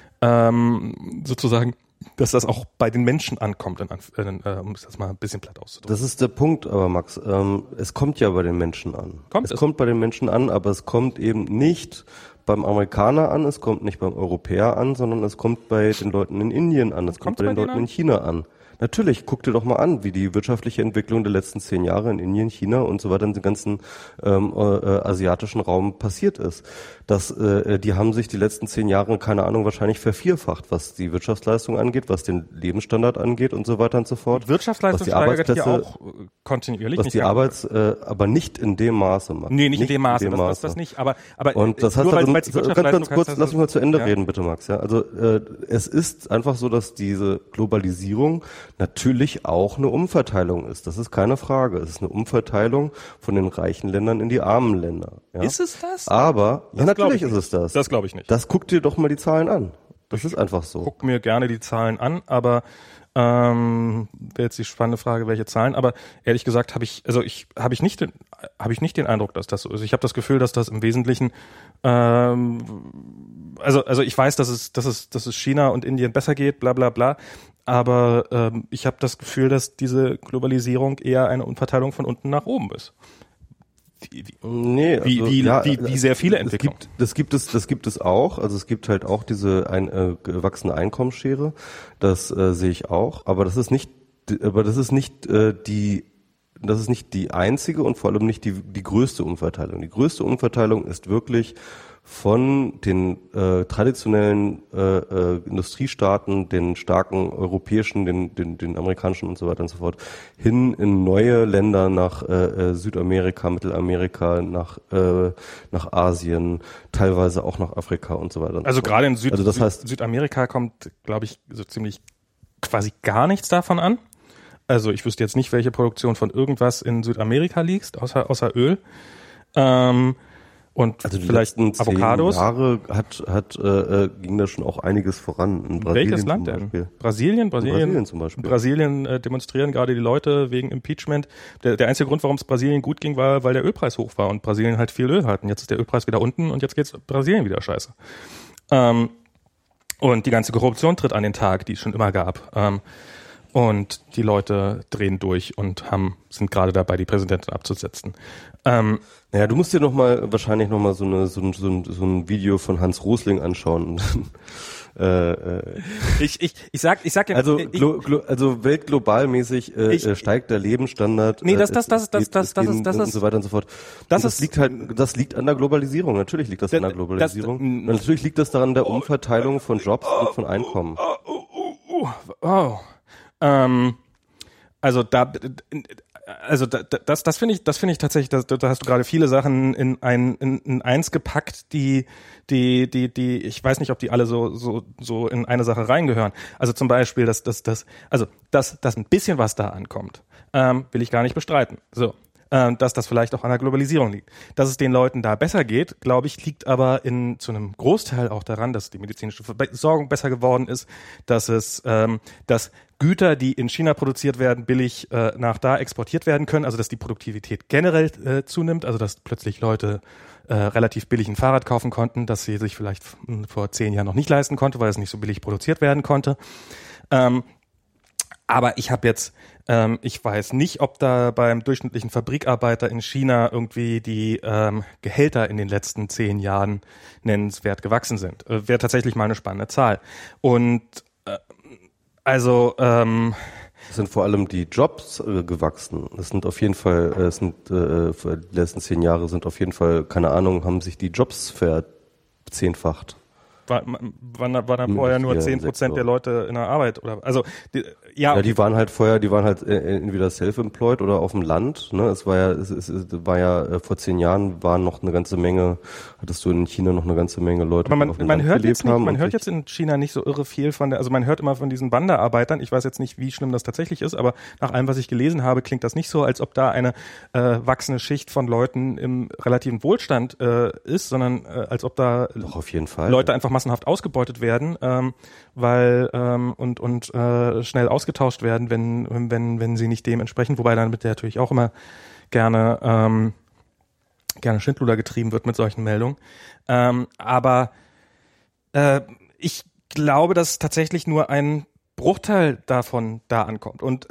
ähm, sozusagen, dass das auch bei den Menschen ankommt, in, äh, um das mal ein bisschen platt auszudrücken. Das ist der Punkt, aber Max, ähm, es kommt ja bei den Menschen an. Kommt es, es? kommt bei den Menschen an, aber es kommt eben nicht beim Amerikaner an, es kommt nicht beim Europäer an, sondern es kommt bei den Leuten in Indien an, es kommt Kommt's bei den bei Leuten denen in China an. Natürlich, guck dir doch mal an, wie die wirtschaftliche Entwicklung der letzten zehn Jahre in Indien, China und so weiter in dem ganzen ähm, äh, asiatischen Raum passiert ist. Das, äh, die haben sich die letzten zehn Jahre, keine Ahnung, wahrscheinlich vervierfacht, was die Wirtschaftsleistung angeht, was den Lebensstandard angeht und so weiter und so fort. Wirtschaftsleistung steigert ja auch kontinuierlich. Was nicht die Arbeits, äh, aber nicht in dem Maße macht. Nee, nicht, nicht in dem Maße, in dem das, Maße. das, das nicht, aber, aber und das heißt, nur weil, also, weil die ganz, Wirtschaftsleistung ganz kurz, heißt, lass mich mal zu Ende ja. reden, bitte, Max. Ja, also äh, es ist einfach so, dass diese Globalisierung natürlich auch eine Umverteilung ist. Das ist keine Frage. Es ist eine Umverteilung von den reichen Ländern in die armen Länder. Ja? Ist es das? Aber Das ja, natürlich glaub ich ist es das. Das glaube ich nicht. Das guck dir doch mal die Zahlen an. Das ist einfach so. Guck mir gerne die Zahlen an, aber ähm, wäre jetzt die spannende Frage, welche Zahlen. Aber ehrlich gesagt habe ich, also ich habe ich nicht, den, habe ich nicht den Eindruck, dass das so ist. Ich habe das Gefühl, dass das im Wesentlichen, ähm, also also ich weiß, dass es, dass es, dass es China und Indien besser geht, bla bla bla. Aber ähm, ich habe das Gefühl, dass diese Globalisierung eher eine Umverteilung von unten nach oben ist. Wie, wie, nee, also, wie, wie, ja, wie, wie sehr viele Entwicklungen. Das gibt, das gibt es, das gibt es auch. Also es gibt halt auch diese ein, äh, gewachsene Einkommensschere. Das äh, sehe ich auch. Aber das ist nicht, aber das ist nicht äh, die, das ist nicht die einzige und vor allem nicht die die größte Umverteilung. Die größte Umverteilung ist wirklich von den äh, traditionellen äh, äh, Industriestaaten, den starken europäischen, den, den, den amerikanischen und so weiter und so fort, hin in neue Länder nach äh, Südamerika, Mittelamerika, nach äh, nach Asien, teilweise auch nach Afrika und so weiter. Und Also so gerade in Süd- also das heißt, Südamerika kommt, glaube ich, so ziemlich quasi gar nichts davon an. Also ich wüsste jetzt nicht, welche Produktion von irgendwas in Südamerika liegt, außer außer Öl. Ähm, Und also die vielleicht letzten zehn Avocados. Jahre hat, hat, äh, ging da schon auch einiges voran. In Brasilien Welches Land zum denn? Beispiel. Brasilien? Brasilien, In Brasilien zum Beispiel. In Brasilien äh, demonstrieren gerade die Leute wegen Impeachment. Der, der einzige Grund, warum es Brasilien gut ging, war, weil der Ölpreis hoch war und Brasilien halt viel Öl hatten. Jetzt ist der Ölpreis wieder unten und jetzt geht's Brasilien wieder scheiße. Ähm, und die ganze Korruption tritt an den Tag, die es schon immer gab. Ähm, und die Leute drehen durch und haben sind gerade dabei, die Präsidentin abzusetzen. Ähm, Naja, du musst dir noch mal wahrscheinlich noch mal so eine so ein, so ein, so ein Video von Hans Rosling anschauen. äh, äh. ich ich ich sag ich sag ja Also ich, glo, glo, also weltglobalmäßig äh, Ich- steigt der Lebensstandard. Nee, das- äh, das- es- das- es das- geht- das- es das gehen ist- das und ist- so weiter und so fort. das Und das ist- liegt halt, das liegt an der Globalisierung. Natürlich liegt das an der Das- Globalisierung. das- Und natürlich liegt das daran der Umverteilung von Jobs und von Einkommen. Oh. Ähm, also da, also da, das, das finde ich, das finde ich tatsächlich, da, da hast du gerade viele Sachen in ein, in, in eins gepackt, die, die, die, die, ich weiß nicht, ob die alle so, so, so in eine Sache reingehören. Also zum Beispiel, dass, dass, dass, also, dass, dass ein bisschen was da ankommt, ähm, will ich gar nicht bestreiten. So. Ähm, dass das vielleicht auch an der Globalisierung liegt. Dass es den Leuten da besser geht, glaube ich, liegt aber in zu einem Großteil auch daran, dass die medizinische Versorgung besser geworden ist, dass es, ähm, dass Güter, die in China produziert werden, billig äh, nach da exportiert werden können, also dass die Produktivität generell äh, zunimmt, also dass plötzlich Leute äh, relativ billig ein Fahrrad kaufen konnten, das sie sich vielleicht mh, vor zehn Jahren noch nicht leisten konnte, weil es nicht so billig produziert werden konnte. Ähm, aber ich habe jetzt, ähm, ich weiß nicht, ob da beim durchschnittlichen Fabrikarbeiter in China irgendwie die ähm, Gehälter in den letzten zehn Jahren nennenswert gewachsen sind. Äh, Wäre tatsächlich mal eine spannende Zahl. Und äh, also ähm, Es sind vor allem die Jobs äh, gewachsen. Es sind auf jeden Fall, äh, es sind äh, für die letzten zehn Jahre sind auf jeden Fall, keine Ahnung, haben sich die Jobs verzehnfacht. War, waren, waren dann vorher nur zehn Prozent der Leute in der Arbeit oder also die, ja, ja, die waren halt vorher, die waren halt entweder self-employed oder auf dem Land. Ne, es war ja, es, es, es war ja vor zehn Jahren waren noch eine ganze Menge. Hattest du in China noch eine ganze Menge Leute, aber man, die auf dem man Land hört gelebt jetzt nicht, haben. man hört jetzt in China nicht so irre viel von der, also man hört immer von diesen Wanderarbeitern. Ich weiß jetzt nicht, wie schlimm das tatsächlich ist, aber nach allem, was ich gelesen habe, klingt das nicht so, als ob da eine äh, wachsende Schicht von Leuten im relativen Wohlstand äh, ist, sondern äh, als ob da Doch, auf jeden Fall. Leute einfach massenhaft ausgebeutet werden, ähm, weil ähm, und und äh, schnell ausgetauscht werden, wenn wenn wenn sie nicht dem entsprechen, wobei dann mit der natürlich auch immer gerne ähm, gerne Schindluder getrieben wird mit solchen Meldungen. Ähm, aber äh, ich glaube, dass tatsächlich nur ein Bruchteil davon da ankommt und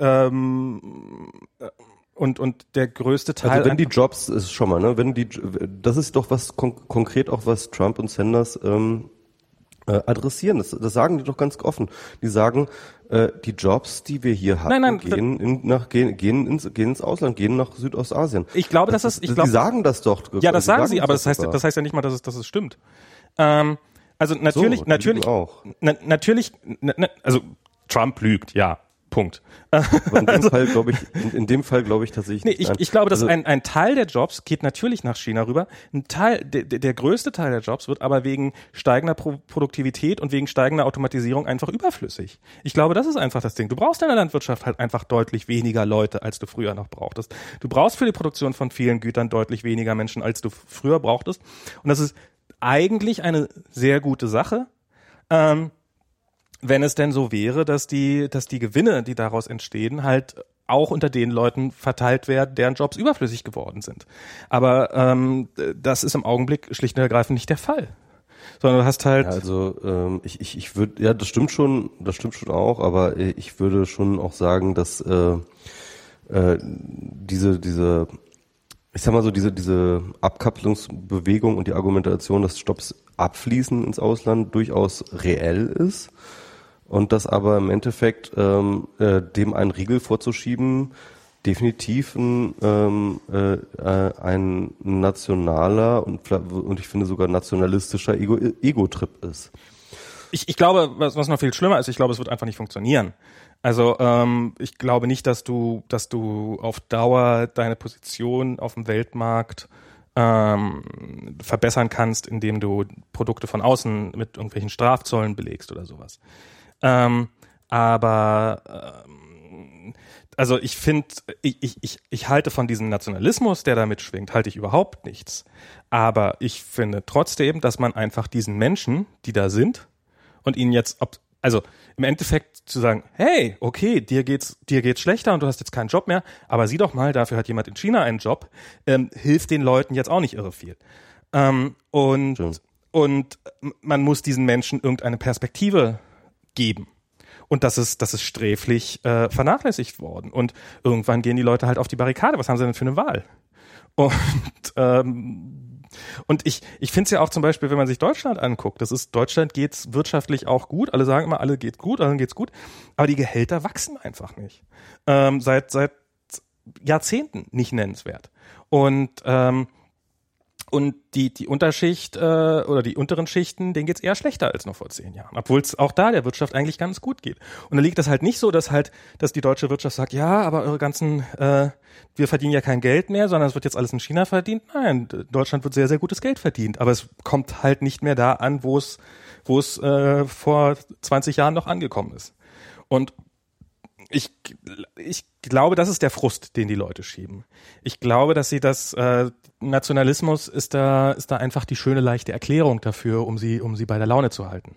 ähm, und und der größte Teil. Also wenn die Jobs ist schon mal, ne, wenn die, das ist doch was kon- konkret auch was Trump und Sanders ähm, äh, adressieren. Das, das sagen die doch ganz offen. Die sagen, äh, die Jobs, die wir hier haben, nein, nein, gehen in, nach gehen gehen ins gehen ins Ausland, gehen nach Südostasien. Ich glaube, das dass es, ich die glaube, sagen das doch. Ja, das die sagen sie, aber das das heißt, sogar. das heißt ja nicht mal, dass es, dass es stimmt. Ähm, also natürlich, so, natürlich, auch. Na, natürlich, na, na, also Trump lügt, ja. Punkt. Aber in dem Fall glaube ich, in, in dem Fall glaube ich tatsächlich Nee, nicht. ich, Nein. ich glaube, dass also, ein, ein Teil der Jobs geht natürlich nach China rüber. Ein Teil, der, der größte Teil der Jobs wird aber wegen steigender Pro- Produktivität und wegen steigender Automatisierung einfach überflüssig. Ich glaube, das ist einfach das Ding. Du brauchst in der Landwirtschaft halt einfach deutlich weniger Leute, als du früher noch brauchtest. Du brauchst für die Produktion von vielen Gütern deutlich weniger Menschen, als du früher brauchtest. Und das ist eigentlich eine sehr gute Sache. Ähm, wenn es denn so wäre, dass die, dass die Gewinne, die daraus entstehen, halt auch unter den Leuten verteilt werden, deren Jobs überflüssig geworden sind. Aber ähm, das ist im Augenblick schlicht und ergreifend nicht der Fall. Sondern du hast halt. Ja, also ähm, ich, ich, ich würde, ja, das stimmt schon, das stimmt schon auch, aber ich würde schon auch sagen, dass äh, äh, diese, diese, ich sag mal so, diese, diese Abkapplungsbewegung und die Argumentation, dass Jobs abfließen ins Ausland, durchaus reell ist. Und das aber im Endeffekt ähm, äh, dem einen Riegel vorzuschieben, definitiv ein, ähm, äh, ein nationaler und, und ich finde sogar nationalistischer Ego, Ego-Trip ist. Ich, ich glaube, was, was noch viel schlimmer ist, ich glaube, es wird einfach nicht funktionieren. Also ähm, ich glaube nicht, dass du, dass du auf Dauer deine Position auf dem Weltmarkt ähm, verbessern kannst, indem du Produkte von außen mit irgendwelchen Strafzöllen belegst oder sowas. Ähm, aber ähm, also ich finde, ich, ich, ich halte von diesem Nationalismus, der da mitschwingt, halte ich überhaupt nichts. Aber ich finde trotzdem, dass man einfach diesen Menschen, die da sind, und ihnen jetzt, ob, also im Endeffekt zu sagen, hey, okay, dir geht's, dir geht's schlechter und du hast jetzt keinen Job mehr, aber sieh doch mal, dafür hat jemand in China einen Job, ähm, hilft den Leuten jetzt auch nicht irre viel. Ähm, und, Schön. und man muss diesen Menschen irgendeine Perspektive geben. Und das ist, das ist sträflich äh, vernachlässigt worden. Und irgendwann gehen die Leute halt auf die Barrikade. Was haben sie denn für eine Wahl? Und ähm, und ich ich finde es ja auch zum Beispiel, wenn man sich Deutschland anguckt, das ist, Deutschland geht's wirtschaftlich auch gut. Alle sagen immer, alle geht gut, allen geht's gut. Aber die Gehälter wachsen einfach nicht. Ähm, seit seit Jahrzehnten nicht nennenswert. Und ähm, Und die die Unterschicht äh, oder die unteren Schichten, denen geht's eher schlechter als noch vor zehn Jahren, obwohl es auch da der Wirtschaft eigentlich ganz gut geht. Und da liegt das halt nicht so, dass halt, dass die deutsche Wirtschaft sagt, ja, aber eure ganzen, äh, wir verdienen ja kein Geld mehr, sondern es wird jetzt alles in China verdient. Nein, Deutschland wird sehr sehr gutes Geld verdient, aber es kommt halt nicht mehr da an, wo es wo es äh, vor zwanzig Jahren noch angekommen ist. Und Ich, ich glaube, das ist der Frust, den die Leute schieben. Ich glaube, dass sie das äh, Nationalismus ist da ist da einfach die schöne leichte Erklärung dafür, um sie um sie bei der Laune zu halten.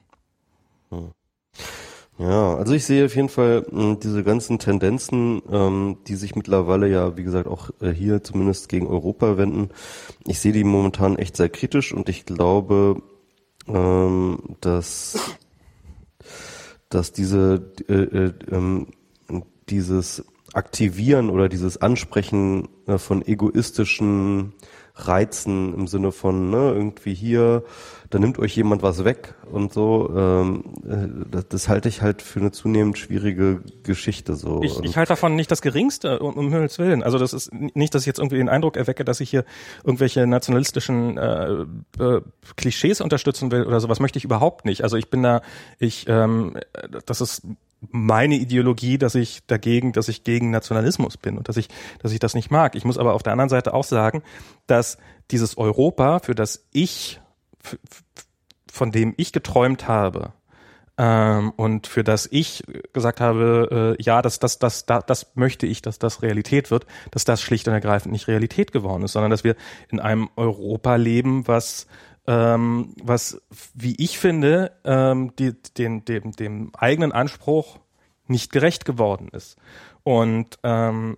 Ja, also ich sehe auf jeden Fall mh, diese ganzen Tendenzen, ähm, die sich mittlerweile ja, wie gesagt, auch äh, hier zumindest gegen Europa wenden. Ich sehe die momentan echt sehr kritisch und ich glaube, ähm, dass dass diese äh, äh, ähm, dieses Aktivieren oder dieses Ansprechen äh, von egoistischen reizen im Sinne von, ne, irgendwie hier, da nimmt euch jemand was weg und so. Ähm, das, das halte ich halt für eine zunehmend schwierige Geschichte so. Ich, ich halte davon nicht das Geringste, um, um Himmels Willen. Also das ist nicht, dass ich jetzt irgendwie den Eindruck erwecke, dass ich hier irgendwelche nationalistischen äh, äh, Klischees unterstützen will oder sowas, möchte ich überhaupt nicht. Also ich bin da, ich, ähm, das ist meine Ideologie, dass ich dagegen, dass ich gegen Nationalismus bin und dass ich, dass ich das nicht mag. Ich muss aber auf der anderen Seite auch sagen, dass dieses Europa, für das ich, von dem ich geträumt habe, ähm, und für das ich gesagt habe, äh, ja, das, das, das, das, das möchte ich, dass das Realität wird, dass das schlicht und ergreifend nicht Realität geworden ist, sondern dass wir in einem Europa leben, was Ähm, was, wie ich finde, ähm, die, den, dem, dem eigenen Anspruch nicht gerecht geworden ist. Und ähm,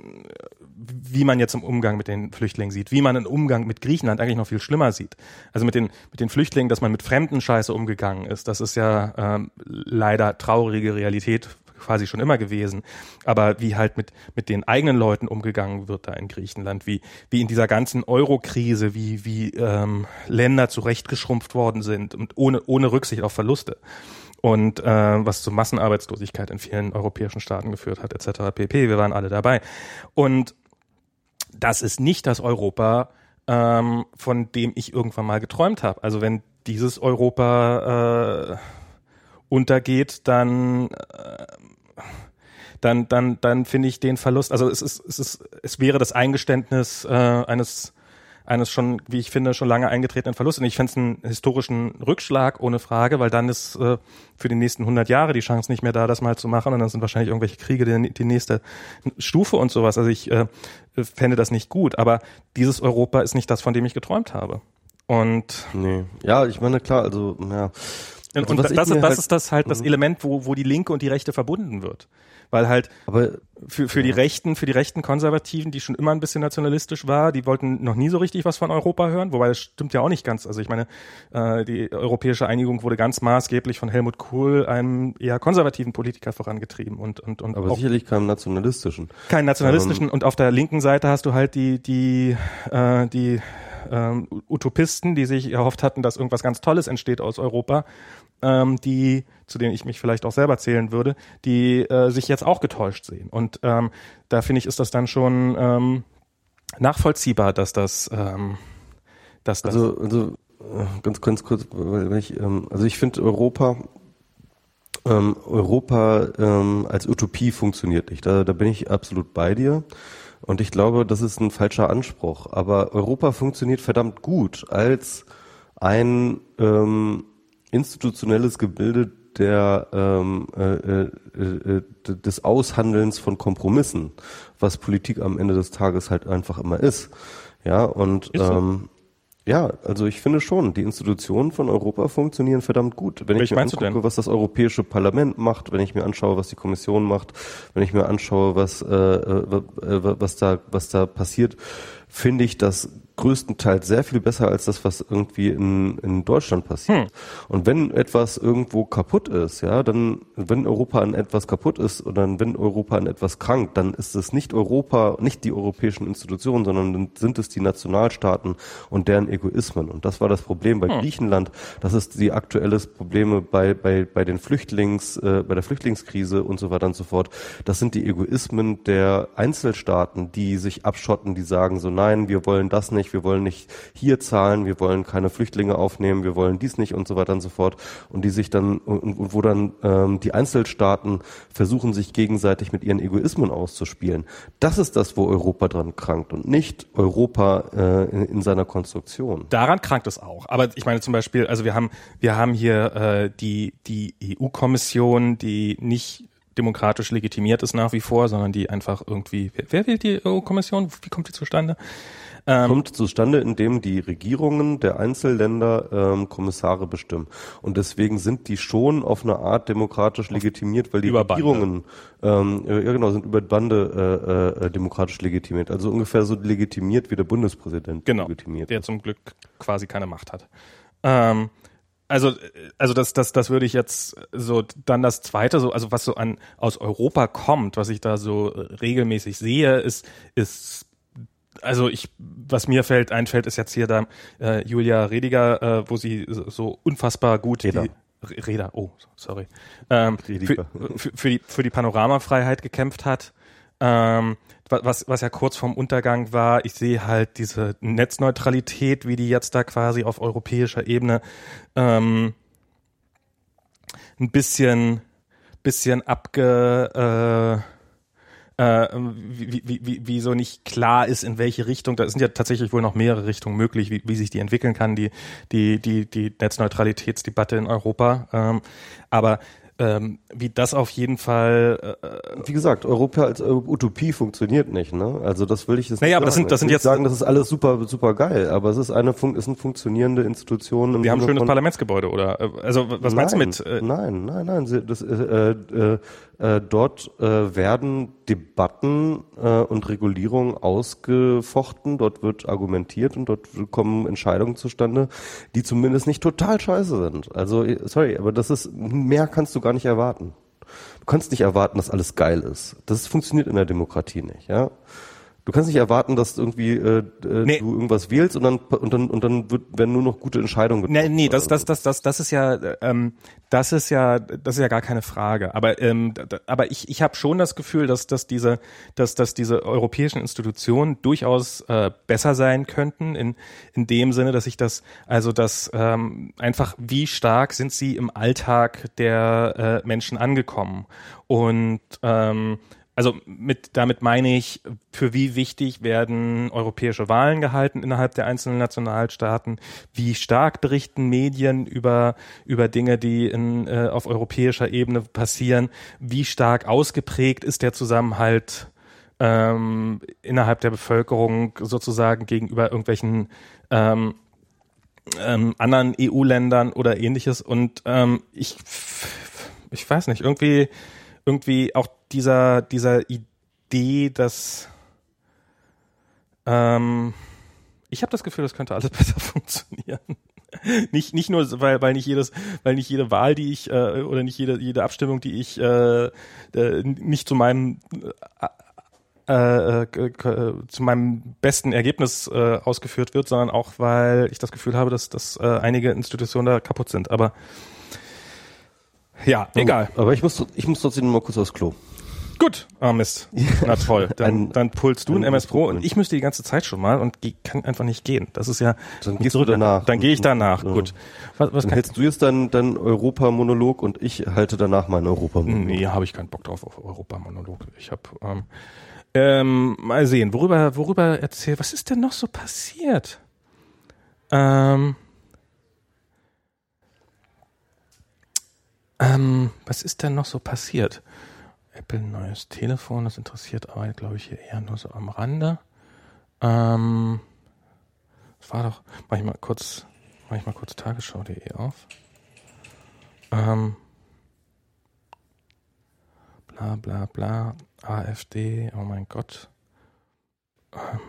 wie man jetzt im Umgang mit den Flüchtlingen sieht, wie man im Umgang mit Griechenland eigentlich noch viel schlimmer sieht. Also mit den mit den Flüchtlingen, dass man mit fremden Scheiße umgegangen ist, das ist ja ähm, leider traurige Realität quasi schon immer gewesen, aber wie halt mit mit den eigenen Leuten umgegangen wird da in Griechenland, wie wie in dieser ganzen Euro-Krise, wie wie ähm, Länder zurechtgeschrumpft worden sind und ohne ohne Rücksicht auf Verluste und äh, was zu Massenarbeitslosigkeit in vielen europäischen Staaten geführt hat et cetera pp. Wir waren alle dabei und das ist nicht das Europa, ähm, von dem ich irgendwann mal geträumt habe. Also wenn dieses Europa äh, untergeht, dann äh, dann dann dann finde ich den Verlust, also es ist es ist es wäre das Eingeständnis äh, eines eines schon, wie ich finde, schon lange eingetretenen Verlustes. Und ich fände es einen historischen Rückschlag, ohne Frage, weil dann ist äh, für die nächsten hundert Jahre die Chance nicht mehr da, das mal zu machen. Und dann sind wahrscheinlich irgendwelche Kriege die, die nächste Stufe und sowas. Also ich äh, fände das nicht gut. Aber dieses Europa ist nicht das, von dem ich geträumt habe. Und nee. Ja, ich meine, klar, also, ja. Also und das, das, das halt, ist das halt das Element, wo, wo die Linke und die Rechte verbunden wird. Weil halt aber, für, für ja. die Rechten, für die rechten Konservativen, die schon immer ein bisschen nationalistisch war, die wollten noch nie so richtig was von Europa hören, wobei das stimmt ja auch nicht ganz. Also ich meine, äh, die europäische Einigung wurde ganz maßgeblich von Helmut Kohl, einem eher konservativen Politiker, vorangetrieben und und und aber sicherlich keinem nationalistischen. Keinen nationalistischen ähm, und auf der linken Seite hast du halt die die äh, die ähm, Utopisten, die sich erhofft hatten, dass irgendwas ganz Tolles entsteht aus Europa, ähm, die, zu denen ich mich vielleicht auch selber zählen würde, die äh, sich jetzt auch getäuscht sehen. Und ähm, da finde ich, ist das dann schon ähm, nachvollziehbar, dass das, ähm, dass das also also ganz ganz kurz, weil ich ähm, also ich finde Europa ähm, Europa ähm, als Utopie funktioniert nicht. Da da bin ich absolut bei dir. Und ich glaube, das ist ein falscher Anspruch. Aber Europa funktioniert verdammt gut als ein ähm, institutionelles Gebilde der ähm, äh, äh, des Aushandelns von Kompromissen, was Politik am Ende des Tages halt einfach immer ist. Ja, und ist so. ähm, ja, also ich finde schon, die Institutionen von Europa funktionieren verdammt gut. Wenn ich mir angucke, was das Europäische Parlament macht, wenn ich mir anschaue, was die Kommission macht, wenn ich mir anschaue, was äh, äh, was da was da passiert, finde ich das größtenteils sehr viel besser als das, was irgendwie in, in Deutschland passiert. Hm. Und wenn etwas irgendwo kaputt ist, ja, dann, wenn Europa an etwas kaputt ist oder wenn Europa an etwas krankt, dann ist es nicht Europa, nicht die europäischen Institutionen, sondern dann sind es die Nationalstaaten und deren Egoismen. Und das war das Problem bei hm. Griechenland. Das ist die aktuelle Probleme bei, bei, bei den Flüchtlings, äh, bei der Flüchtlingskrise und so weiter und so fort. Das sind die Egoismen der Einzelstaaten, die sich abschotten, die sagen so, nein, wir wollen das nicht, wir wollen nicht hier zahlen, wir wollen keine Flüchtlinge aufnehmen, wir wollen dies nicht und so weiter und so fort. Und die sich dann, und, und wo dann ähm, die Einzelstaaten versuchen, sich gegenseitig mit ihren Egoismen auszuspielen. Das ist das, wo Europa dran krankt und nicht Europa äh, in, in seiner Konstruktion. Daran krankt es auch. Aber ich meine zum Beispiel, also wir haben, wir haben hier äh, die, die E U-Kommission, die nicht demokratisch legitimiert ist nach wie vor, sondern die einfach irgendwie, wer, wer wählt die E U-Kommission? Wie kommt die zustande? Ähm, kommt zustande, indem die Regierungen der Einzelländer ähm, Kommissare bestimmen. Und deswegen sind die schon auf eine Art demokratisch legitimiert, weil die Regierungen ähm, ja genau sind über Bande äh, äh, demokratisch legitimiert. Also ungefähr so legitimiert wie der Bundespräsident genau, legitimiert. Der zum Glück quasi keine Macht hat. Ähm, Also, also das, das, das würde ich jetzt so, dann das zweite, so, also was so an, aus Europa kommt, was ich da so regelmäßig sehe, ist, ist also ich, was mir fällt, einfällt, ist jetzt hier da äh, Julia Rediger, äh, wo sie so, so unfassbar gut Reda. die Reda, oh, sorry, ähm, für, für, für die für die Panoramafreiheit gekämpft hat. Ähm, was was ja kurz vorm Untergang war. Ich sehe halt diese Netzneutralität, wie die jetzt da quasi auf europäischer Ebene ähm, ein bisschen bisschen abge äh, äh, wie, wie, wie, wie so nicht klar ist, in welche Richtung. Da sind ja tatsächlich wohl noch mehrere Richtungen möglich, wie, wie sich die entwickeln kann, die die die die Netzneutralitätsdebatte in Europa. Ähm, aber Ähm, wie das auf jeden Fall. Äh, Wie gesagt, Europa als Utopie funktioniert nicht, ne? Also das will ich jetzt naja, nicht aber das sagen. sind das sind ich will jetzt sagen, das ist alles super super geil, aber es ist eine Fun- ist eine funktionierende Institution. Im wir haben ein Sinne schönes von, Parlamentsgebäude, oder? Also was nein, meinst du mit? Äh, nein, nein, nein. Sie- Das, äh, äh, äh, dort äh, werden Debatten äh, und Regulierungen ausgefochten. Dort wird argumentiert und dort kommen Entscheidungen zustande, die zumindest nicht total scheiße sind. Also sorry, aber das ist mehr kannst du gar nicht erwarten. Du kannst nicht erwarten, dass alles geil ist. Das funktioniert in der Demokratie nicht, ja. Du kannst nicht erwarten, dass irgendwie äh, Nee. du irgendwas wählst und dann und dann und dann wird, werden nur noch gute Entscheidungen getroffen. Nee, nee, das, Also, das, das, das, das ist ja, ähm, das ist ja, das ist ja gar keine Frage. Aber, ähm, da, aber ich, ich habe schon das Gefühl, dass, dass diese, dass, dass diese europäischen Institutionen durchaus äh, besser sein könnten in, in dem Sinne, dass ich das, also dass ähm, einfach, wie stark sind sie im Alltag der äh, Menschen angekommen und ähm, Also mit, damit meine ich, für wie wichtig werden europäische Wahlen gehalten innerhalb der einzelnen Nationalstaaten? Wie stark berichten Medien über, über Dinge, die in, äh, auf europäischer Ebene passieren? Wie stark ausgeprägt ist der Zusammenhalt ähm, innerhalb der Bevölkerung sozusagen gegenüber irgendwelchen ähm, ähm, anderen E U-Ländern oder ähnliches? Und ähm, ich, ich weiß nicht, irgendwie, irgendwie auch dieser dieser Idee, dass ähm, ich habe das Gefühl, das könnte alles besser funktionieren. Nicht nicht nur weil weil nicht jedes weil nicht jede Wahl, die ich äh, oder nicht jede jede Abstimmung, die ich äh, äh, nicht zu meinem äh, äh, zu meinem besten Ergebnis äh, ausgeführt wird, sondern auch weil ich das Gefühl habe, dass dass äh, einige Institutionen da kaputt sind. Aber ja, egal. Aber ich muss ich muss trotzdem noch mal kurz aufs Klo. Gut, ah Mist. Na toll. Dann, Ein- dann pulst du ein ein- M S Pro und ich müsste die ganze Zeit schon mal und geh- kann einfach nicht gehen. Das ist ja. Dann geh gehst du zurück. danach. Dann gehe ich danach. Ja. Gut. Was, was Dann kann, hältst du jetzt deinen dein Europamonolog und ich halte danach meinen Europamonolog. nee, habe ich keinen Bock drauf auf Europamonolog. Ich habe ähm, ähm, mal sehen, worüber worüber erzählt. Was ist denn noch so passiert? Ähm, ähm, was ist denn noch so passiert? Apple neues Telefon, das interessiert aber, glaube ich, hier eher nur so am Rande. Ähm, das war doch, mach ich mal kurz, mach ich mal kurz tagesschau punkt de auf. Ähm, bla bla bla, AfD, oh mein Gott. Ähm,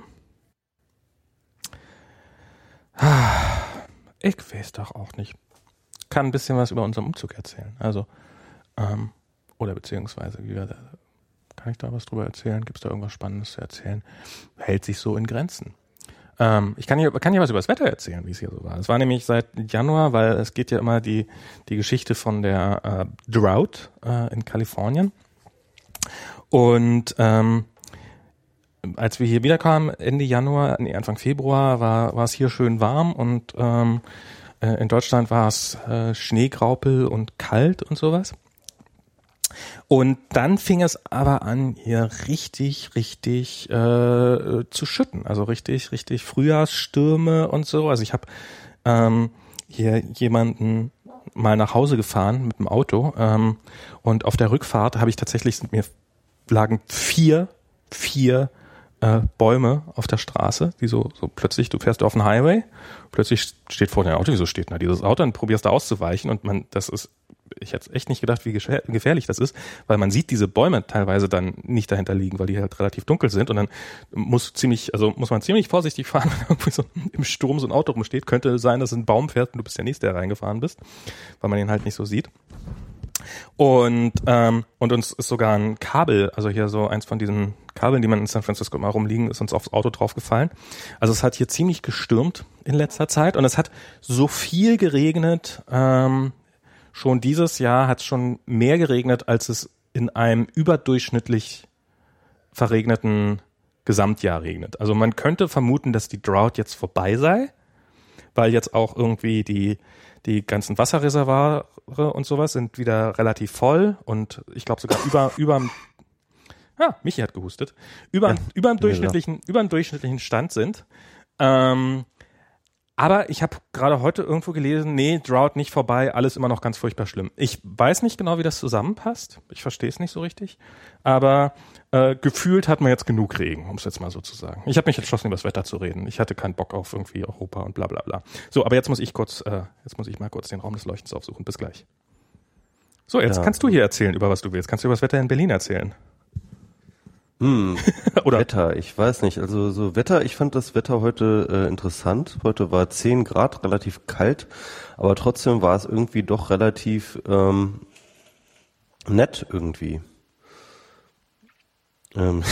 ah, ich weiß doch auch nicht. Kann ein bisschen was über unseren Umzug erzählen. Also, ähm, oder beziehungsweise, wie wir da, kann ich da was drüber erzählen? Gibt es da irgendwas Spannendes zu erzählen? Hält sich so in Grenzen. Ähm, ich kann hier, kann hier was über das Wetter erzählen, wie es hier so war. Es war nämlich seit Januar, weil es geht ja immer die, die Geschichte von der äh, Drought äh, in Kalifornien. Und ähm, als wir hier wiederkamen, Ende Januar, nee, Anfang Februar, war, war es hier schön warm und ähm, äh, in Deutschland war es äh, Schneegraupel und kalt und sowas. Und dann fing es aber an, hier richtig, richtig äh, zu schütten. Also richtig, richtig Frühjahrsstürme und so. Also ich habe ähm, hier jemanden mal nach Hause gefahren mit dem Auto ähm, und auf der Rückfahrt habe ich tatsächlich, sind mir lagen vier, vier äh, Bäume auf der Straße, die so, so plötzlich, du fährst auf den Highway, plötzlich steht vor dem Auto, wieso steht da dieses Auto, dann probierst du auszuweichen und man, das ist, ich hätte echt nicht gedacht, wie gefährlich das ist, weil man sieht diese Bäume teilweise dann nicht dahinter liegen, weil die halt relativ dunkel sind und dann muss ziemlich, also muss man ziemlich vorsichtig fahren, wenn irgendwie so im Sturm so ein Auto rumsteht. Könnte sein, dass ein Baum fährt und du bist der Nächste, der reingefahren bist, weil man ihn halt nicht so sieht. Und ähm, und uns ist sogar ein Kabel, also hier so eins von diesen Kabeln, die man in San Francisco immer rumliegen, ist uns aufs Auto draufgefallen. Also es hat hier ziemlich gestürmt in letzter Zeit und es hat so viel geregnet. Ähm, schon dieses Jahr hat es schon mehr geregnet, als es in einem überdurchschnittlich verregneten Gesamtjahr regnet. Also man könnte vermuten, dass die Drought jetzt vorbei sei, weil jetzt auch irgendwie die die ganzen Wasserreservoire und sowas sind wieder relativ voll und ich glaube sogar über über ja, Michi hat gehustet, über ja, über dem durchschnittlichen über dem durchschnittlichen Stand sind. Ähm, aber ich habe gerade heute irgendwo gelesen, nee, Drought nicht vorbei, alles immer noch ganz furchtbar schlimm. Ich weiß nicht genau, wie das zusammenpasst. Ich verstehe es nicht so richtig. Aber äh, gefühlt hat man jetzt genug Regen, um es jetzt mal so zu sagen. Ich habe mich entschlossen, über das Wetter zu reden. Ich hatte keinen Bock auf irgendwie Europa und bla bla bla. So, aber jetzt muss ich kurz, äh, jetzt muss ich mal kurz den Raum des Leuchtens aufsuchen. Bis gleich. So, jetzt ja. kannst du hier erzählen, über was du willst. Kannst du über das Wetter in Berlin erzählen? Hm, Oder Wetter, ich weiß nicht. Also so Wetter, ich fand das Wetter heute äh, interessant. Heute war zehn Grad, relativ kalt, aber trotzdem war es irgendwie doch relativ ähm, nett irgendwie. Ähm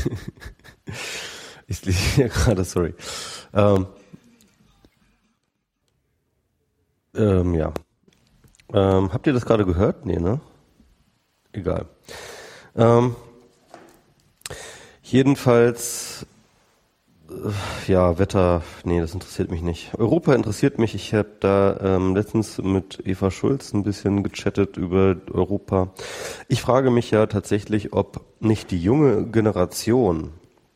ich lese hier gerade, sorry. Ähm, ähm, ja. Ähm, habt ihr das gerade gehört? Nee, ne? Egal. Ähm, Jedenfalls, äh, ja, Wetter, nee, das interessiert mich nicht. Europa interessiert mich. Ich habe da ähm, letztens mit Eva Schulz ein bisschen gechattet über Europa. Ich frage mich ja tatsächlich, ob nicht die junge Generation,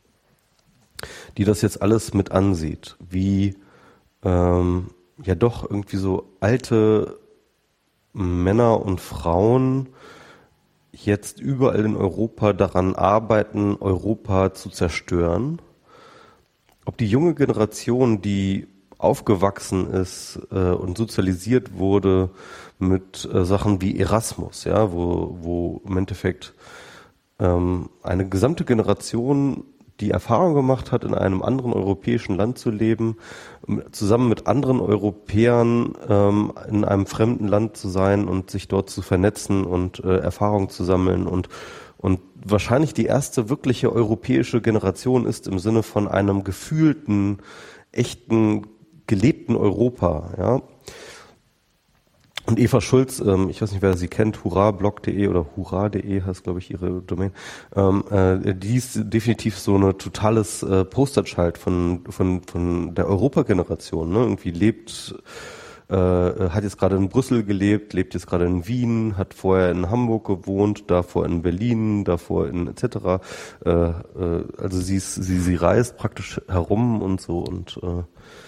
die das jetzt alles mit ansieht, wie ähm, ja doch irgendwie so alte Männer und Frauen jetzt überall in Europa daran arbeiten, Europa zu zerstören. Ob die junge Generation, die aufgewachsen ist äh, und sozialisiert wurde mit äh, Sachen wie Erasmus, ja, wo, wo im Endeffekt ähm, eine gesamte Generation die Erfahrung gemacht hat, in einem anderen europäischen Land zu leben, zusammen mit anderen Europäern ähm, in einem fremden Land zu sein und sich dort zu vernetzen und äh, Erfahrung zu sammeln und und wahrscheinlich die erste wirkliche europäische Generation ist im Sinne von einem gefühlten, echten, gelebten Europa, ja. Und Eva Schulz, ähm, ich weiß nicht, wer sie kennt, hurrablog punkt de oder hurra punkt de heißt, glaube ich, ihre Domain. Ähm, äh, die ist definitiv so eine totales äh, Posterchild von von von der Europageneration. Ne? Irgendwie lebt, äh, hat jetzt gerade in Brüssel gelebt, lebt jetzt gerade in Wien, hat vorher in Hamburg gewohnt, davor in Berlin, davor in et cetera. Äh, äh, also sie ist, sie sie reist praktisch herum und so und äh,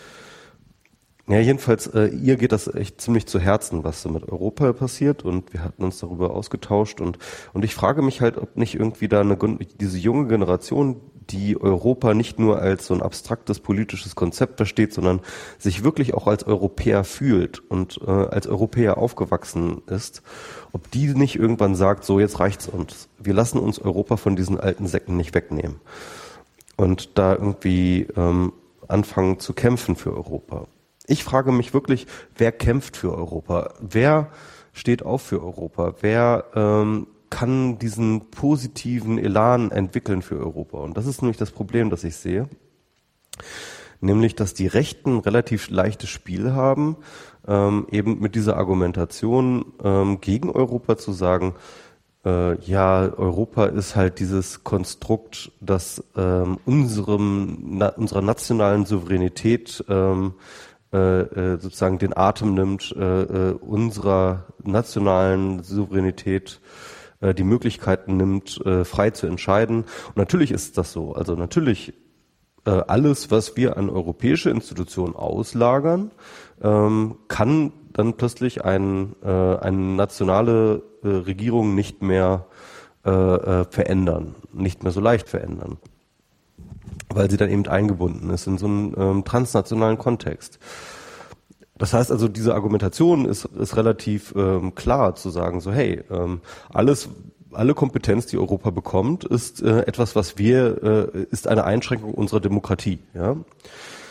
ja, jedenfalls, äh, ihr geht das echt ziemlich zu Herzen, was so mit Europa passiert und wir hatten uns darüber ausgetauscht und und ich frage mich halt, ob nicht irgendwie da eine diese junge Generation, die Europa nicht nur als so ein abstraktes politisches Konzept versteht, sondern sich wirklich auch als Europäer fühlt und äh, als Europäer aufgewachsen ist, ob die nicht irgendwann sagt, so jetzt reicht's uns, wir lassen uns Europa von diesen alten Säcken nicht wegnehmen und da irgendwie ähm, anfangen zu kämpfen für Europa. Ich frage mich wirklich, wer kämpft für Europa? Wer steht auf für Europa? Wer ähm, kann diesen positiven Elan entwickeln für Europa? Und das ist nämlich das Problem, das ich sehe. Nämlich, dass die Rechten relativ leichtes Spiel haben, ähm, eben mit dieser Argumentation ähm, gegen Europa zu sagen, äh, ja, Europa ist halt dieses Konstrukt, das ähm, unserem, na, unserer nationalen Souveränität ähm, Äh, sozusagen den Atem nimmt, äh, unserer nationalen Souveränität äh, die Möglichkeiten nimmt, äh, frei zu entscheiden. Und natürlich ist das so. Also natürlich äh, alles, was wir an europäische Institutionen auslagern, ähm, kann dann plötzlich ein, äh, eine nationale äh, Regierung nicht mehr äh, äh, verändern, nicht mehr so leicht verändern, weil sie dann eben eingebunden ist in so einen ähm, transnationalen Kontext. Das heißt also, diese Argumentation ist, ist relativ ähm, klar zu sagen, so hey, ähm, alles, alle Kompetenz, die Europa bekommt, ist äh, etwas, was wir, äh, ist eine Einschränkung unserer Demokratie. Ja,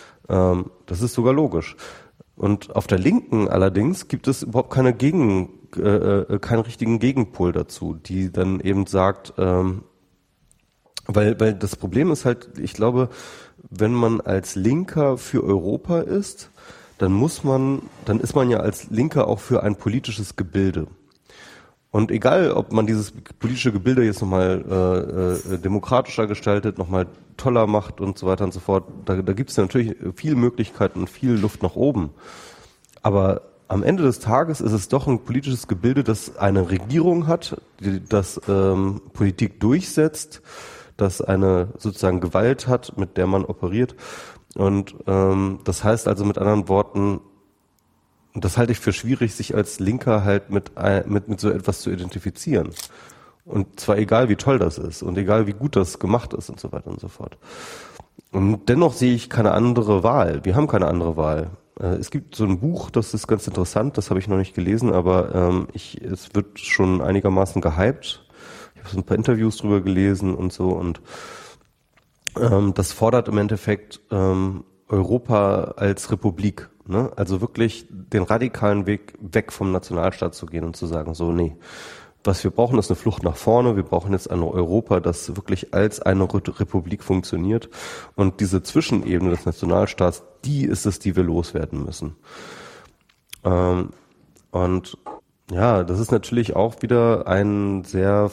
ähm, das ist sogar logisch. Und auf der Linken allerdings gibt es überhaupt keine Gegen äh, keinen richtigen Gegenpol dazu, die dann eben sagt, ähm, weil, weil das Problem ist halt, ich glaube, wenn man als Linker für Europa ist, dann muss man, dann ist man ja als Linker auch für ein politisches Gebilde. Und egal, ob man dieses politische Gebilde jetzt nochmal äh, äh, demokratischer gestaltet, nochmal toller macht und so weiter und so fort, da, da gibt es natürlich viele Möglichkeiten und viel Luft nach oben. Aber am Ende des Tages ist es doch ein politisches Gebilde, das eine Regierung hat, die, das ähm, Politik durchsetzt, das eine sozusagen Gewalt hat, mit der man operiert. Und ähm, das heißt also mit anderen Worten, und das halte ich für schwierig, sich als Linker halt mit, mit, mit so etwas zu identifizieren. Und zwar egal, wie toll das ist und egal, wie gut das gemacht ist und so weiter und so fort. Und dennoch sehe ich keine andere Wahl. Wir haben keine andere Wahl. Es gibt so ein Buch, das ist ganz interessant, das habe ich noch nicht gelesen, aber ähm, ich, es wird schon einigermaßen gehypt. Ich habe so ein paar Interviews drüber gelesen und so und ähm, das fordert im Endeffekt ähm, Europa als Republik. Ne? Also wirklich den radikalen Weg weg vom Nationalstaat zu gehen und zu sagen, so nee, was wir brauchen, ist eine Flucht nach vorne, wir brauchen jetzt ein Europa, das wirklich als eine Republik funktioniert und diese Zwischenebene des Nationalstaats, die ist es, die wir loswerden müssen. Ähm, und ja, das ist natürlich auch wieder ein sehr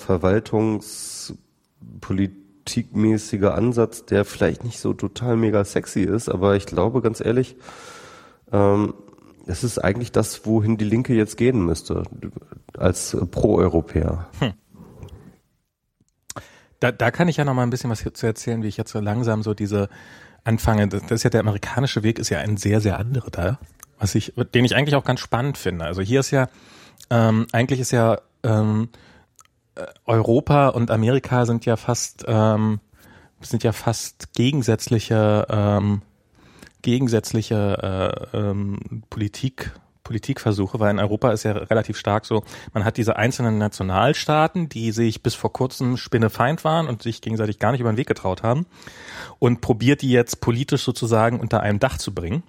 verwaltungspolitikmäßiger Ansatz, der vielleicht nicht so total mega sexy ist, aber ich glaube, ganz ehrlich, ähm, es ist eigentlich das, wohin die Linke jetzt gehen müsste, als Pro-Europäer. Hm. Da, da kann ich ja noch mal ein bisschen was zu erzählen, wie ich jetzt so langsam so diese anfange. Das ist ja der amerikanische Weg, ist ja ein sehr, sehr anderer da, was ich, den ich eigentlich auch ganz spannend finde. Also hier ist ja, ähm, eigentlich ist ja ähm, Europa und Amerika sind ja fast, ähm, sind ja fast gegensätzliche ähm, gegensätzliche äh, ähm, Politik, Politikversuche, weil in Europa ist ja relativ stark so, man hat diese einzelnen Nationalstaaten, die sich bis vor kurzem spinnefeind waren und sich gegenseitig gar nicht über den Weg getraut haben und probiert die jetzt politisch sozusagen unter einem Dach zu bringen.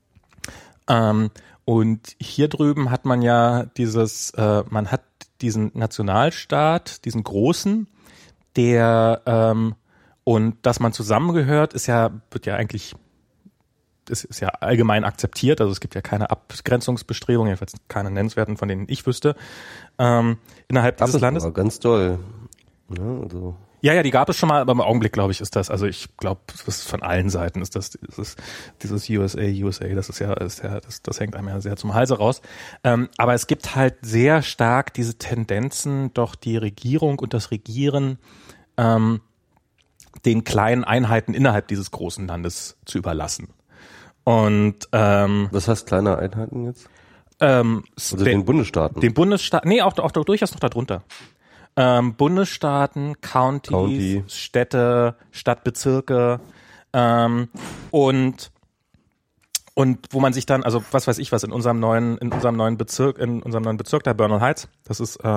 Ähm, und hier drüben hat man ja dieses, äh, man hat diesen Nationalstaat, diesen großen, der ähm, und dass man zusammengehört, ist ja, wird ja eigentlich das ist ja allgemein akzeptiert, also es gibt ja keine Abgrenzungsbestrebungen, jedenfalls keine nennenswerten, von denen ich wüsste, ähm, innerhalb gab dieses es Landes. Aber ganz doll. Ja, also. ja, ja, die gab es schon mal, aber im Augenblick, glaube ich, ist das, also ich glaube, das ist von allen Seiten ist das, dieses, dieses U S A, U S A, das ist ja, ist ja das, das hängt einem ja sehr zum Halse raus. Ähm, aber es gibt halt sehr stark diese Tendenzen, doch die Regierung und das Regieren ähm, den kleinen Einheiten innerhalb dieses großen Landes zu überlassen. Und ähm, was heißt kleine Einheiten jetzt? Ähm, also den, den Bundesstaaten? Den Bundesstaaten, nee, auch, auch durchaus noch darunter. Ähm, Bundesstaaten, Counties, County. Städte, Stadtbezirke ähm, und und wo man sich dann, also was weiß ich was, in unserem neuen, in unserem neuen Bezirk, in unserem neuen Bezirk da Bernal Heights, das ist äh,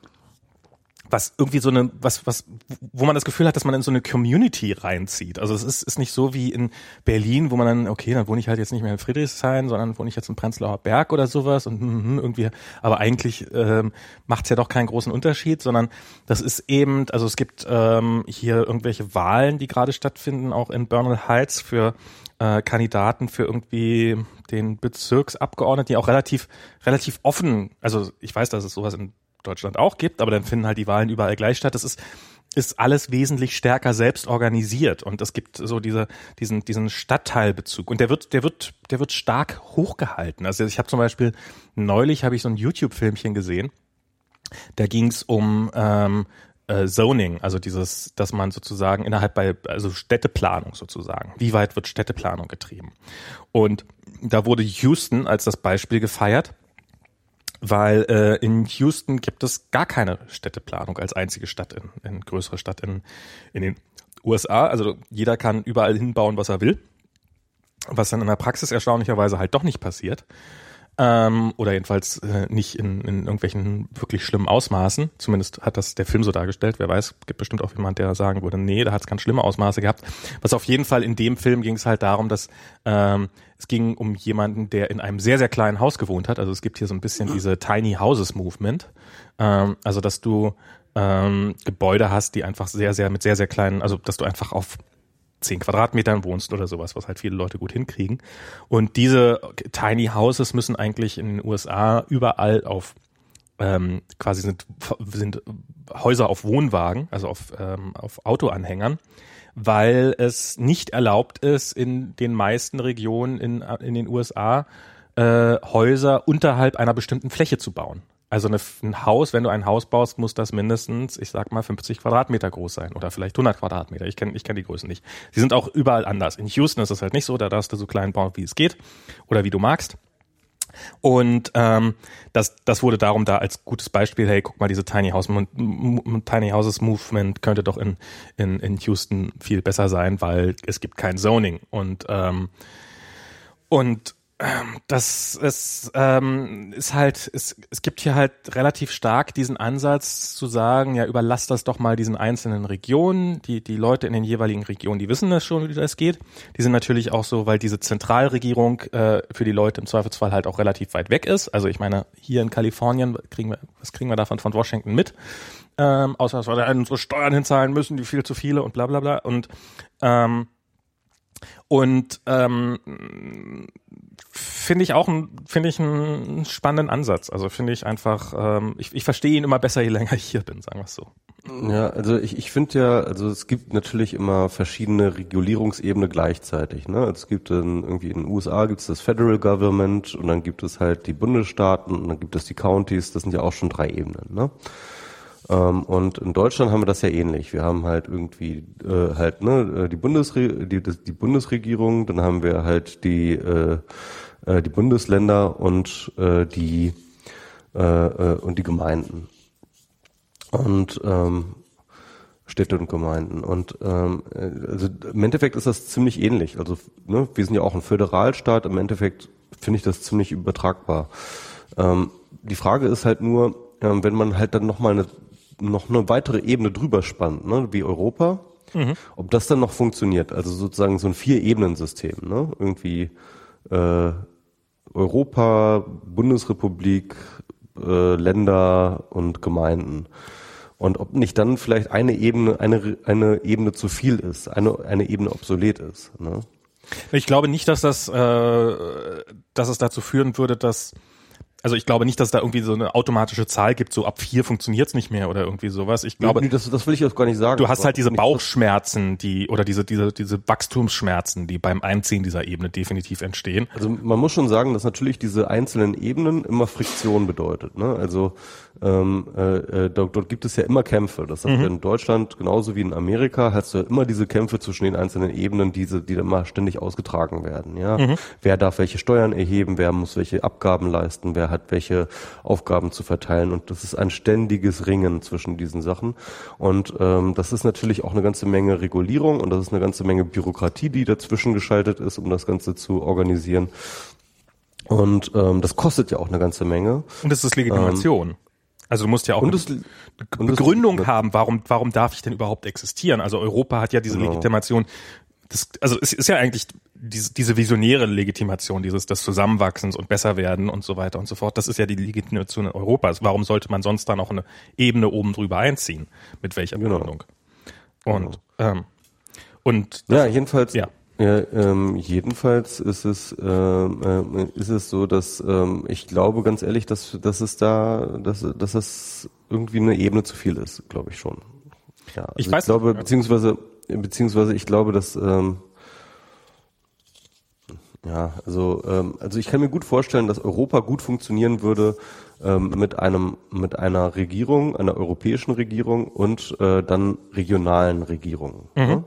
was irgendwie so eine, was, was, wo man das Gefühl hat, dass man in so eine Community reinzieht. Also es ist, ist nicht so wie in Berlin, wo man dann, okay, dann wohne ich halt jetzt nicht mehr in Friedrichshain, sondern wohne ich jetzt in Prenzlauer Berg oder sowas und hm, irgendwie, aber eigentlich ähm, macht es ja doch keinen großen Unterschied, sondern das ist eben, also es gibt ähm, hier irgendwelche Wahlen, die gerade stattfinden, auch in Bernal Heights für äh, Kandidaten für irgendwie den Bezirksabgeordneten, die auch relativ, relativ offen, also ich weiß, dass es sowas in Deutschland auch gibt, aber dann finden halt die Wahlen überall gleich statt. Das ist ist alles wesentlich stärker selbst organisiert und es gibt so diese diesen diesen Stadtteilbezug und der wird der wird der wird stark hochgehalten. Also ich habe zum Beispiel neulich habe ich so ein YouTube-Filmchen gesehen, da ging es um ähm, äh, Zoning, also dieses, dass man sozusagen innerhalb bei also Städteplanung sozusagen, wie weit wird Städteplanung getrieben? Und da wurde Houston als das Beispiel gefeiert. Weil äh, in Houston gibt es gar keine Städteplanung als einzige Stadt, in, in größere Stadt in, in den U S A. Also jeder kann überall hinbauen, was er will, was dann in der Praxis erstaunlicherweise halt doch nicht passiert. Ähm, oder jedenfalls äh, nicht in, in irgendwelchen wirklich schlimmen Ausmaßen. Zumindest hat das der Film so dargestellt. Wer weiß, gibt bestimmt auch jemand, der sagen würde, nee, da hat es ganz schlimme Ausmaße gehabt. Was auf jeden Fall in dem Film ging es halt darum, dass ähm, es ging um jemanden, der in einem sehr, sehr kleinen Haus gewohnt hat. Also es gibt hier so ein bisschen diese Tiny Houses Movement. Ähm, also dass du ähm, Gebäude hast, die einfach sehr, sehr mit sehr, sehr kleinen, also dass du einfach auf zehn Quadratmetern wohnst oder sowas, was halt viele Leute gut hinkriegen. Und diese Tiny Houses müssen eigentlich in den U S A überall auf ähm, quasi sind sind Häuser auf Wohnwagen, also auf ähm, auf Autoanhängern, weil es nicht erlaubt ist, in den meisten Regionen in in den U S A äh, Häuser unterhalb einer bestimmten Fläche zu bauen. Also eine, ein Haus, wenn du ein Haus baust, muss das mindestens, ich sag mal, fünfzig Quadratmeter groß sein oder vielleicht hundert Quadratmeter. Ich kenne ich kenn die Größen nicht. Sie sind auch überall anders. In Houston ist es halt nicht so, da darfst du so klein bauen, wie es geht oder wie du magst. Und ähm, das, das wurde darum da als gutes Beispiel, hey, guck mal, diese Tiny House Tiny Houses Movement könnte doch in, in, in Houston viel besser sein, weil es gibt kein Zoning. Und ähm, und Das ist, ähm, ist halt, es, es gibt hier halt relativ stark diesen Ansatz zu sagen, ja, überlass das doch mal diesen einzelnen Regionen. Die, die Leute in den jeweiligen Regionen, die wissen das schon, wie das geht. Die sind natürlich auch so, weil diese Zentralregierung äh, für die Leute im Zweifelsfall halt auch relativ weit weg ist. Also ich meine, hier in Kalifornien kriegen wir, was kriegen wir davon von Washington mit? Ähm, außer dass wir da unsere Steuern hinzahlen müssen, die viel zu viele und bla bla bla. Und ähm, Und ähm, finde ich auch ein, finde ich einen spannenden Ansatz. Also finde ich einfach, ähm, ich, ich verstehe ihn immer besser, je länger ich hier bin, sagen wir es so. Ja, also ich, ich finde ja, also es gibt natürlich immer verschiedene Regulierungsebenen gleichzeitig. Ne? Es gibt dann irgendwie in den U S A gibt es das Federal Government und dann gibt es halt die Bundesstaaten und dann gibt es die Counties. Das sind ja auch schon drei Ebenen. Ne? Ähm, und in Deutschland haben wir das ja ähnlich. Wir haben halt irgendwie äh, halt ne die Bundesre die, die Bundesregierung, dann haben wir halt die äh, äh, die Bundesländer und äh, die äh, äh, und die Gemeinden und ähm, Städte und Gemeinden. Und ähm, also im Endeffekt ist das ziemlich ähnlich. Also ne, wir sind ja auch ein Föderalstaat. Im Endeffekt finde ich das ziemlich übertragbar. Ähm, die Frage ist halt nur, ähm, wenn man halt dann noch mal eine noch eine weitere Ebene drüber spannt, ne, wie Europa, mhm. ob das dann noch funktioniert. Also sozusagen so ein Vier-Ebenen-System, ne, irgendwie äh, Europa, Bundesrepublik, äh, Länder und Gemeinden. Und ob nicht dann vielleicht eine Ebene, eine eine Ebene zu viel ist, eine eine Ebene obsolet ist. Ne? Ich glaube nicht, dass das, äh, dass es dazu führen würde, dass Also ich glaube nicht, dass es da irgendwie so eine automatische Zahl gibt, so ab vier funktioniert's nicht mehr oder irgendwie sowas. Ich glaube, nee, das, das will ich jetzt gar nicht sagen. Du hast halt diese Bauchschmerzen, die oder diese diese diese Wachstumsschmerzen, die beim Einziehen dieser Ebene definitiv entstehen. Also man muss schon sagen, dass natürlich diese einzelnen Ebenen immer Friktion bedeutet. Ne? Also ähm, äh, dort, dort gibt es ja immer Kämpfe. Das heißt, mhm. in Deutschland genauso wie in Amerika hast du ja immer diese Kämpfe zwischen den einzelnen Ebenen, diese die dann immer ständig ausgetragen werden. Ja, mhm. Wer darf welche Steuern erheben? Wer muss welche Abgaben leisten? Wer hat welche Aufgaben zu verteilen, und das ist ein ständiges Ringen zwischen diesen Sachen, und ähm, das ist natürlich auch eine ganze Menge Regulierung und das ist eine ganze Menge Bürokratie, die dazwischen geschaltet ist, um das Ganze zu organisieren, und ähm, das kostet ja auch eine ganze Menge. Und das ist Legitimation. Ähm, Also du musst ja auch und eine das, Begründung das, haben, warum warum darf ich denn überhaupt existieren? Also Europa hat ja diese genau. Legitimation. Das, also es ist ja eigentlich diese, diese visionäre Legitimation, dieses des Zusammenwachsens und besser werden und so weiter und so fort. Das ist ja die Legitimation Europas. Warum sollte man sonst da noch eine Ebene oben drüber einziehen? Mit welcher Begründung? Genau. Und genau. ähm, und das, ja, jedenfalls. Ja. Ja, ähm, jedenfalls ist es ähm, äh, ist es so, dass ähm, ich glaube ganz ehrlich, dass dass es da dass dass das irgendwie eine Ebene zu viel ist, glaube ich schon. Ja, also ich weiß. Ich glaube beziehungsweise beziehungsweise ich glaube, dass ähm, ja also ähm, also ich kann mir gut vorstellen, dass Europa gut funktionieren würde ähm, mit einem mit einer Regierung, einer europäischen Regierung und äh, dann regionalen Regierungen. Mhm. Ne?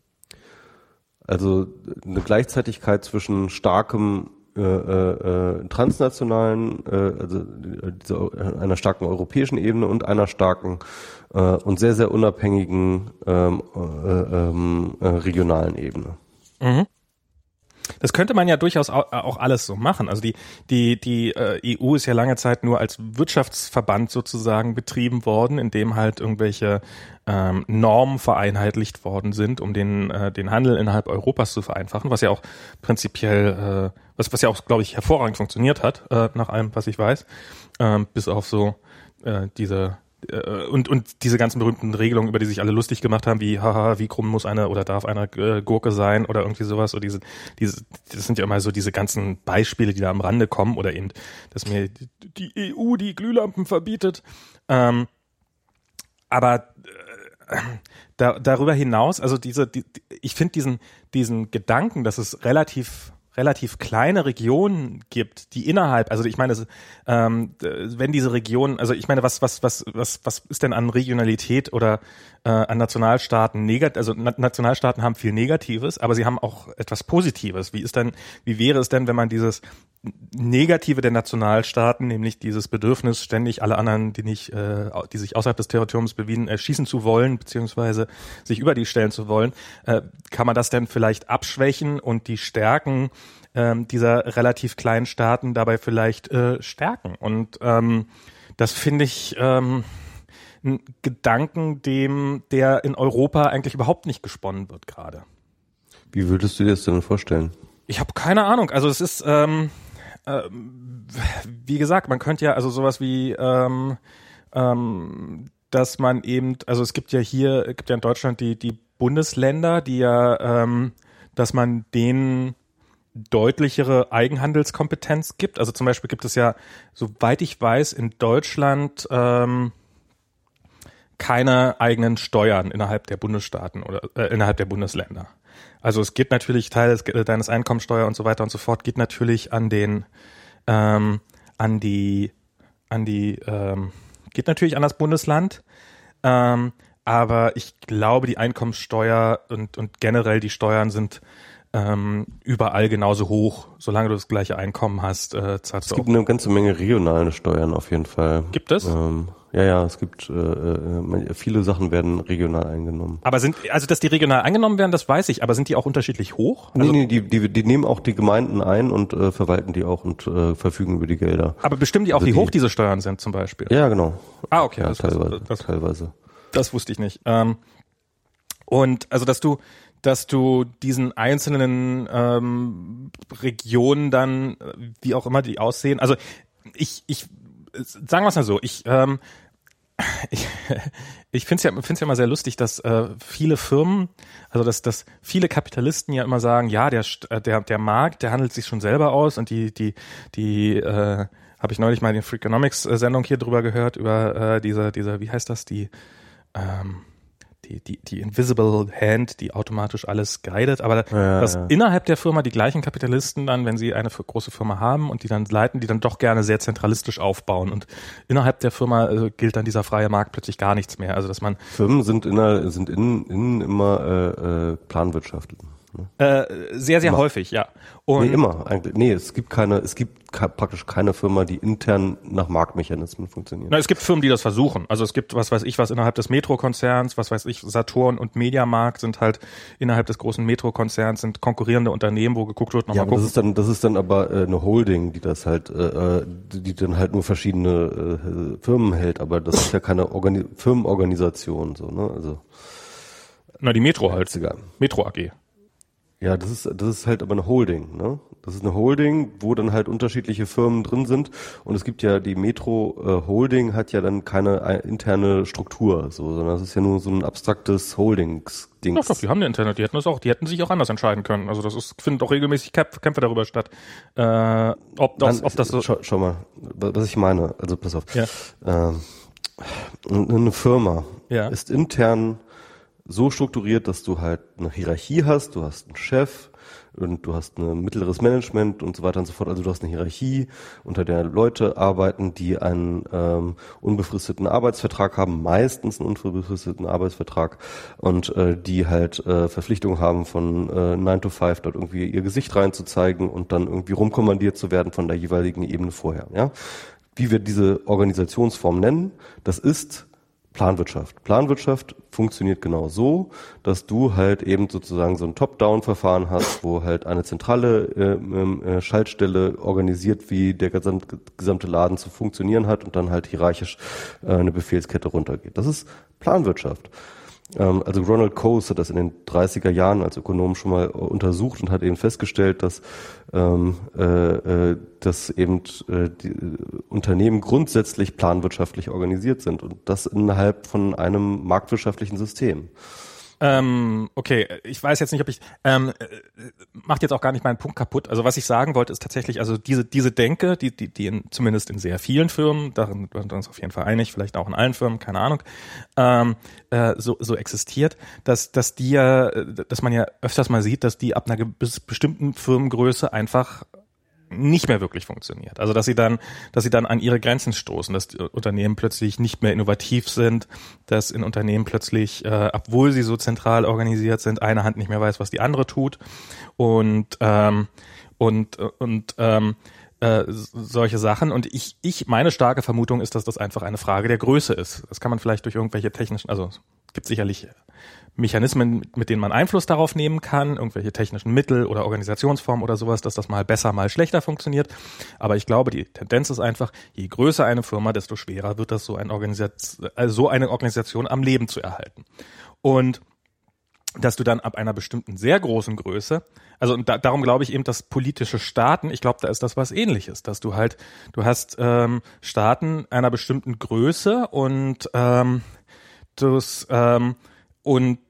Also eine Gleichzeitigkeit zwischen starkem äh, äh, transnationalen, äh, also dieser, einer starken europäischen Ebene und einer starken äh, und sehr, sehr unabhängigen ähm, äh, ähm, äh, regionalen Ebene. Mhm. das könnte man ja durchaus auch, auch alles so machen. Also die die die äh, E U ist ja lange Zeit nur als Wirtschaftsverband sozusagen betrieben worden, in dem halt irgendwelche ähm, Normen vereinheitlicht worden sind, um den äh, den Handel innerhalb Europas zu vereinfachen, was ja auch prinzipiell äh, was was ja auch, glaube ich, hervorragend funktioniert hat, äh, nach allem, was ich weiß, ähm, bis auf so äh, diese Und, und diese ganzen berühmten Regelungen, über die sich alle lustig gemacht haben, wie, haha, wie krumm muss eine oder darf eine äh, Gurke sein oder irgendwie sowas, oder diese, diese, das sind ja immer so diese ganzen Beispiele, die da am Rande kommen, oder eben, dass mir die, die E U die Glühlampen verbietet. Ähm, aber äh, da, darüber hinaus, also diese, die, ich finde diesen, diesen Gedanken, dass es relativ relativ kleine Regionen gibt, die innerhalb, also ich meine, das, ähm, wenn diese Regionen, also ich meine, was was was was was ist denn an Regionalität oder äh, an Nationalstaaten negativ? Also Na- Nationalstaaten haben viel Negatives, aber sie haben auch etwas Positives. Wie ist denn, wie wäre es denn, wenn man dieses Negative der Nationalstaaten, nämlich dieses Bedürfnis, ständig alle anderen, die nicht, äh, die sich außerhalb des Territoriums bewegen, erschießen zu wollen, beziehungsweise sich über die stellen zu wollen, äh, kann man das denn vielleicht abschwächen und die Stärken ähm, dieser relativ kleinen Staaten dabei vielleicht äh, stärken? Und ähm, das finde ich ähm, ein Gedanken, dem der in Europa eigentlich überhaupt nicht gesponnen wird gerade. Wie würdest du dir das denn vorstellen? Ich habe keine Ahnung. Also es ist ähm, wie gesagt, man könnte ja also sowas wie, ähm, ähm, dass man eben, also es gibt ja hier, es gibt ja in Deutschland die die Bundesländer, die ja, ähm, dass man denen deutlichere Eigenhandelskompetenz gibt. Also zum Beispiel gibt es ja, soweit ich weiß, in Deutschland ähm, keine eigenen Steuern innerhalb der Bundesstaaten oder äh, innerhalb der Bundesländer. Also es geht natürlich, Teil des, deines Einkommensteuer und so weiter und so fort, geht natürlich an den, ähm, an die, an die, ähm, geht natürlich an das Bundesland, ähm, aber ich glaube, die Einkommensteuer und, und generell die Steuern sind ähm, überall genauso hoch, solange du das gleiche Einkommen hast, äh, zahlst du. Es gibt eine ganze Menge regionale Steuern auf jeden Fall. Gibt es? Ähm, ja, ja, es gibt, äh, viele Sachen werden regional eingenommen. Aber sind, also dass die regional eingenommen werden, das weiß ich, aber sind die auch unterschiedlich hoch? Also, nee, nee, die, die, die nehmen auch die Gemeinden ein und äh, verwalten die auch und äh, verfügen über die Gelder. Aber bestimmen die auch, also wie die, hoch diese Steuern sind zum Beispiel? Ja, genau. Ah, okay. Ja, das, teilweise, das, teilweise. Das wusste ich nicht. Ähm, und also, dass du, dass du diesen einzelnen ähm, Regionen dann, wie auch immer die aussehen, also ich, ich, sagen wir es mal so, ich, ähm, ich, ich finde es ja, find's ja immer sehr lustig, dass äh, viele Firmen, also dass, dass viele Kapitalisten ja immer sagen, ja, der, der, der Markt, der handelt sich schon selber aus und die, die, die, äh, habe ich neulich mal in der Freakonomics-Sendung hier drüber gehört, über äh, diese, diese, wie heißt das, die, ähm, die, die, die Invisible Hand, die automatisch alles guidet, aber ja, dass ja. innerhalb der Firma die gleichen Kapitalisten dann, wenn sie eine große Firma haben und die dann leiten, die dann doch gerne sehr zentralistisch aufbauen und innerhalb der Firma also, gilt dann dieser freie Markt plötzlich gar nichts mehr. Also dass man Firmen sind inner, sind innen, innen immer äh, äh, Planwirtschaft. Äh, sehr, sehr immer. häufig, ja. Und nee, immer eigentlich. Nee, es gibt keine, es gibt ka- praktisch keine Firma, die intern nach Marktmechanismen funktioniert. Na, es gibt Firmen, die das versuchen. Also es gibt, was weiß ich, was innerhalb des Metro-Konzerns, was weiß ich, Saturn und Mediamarkt sind halt innerhalb des großen Metro-Konzerns sind konkurrierende Unternehmen, wo geguckt wird, nochmal Ja, aber gucken. das ist dann, das ist dann aber äh, eine Holding, die das halt, äh, die dann halt nur verschiedene äh, Firmen hält, aber das ist ja keine Organi- Firmenorganisation, so, ne, also. Na, die Metro halt. Ist egal. Metro A G. Ja, das ist, das ist halt aber eine Holding, ne? Das ist eine Holding, wo dann halt unterschiedliche Firmen drin sind. Und es gibt ja, die Metro äh, Holding hat ja dann keine äh, interne Struktur, so, sondern das ist ja nur so ein abstraktes Holdings-Ding. Doch, doch, die haben eine Interne, die hätten das auch, die hätten sich auch anders entscheiden können. Also das ist, finden auch regelmäßig Kämpfe, Kämpfe darüber statt. Äh, ob das, Nein, ob das so. schau, schau mal, was ich meine, also pass auf. Ja. Ähm, eine Firma Ja. ist intern so strukturiert, dass du halt eine Hierarchie hast, du hast einen Chef und du hast ein mittleres Management und so weiter und so fort. Also du hast eine Hierarchie, unter der Leute arbeiten, die einen ähm, unbefristeten Arbeitsvertrag haben, meistens einen unbefristeten Arbeitsvertrag und äh, die halt äh, Verpflichtungen haben von äh, nine to five dort irgendwie ihr Gesicht reinzuzeigen und dann irgendwie rumkommandiert zu werden von der jeweiligen Ebene vorher. Ja, wie wir diese Organisationsform nennen, das ist Planwirtschaft. Planwirtschaft funktioniert genau so, dass du halt eben sozusagen so ein Top-Down-Verfahren hast, wo halt eine zentrale äh, äh, Schaltstelle organisiert, wie der gesamte, gesamte Laden zu funktionieren hat und dann halt hierarchisch äh, eine Befehlskette runtergeht. Das ist Planwirtschaft. Ähm, also Ronald Coase hat das in den dreißiger Jahren als Ökonom schon mal untersucht und hat eben festgestellt, dass ähm, äh, dass eben äh, die Unternehmen grundsätzlich planwirtschaftlich organisiert sind und das innerhalb von einem marktwirtschaftlichen System. Ähm, okay, ich weiß jetzt nicht, ob ich, ähm, macht jetzt auch gar nicht meinen Punkt kaputt. Also was ich sagen wollte, ist tatsächlich, also diese diese Denke, die die die in, zumindest in sehr vielen Firmen, darin sind wir uns auf jeden Fall einig, vielleicht auch in allen Firmen, keine Ahnung, ähm, äh, so so existiert, dass dass die ja, dass man ja öfters mal sieht, dass die ab einer bestimmten Firmengröße einfach nicht mehr wirklich funktioniert. Also dass sie dann, dass sie dann an ihre Grenzen stoßen, dass die Unternehmen plötzlich nicht mehr innovativ sind, dass in Unternehmen plötzlich, äh, obwohl sie so zentral organisiert sind, eine Hand nicht mehr weiß, was die andere tut und ähm, und und ähm, äh, solche Sachen. Und ich, ich, meine starke Vermutung ist, dass das einfach eine Frage der Größe ist. Das kann man vielleicht durch irgendwelche technischen, also es gibt sicherlich Mechanismen, mit denen man Einfluss darauf nehmen kann, irgendwelche technischen Mittel oder Organisationsformen oder sowas, dass das mal besser, mal schlechter funktioniert. Aber ich glaube, die Tendenz ist einfach, je größer eine Firma, desto schwerer wird das, so eine Organisation, also so eine Organisation am Leben zu erhalten. Und dass du dann ab einer bestimmten sehr großen Größe, also und da, darum glaube ich eben, dass politische Staaten, ich glaube, da ist das was Ähnliches, dass du halt, du hast ähm, Staaten einer bestimmten Größe und ähm, das ähm, und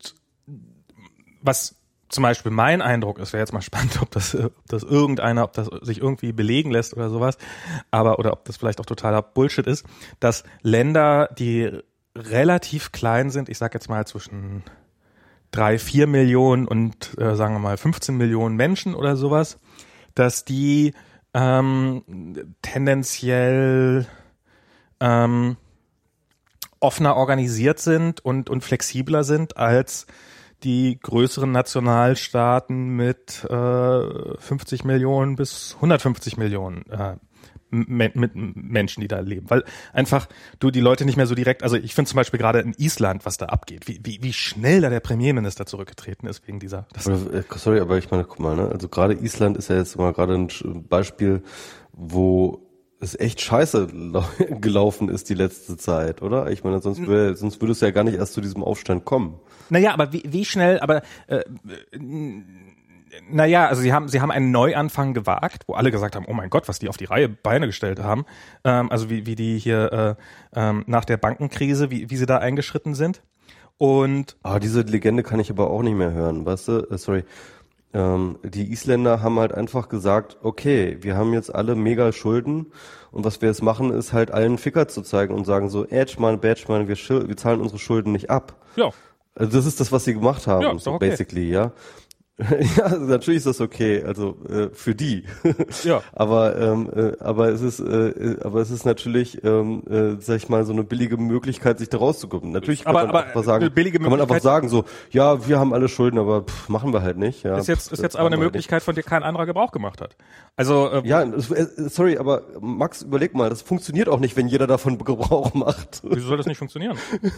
was zum Beispiel mein Eindruck ist, wäre jetzt mal spannend, ob das, ob das irgendeiner, ob das sich irgendwie belegen lässt oder sowas, aber oder ob das vielleicht auch totaler Bullshit ist, dass Länder, die relativ klein sind, ich sag jetzt mal zwischen drei, vier Millionen und äh, sagen wir mal fünfzehn Millionen Menschen oder sowas, dass die ähm, tendenziell ähm, offener organisiert sind und und flexibler sind als die größeren Nationalstaaten mit äh, fünfzig Millionen bis hundertfünfzig Millionen äh, mit, mit Menschen, die da leben, weil einfach du die Leute nicht mehr so direkt, also ich finde zum Beispiel gerade in Island, was da abgeht, wie wie wie schnell da der Premierminister zurückgetreten ist wegen dieser. Das Sorry, aber ich meine, guck mal, ne, also gerade Island ist ja jetzt mal gerade ein Beispiel, wo es echt scheiße gelaufen ist die letzte Zeit, oder? Ich meine, sonst würde, sonst würde es ja gar nicht erst zu diesem Aufstand kommen. Naja, aber wie, wie schnell, aber äh, naja, also sie haben sie haben einen Neuanfang gewagt, wo alle gesagt haben, oh mein Gott, was die auf die Reihe Beine gestellt haben. Ähm, also wie wie die hier äh, ähm, nach der Bankenkrise, wie wie sie da eingeschritten sind. Und ah, diese Legende kann ich aber auch nicht mehr hören, weißt du? Äh, sorry. Ähm, die Isländer haben halt einfach gesagt, okay, wir haben jetzt alle mega Schulden und was wir jetzt machen, ist halt allen Ficker zu zeigen und sagen so, Edge, man, Badge, man, wir, wir zahlen unsere Schulden nicht ab. Ja. Also das ist das, was sie gemacht haben, ja, ist so doch okay. Basically, ja. Ja, also natürlich ist das okay, also äh, für die. Ja. aber ähm, äh, aber es ist äh, aber es ist natürlich, ähm, äh, sag ich mal, so eine billige Möglichkeit, sich da rauszukommen. Natürlich kann aber, man aber einfach sagen, billige kann man einfach sagen so, ja, wir haben alle Schulden, aber pff, machen wir halt nicht. Ja, ist jetzt pff, ist jetzt aber eine Möglichkeit, von der kein anderer Gebrauch gemacht hat. Also äh, ja, sorry, aber Max, überleg mal, das funktioniert auch nicht, wenn jeder davon Gebrauch macht. Wieso soll das nicht funktionieren?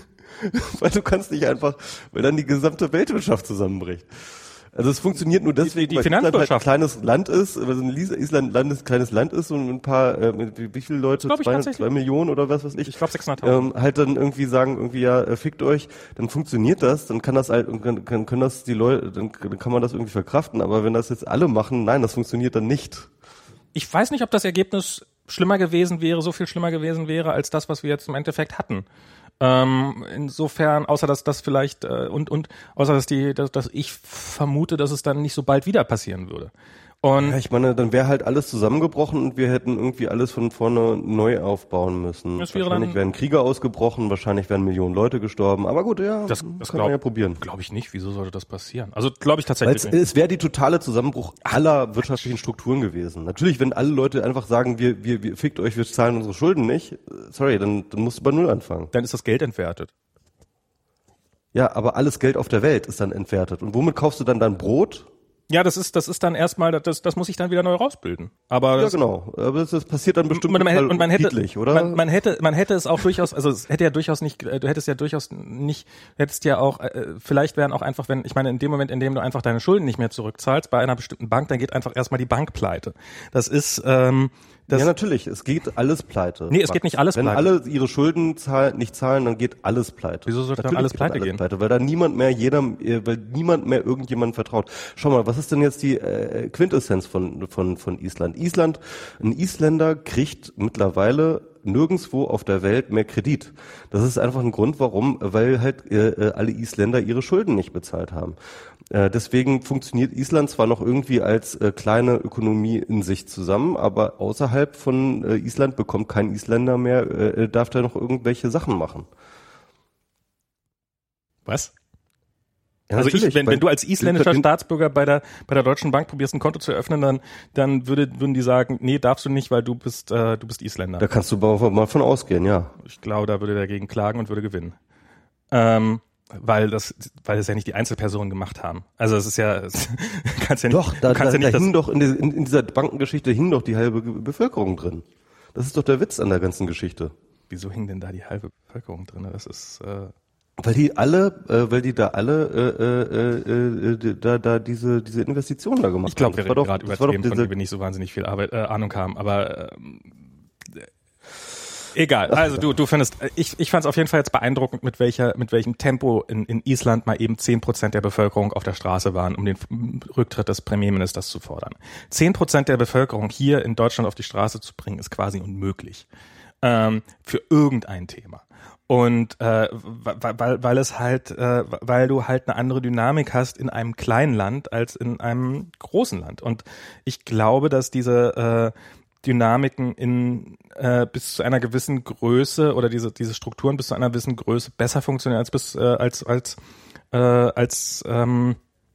Weil du kannst nicht einfach, weil dann die gesamte Weltwirtschaft zusammenbricht. Also es funktioniert nur deswegen, die, die weil Island halt ein kleines Land ist, weil Island ein kleines Land ist und ein paar, äh, wie, wie viele Leute, zwei, zwei Millionen oder was weiß ich, ich glaube sechshunderttausend, ähm, halt dann irgendwie sagen, irgendwie ja, äh, fickt euch, dann funktioniert das, dann kann das halt, dann können, können das die Leute, dann, dann kann man das irgendwie verkraften, aber wenn das jetzt alle machen, nein, das funktioniert dann nicht. Ich weiß nicht, ob das Ergebnis schlimmer gewesen wäre, so viel schlimmer gewesen wäre, als das, was wir jetzt im Endeffekt hatten. Ähm, insofern, außer dass das vielleicht äh, und und außer dass die, dass, dass ich vermute, dass es dann nicht so bald wieder passieren würde. Und ja, ich meine, dann wäre halt alles zusammengebrochen und wir hätten irgendwie alles von vorne neu aufbauen müssen. Das wäre wahrscheinlich dann, wären Kriege ausgebrochen, wahrscheinlich wären Millionen Leute gestorben. Aber gut, ja, das, das kann glaub, man ja probieren. Glaube ich nicht. Wieso sollte das passieren? Also glaube ich tatsächlich. Weil es wäre die totale Zusammenbruch aller wirtschaftlichen Strukturen gewesen. Natürlich, wenn alle Leute einfach sagen, wir, wir, wir fickt euch, wir zahlen unsere Schulden nicht. Sorry, dann, dann musst du bei Null anfangen. Dann ist das Geld entwertet. Ja, aber alles Geld auf der Welt ist dann entwertet. Und womit kaufst du dann dein Brot? Ja, das ist, das ist dann erstmal, das, das muss ich dann wieder neu rausbilden. Aber ja, das, genau. Aber das, das passiert dann bestimmt man, man hätte, und man hätte, friedlich, oder? Man, man hätte, man hätte es auch durchaus, also es hätte ja durchaus nicht, du hättest ja durchaus nicht, du hättest ja auch, äh, vielleicht wären auch einfach, wenn, ich meine, in dem Moment, in dem du einfach deine Schulden nicht mehr zurückzahlst bei einer bestimmten Bank, dann geht einfach erstmal die Bank pleite. Das ist, ähm, das, ja, natürlich. Es geht alles pleite. Nee, es geht nicht alles Wenn pleite. alle ihre Schulden zahlen, nicht zahlen, dann geht alles pleite. Wieso sollte Natürlich dann alles geht pleite alles gehen? Pleite, weil da niemand mehr jeder, weil niemand mehr irgendjemandem vertraut. Schau mal, was ist denn jetzt die äh, Quintessenz von von von Island? Island, ein Isländer kriegt mittlerweile nirgendwo auf der Welt mehr Kredit. Das ist einfach ein Grund, warum, weil halt äh, alle Isländer ihre Schulden nicht bezahlt haben. Äh, deswegen funktioniert Island zwar noch irgendwie als äh, kleine Ökonomie in sich zusammen, aber außerhalb von äh, Island bekommt kein Isländer mehr, äh, darf da noch irgendwelche Sachen machen. Was? Ja, also ich, wenn, weil- wenn du als isländischer Staatsbürger bei der bei der Deutschen Bank probierst, ein Konto zu öffnen, dann dann würde, würden die sagen, nee, darfst du nicht, weil du bist äh, du bist Isländer. Da kannst du mal mal von ausgehen, ja. Ich glaube, da würde der dagegen klagen und würde gewinnen. Ähm, weil das, weil das ja nicht die Einzelpersonen gemacht haben. Also es ist ja, es, kannst ja nicht, Doch, da, kannst da, ja nicht da das, hing doch in, die, in, in dieser Bankengeschichte hing doch die halbe Ge- Bevölkerung drin. Das ist doch der Witz an der ganzen Geschichte. wieso hing denn da die halbe Bevölkerung drin? Das ist, äh, Weil die alle, äh, weil die da alle äh, äh, äh, da da diese diese Investitionen da gemacht ich glaube, wir haben. Das reden war gerade doch- über das war doch Themen, von diese- denen wir nicht so wahnsinnig viel Arbeit, äh, Ahnung haben, aber ähm, egal. Also du, du findest, ich, ich fand es auf jeden Fall jetzt beeindruckend, mit welcher, mit welchem Tempo in, in Island mal eben zehn Prozent der Bevölkerung auf der Straße waren, um den Rücktritt des Premierministers zu fordern. Zehn Prozent der Bevölkerung hier in Deutschland auf die Straße zu bringen, ist quasi unmöglich. Ähm, für irgendein Thema. Und äh, weil, weil, weil es halt, äh, weil du halt eine andere Dynamik hast in einem kleinen Land als in einem großen Land. Und ich glaube, dass diese äh, Dynamiken in äh, bis zu einer gewissen Größe oder diese diese Strukturen bis zu einer gewissen Größe besser funktionieren als bis äh, als als äh, als ähm,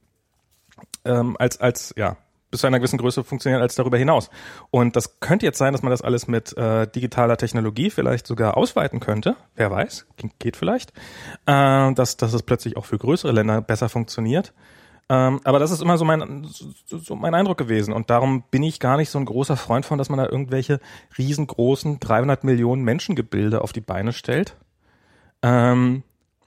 ähm, als als ja bis zu einer gewissen Größe funktionieren als darüber hinaus. Und das könnte jetzt sein, dass man das alles mit äh, digitaler Technologie vielleicht sogar ausweiten könnte. Wer weiß, geht vielleicht. Äh, dass dass es plötzlich auch für größere Länder besser funktioniert. Ähm, aber das ist immer so mein, so, so mein Eindruck gewesen. Und darum bin ich gar nicht so ein großer Freund von, dass man da irgendwelche riesengroßen dreihundert Millionen Menschengebilde auf die Beine stellt. Ähm,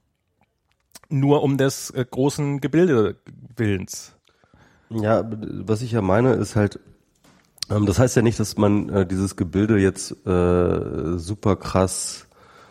nur um des äh, großen Gebilde-Willens. Ja, was ich ja meine, ist halt, ähm, das heißt ja nicht, dass man äh, dieses Gebilde jetzt äh, super krass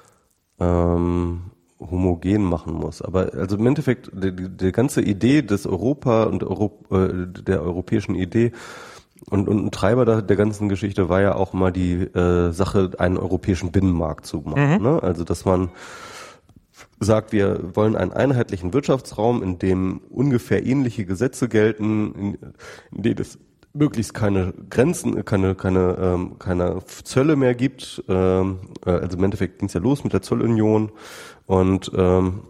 ähm, homogen machen muss. Aber also im Endeffekt, die, die, die ganze Idee des Europa und Euro, äh, der europäischen Idee und, und ein Treiber der, der ganzen Geschichte war ja auch mal die äh, Sache, einen europäischen Binnenmarkt zu machen. Mhm. Ne? Also dass man sagt, wir wollen einen einheitlichen Wirtschaftsraum, in dem ungefähr ähnliche Gesetze gelten, in, in dem es möglichst keine Grenzen, keine keine ähm, keine Zölle mehr gibt. Ähm, also im Endeffekt ging es ja los mit der Zollunion und ähm,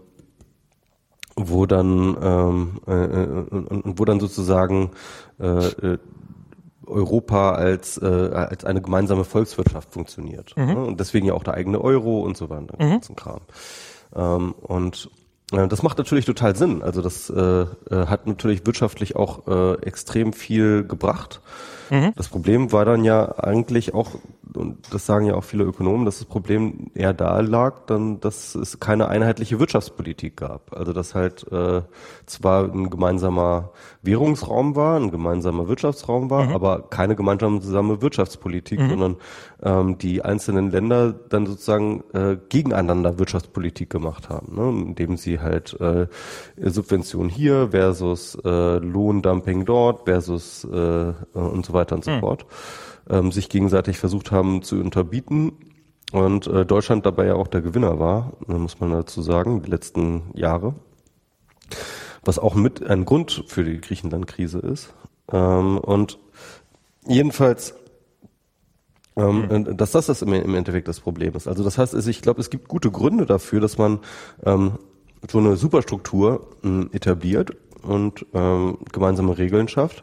wo dann ähm, äh, und, und wo dann sozusagen äh, Europa als äh, als eine gemeinsame Volkswirtschaft funktioniert. Mhm. Ne? Und deswegen ja auch der eigene Euro und so weiter, mhm. ganzen Kram. Ähm, und äh, das macht natürlich total Sinn. Also das äh, äh, hat natürlich wirtschaftlich auch äh, extrem viel gebracht. Mhm. Das Problem war dann ja eigentlich auch, und das sagen ja auch viele Ökonomen, dass das Problem eher da lag, dann, dass es keine einheitliche Wirtschaftspolitik gab. Also dass halt äh, zwar ein gemeinsamer Währungsraum war, ein gemeinsamer Wirtschaftsraum war, mhm. aber keine gemeinsame Wirtschaftspolitik, mhm. sondern ähm, die einzelnen Länder dann sozusagen äh, gegeneinander Wirtschaftspolitik gemacht haben, ne? Indem sie halt äh, Subventionen hier versus äh, Lohndumping dort versus äh, und so weiter und so mhm. fort. Ähm, sich gegenseitig versucht haben zu unterbieten und äh, Deutschland dabei ja auch der Gewinner war, muss man dazu sagen, die letzten Jahre, was auch mit ein Grund für die Griechenland-Krise ist. Ähm, und jedenfalls, ähm, mhm. dass das, das im, im Endeffekt das Problem ist. Also das heißt, also ich glaube, es gibt gute Gründe dafür, dass man ähm, so eine Superstruktur ähm, etabliert und ähm, gemeinsame Regeln schafft.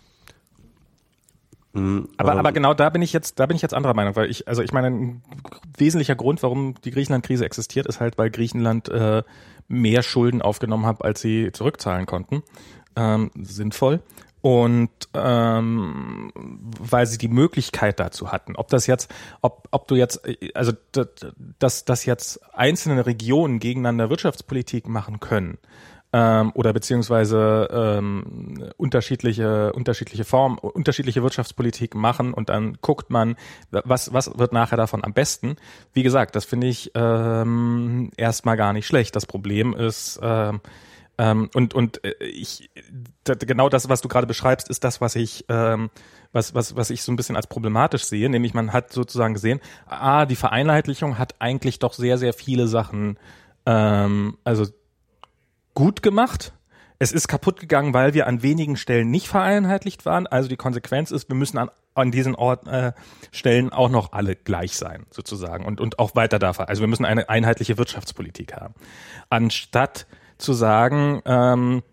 Aber, aber genau da bin ich jetzt, da bin ich jetzt anderer Meinung, weil ich, also ich meine, ein wesentlicher Grund, warum die Griechenland-Krise existiert, ist halt, weil Griechenland äh, mehr Schulden aufgenommen hat, als sie zurückzahlen konnten. Ähm, sinnvoll. Und ähm, weil sie die Möglichkeit dazu hatten. Ob das jetzt, ob ob du jetzt, also dass dass jetzt einzelne Regionen gegeneinander Wirtschaftspolitik machen können ähm, oder beziehungsweise ähm, unterschiedliche unterschiedliche Formen, unterschiedliche Wirtschaftspolitik machen und dann guckt man, was was wird nachher davon am besten. Wie gesagt, das finde ich ähm, erstmal gar nicht schlecht. Das Problem ist ähm, Ähm, und und ich d- genau das, was du gerade beschreibst, ist das, was ich ähm, was was was ich so ein bisschen als problematisch sehe. Nämlich man hat sozusagen gesehen, ah, die Vereinheitlichung hat eigentlich doch sehr sehr viele Sachen ähm, also gut gemacht. Es ist kaputt gegangen, weil wir an wenigen Stellen nicht vereinheitlicht waren. Also die Konsequenz ist, wir müssen an an diesen Ort, äh, Stellen auch noch alle gleich sein, sozusagen, und und auch weiter davon. Also wir müssen eine einheitliche Wirtschaftspolitik haben, anstatt zu sagen, ähm,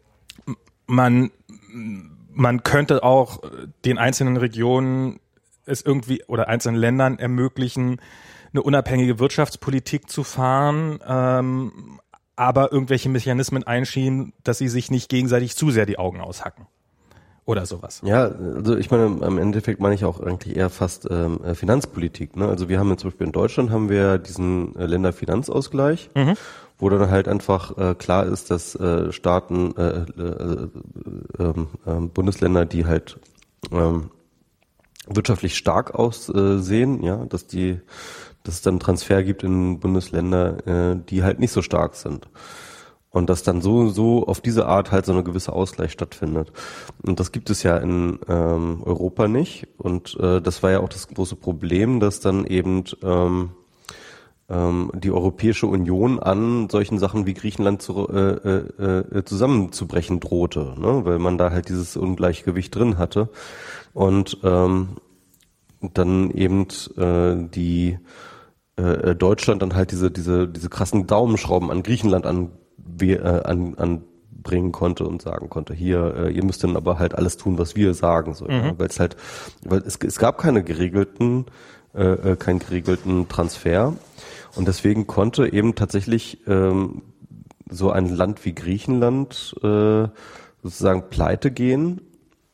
man man könnte auch den einzelnen Regionen es irgendwie oder einzelnen Ländern ermöglichen, eine unabhängige Wirtschaftspolitik zu fahren, ähm, aber irgendwelche Mechanismen einschieben, dass sie sich nicht gegenseitig zu sehr die Augen aushacken. Oder sowas. Ja, also ich meine, im Endeffekt meine ich auch eigentlich eher fast ähm, Finanzpolitik. Ne? Also wir haben jetzt zum Beispiel in Deutschland haben wir diesen äh, Länderfinanzausgleich, mhm. wo dann halt einfach äh, klar ist, dass äh, Staaten, äh, äh, äh, äh, Bundesländer, die halt ähm, wirtschaftlich stark aussehen, ja, dass die, dass es dann Transfer gibt in Bundesländer, äh, die halt nicht so stark sind. Und dass dann so so auf diese Art halt so eine gewisse Ausgleich stattfindet. Und das gibt es ja in ähm, Europa nicht. Und äh, das war ja auch das große Problem, dass dann eben ähm, ähm, die Europäische Union an solchen Sachen wie Griechenland zu, äh, äh, zusammenzubrechen drohte, ne? Weil man da halt dieses Ungleichgewicht drin hatte. Und ähm, dann eben äh, die äh, Deutschland dann halt diese diese diese krassen Daumenschrauben an Griechenland an Wir, äh, an, anbringen konnte und sagen konnte, hier, äh, ihr müsst dann aber halt alles tun, was wir sagen, so, mhm. ja, weil es halt, weil es, es gab keine geregelten, äh, keinen geregelten Transfer und deswegen konnte eben tatsächlich ähm, so ein Land wie Griechenland äh, sozusagen pleite gehen,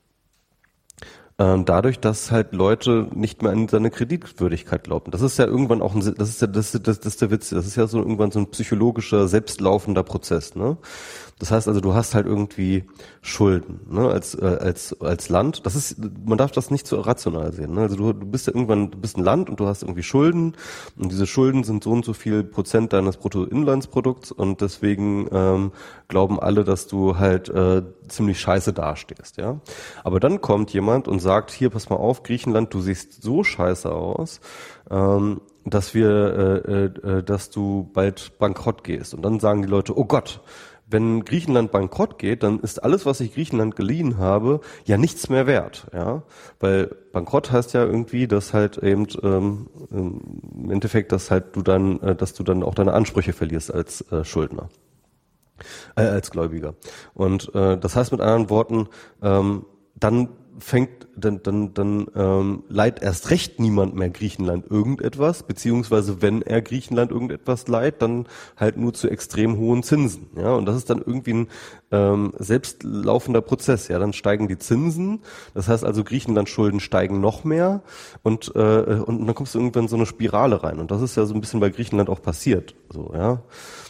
ähm, dadurch, dass halt Leute nicht mehr an seine Kreditwürdigkeit glauben. Das ist ja irgendwann auch ein, das ist ja das, das, das ist der Witz. Das ist ja so irgendwann so ein psychologischer, selbstlaufender Prozess, ne? Das heißt also, du hast halt irgendwie Schulden, ne, als äh, als als Land. Das ist, man darf das nicht so rational sehen, ne? Also du, du bist ja irgendwann, du bist ein Land und du hast irgendwie Schulden und diese Schulden sind so und so viel Prozent deines Bruttoinlandsprodukts und deswegen ähm, glauben alle, dass du halt äh, ziemlich scheiße dastehst, ja. Aber dann kommt jemand und sagt, hier, pass mal auf, Griechenland, du siehst so scheiße aus, ähm, dass wir, äh, äh, dass du bald bankrott gehst. Und dann sagen die Leute, oh Gott, wenn Griechenland bankrott geht, dann ist alles, was ich Griechenland geliehen habe, ja nichts mehr wert, ja, weil bankrott heißt ja irgendwie, dass halt eben ähm, im Endeffekt, dass halt du dann, äh, dass du dann auch deine Ansprüche verlierst als äh, Schuldner, äh, als Gläubiger. Und äh, das heißt mit anderen Worten, ähm, dann fängt, dann, dann, dann ähm, leiht erst recht niemand mehr Griechenland irgendetwas, beziehungsweise wenn er Griechenland irgendetwas leiht, dann halt nur zu extrem hohen Zinsen. Ja, und das ist dann irgendwie ein ähm, selbstlaufender Prozess. Ja, dann steigen die Zinsen, das heißt also Griechenland Schulden steigen noch mehr und äh, und dann kommst du irgendwann in so eine Spirale rein. Und das ist ja so ein bisschen bei Griechenland auch passiert. So, ja.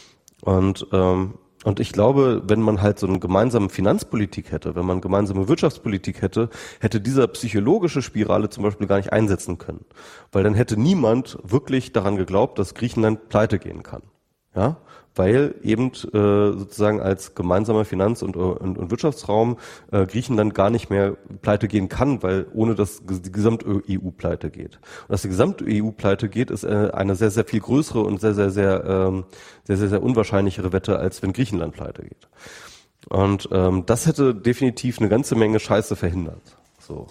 Und ähm, Und ich glaube, wenn man halt so eine gemeinsame Finanzpolitik hätte, wenn man gemeinsame Wirtschaftspolitik hätte, hätte dieser psychologische Spirale zum Beispiel gar nicht einsetzen können. Weil dann hätte niemand wirklich daran geglaubt, dass Griechenland pleite gehen kann. Ja, weil eben äh, sozusagen als gemeinsamer Finanz- und, und, und Wirtschaftsraum äh, Griechenland gar nicht mehr pleite gehen kann, weil ohne dass die Gesamt-E U pleite geht. Und dass die Gesamt-E U pleite geht, ist äh, eine sehr, sehr viel größere und sehr, sehr, sehr, ähm, sehr, sehr, sehr unwahrscheinlichere Wette, als wenn Griechenland pleite geht. Und ähm, das hätte definitiv eine ganze Menge Scheiße verhindert. So.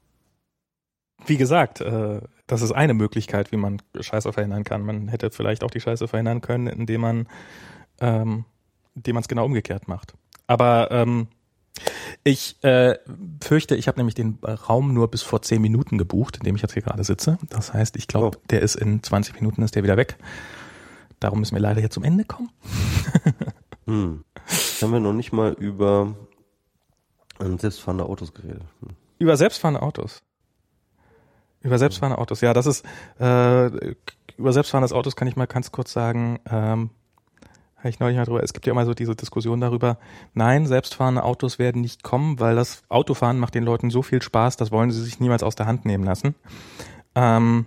Wie gesagt, äh, das ist eine Möglichkeit, wie man Scheiße verhindern kann. Man hätte vielleicht auch die Scheiße verhindern können, indem man ähm, indem man es genau umgekehrt macht. Aber ähm, ich äh, fürchte, ich habe nämlich den Raum nur bis vor zehn Minuten gebucht, in dem ich jetzt hier gerade sitze. Das heißt, ich glaube, oh. der ist in zwanzig Minuten ist der wieder weg. Darum müssen wir leider hier zum Ende kommen. hm. Jetzt haben wir noch nicht mal über Und selbstfahrende Autos geredet. Hm. Über selbstfahrende Autos. Über selbstfahrende Autos, ja, das ist, äh, über selbstfahrendes Autos kann ich mal ganz kurz sagen, ähm, habe ich neulich mal drüber, es gibt ja immer so diese Diskussion darüber, nein, selbstfahrende Autos werden nicht kommen, weil das Autofahren macht den Leuten so viel Spaß, das wollen sie sich niemals aus der Hand nehmen lassen. Ähm,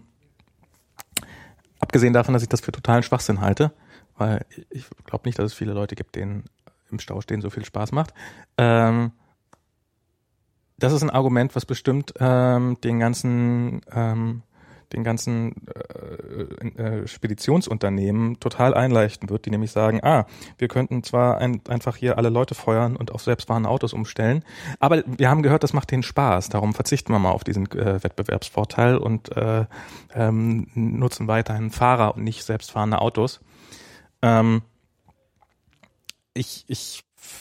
abgesehen davon, dass ich das für totalen Schwachsinn halte, weil ich glaube nicht, dass es viele Leute gibt, denen im Stau stehen so viel Spaß macht. Ähm, Das ist ein Argument, was bestimmt ähm, den ganzen, ähm, den ganzen äh, äh, Speditionsunternehmen total einleuchten wird, die nämlich sagen, ah, wir könnten zwar ein, einfach hier alle Leute feuern und auf selbstfahrende Autos umstellen, aber wir haben gehört, das macht denen Spaß, darum verzichten wir mal auf diesen äh, Wettbewerbsvorteil und äh, ähm, nutzen weiterhin Fahrer und nicht selbstfahrende Autos. Ähm, ich, ich,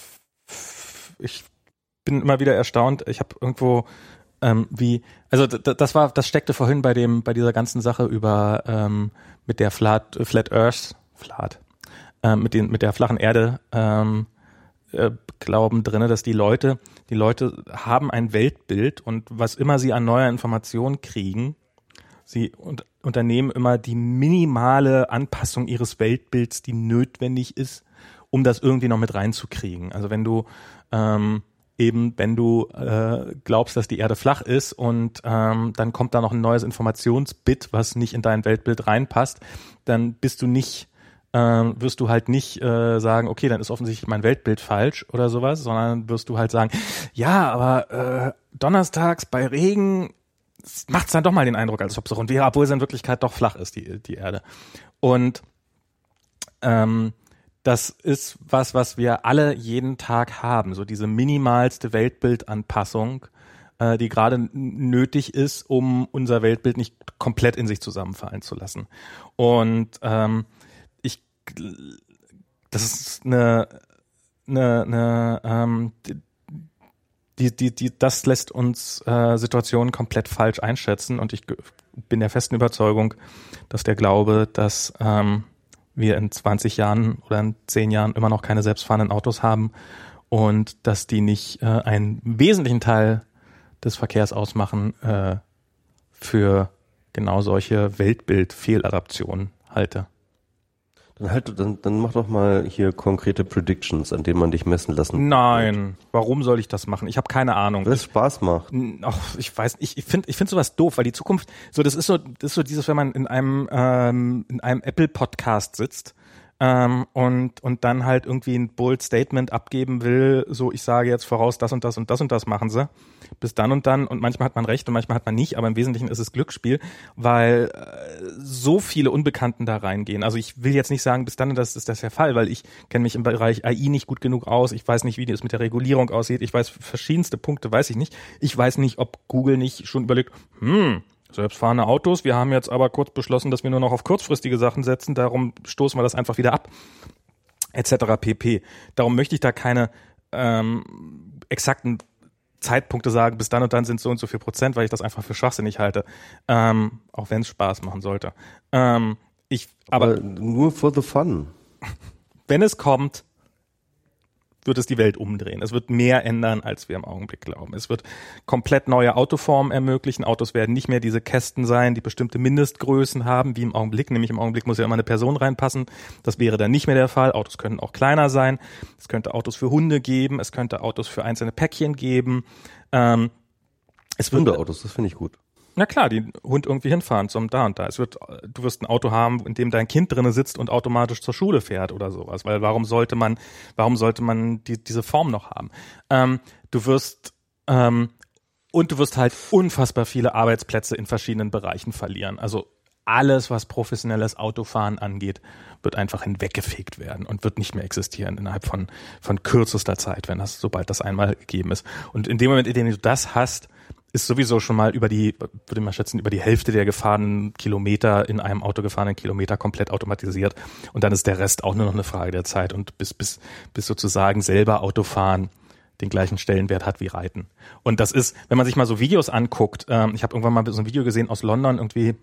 ich bin immer wieder erstaunt. Ich habe irgendwo ähm, wie, also d- das war, das steckte vorhin bei dem, bei dieser ganzen Sache über ähm, mit der Flat, Flat Earth, Flat, ähm, mit den, mit der flachen Erde ähm, äh, Glauben drinne, dass die Leute, die Leute haben ein Weltbild und was immer sie an neuer Information kriegen, sie und, unternehmen immer die minimale Anpassung ihres Weltbilds, die notwendig ist, um das irgendwie noch mit reinzukriegen. Also wenn du ähm, eben, wenn du äh, glaubst, dass die Erde flach ist und ähm, dann kommt da noch ein neues Informationsbit, was nicht in dein Weltbild reinpasst, dann bist du nicht, ähm, wirst du halt nicht äh, sagen, okay, dann ist offensichtlich mein Weltbild falsch oder sowas, sondern wirst du halt sagen, ja, aber äh, donnerstags bei Regen macht es dann doch mal den Eindruck, als ob es rund wäre, obwohl es in Wirklichkeit doch flach ist, die, die Erde. Und ähm, das ist was, was wir alle jeden Tag haben, so diese minimalste Weltbildanpassung, äh, die gerade nötig ist, um unser Weltbild nicht komplett in sich zusammenfallen zu lassen. Und ähm, ich, das ist eine, eine, eine ähm, die, die, die, das lässt uns äh, Situationen komplett falsch einschätzen. Und ich bin der festen Überzeugung, dass der Glaube, dass ähm, wir in zwanzig Jahren oder in zehn Jahren immer noch keine selbstfahrenden Autos haben und dass die nicht äh, einen wesentlichen Teil des Verkehrs ausmachen, äh, für genau solche Weltbild-Fehladaptionen halte. Dann halt, dann, dann mach doch mal hier konkrete Predictions, an denen man dich messen lassen. Nein, warum soll ich das machen? Ich habe keine Ahnung. Weil es Spaß macht. Ach, ich weiß, ich, ich finde, ich finde sowas doof, weil die Zukunft, so das ist so, das ist so dieses, wenn man in einem ähm, in einem Apple Podcast sitzt ähm, und und dann halt irgendwie ein bold Statement abgeben will, so ich sage jetzt voraus, das und das und das und das machen sie, bis dann und dann und manchmal hat man recht und manchmal hat man nicht, aber im Wesentlichen ist es Glücksspiel, weil äh, so viele Unbekannten da reingehen. Also ich will jetzt nicht sagen, bis dann und das ist das der Fall, weil ich kenne mich im Bereich A I nicht gut genug aus, ich weiß nicht, wie es mit der Regulierung aussieht, ich weiß verschiedenste Punkte, weiß ich nicht. Ich weiß nicht, ob Google nicht schon überlegt, hm, selbstfahrende Autos, wir haben jetzt aber kurz beschlossen, dass wir nur noch auf kurzfristige Sachen setzen, darum stoßen wir das einfach wieder ab, et cetera pp. Darum möchte ich da keine ähm, exakten Zeitpunkte sagen, bis dann und dann sind so und so viel Prozent, weil ich das einfach für schwachsinnig halte, ähm, auch wenn es Spaß machen sollte. Ähm, ich, aber, aber nur for the fun. Wenn es kommt, wird es die Welt umdrehen. Es wird mehr ändern, als wir im Augenblick glauben. Es wird komplett neue Autoformen ermöglichen. Autos werden nicht mehr diese Kästen sein, die bestimmte Mindestgrößen haben, wie im Augenblick. Nämlich im Augenblick muss ja immer eine Person reinpassen. Das wäre dann nicht mehr der Fall. Autos können auch kleiner sein. Es könnte Autos für Hunde geben. Es könnte Autos für einzelne Päckchen geben. Ähm, es wird Hundeautos, das finde ich gut. Na klar, die Hund irgendwie hinfahren zum da und da. Es wird, du wirst ein Auto haben, in dem dein Kind drinne sitzt und automatisch zur Schule fährt oder sowas. Weil warum sollte man, warum sollte man die, diese Form noch haben? Ähm, du wirst ähm, und du wirst halt unfassbar viele Arbeitsplätze in verschiedenen Bereichen verlieren. Also alles, was professionelles Autofahren angeht, wird einfach hinweggefegt werden und wird nicht mehr existieren innerhalb von von kürzester Zeit, wenn das, sobald das einmal gegeben ist. Und in dem Moment, in dem du das hast, ist sowieso schon mal über die, würde ich mal schätzen, über die Hälfte der gefahrenen Kilometer in einem Auto gefahrenen Kilometer komplett automatisiert. Und dann ist der Rest auch nur noch eine Frage der Zeit und bis, bis, bis sozusagen selber Autofahren den gleichen Stellenwert hat wie Reiten. Und das ist, wenn man sich mal so Videos anguckt, ähm, ich habe irgendwann mal so ein Video gesehen aus London, irgendwie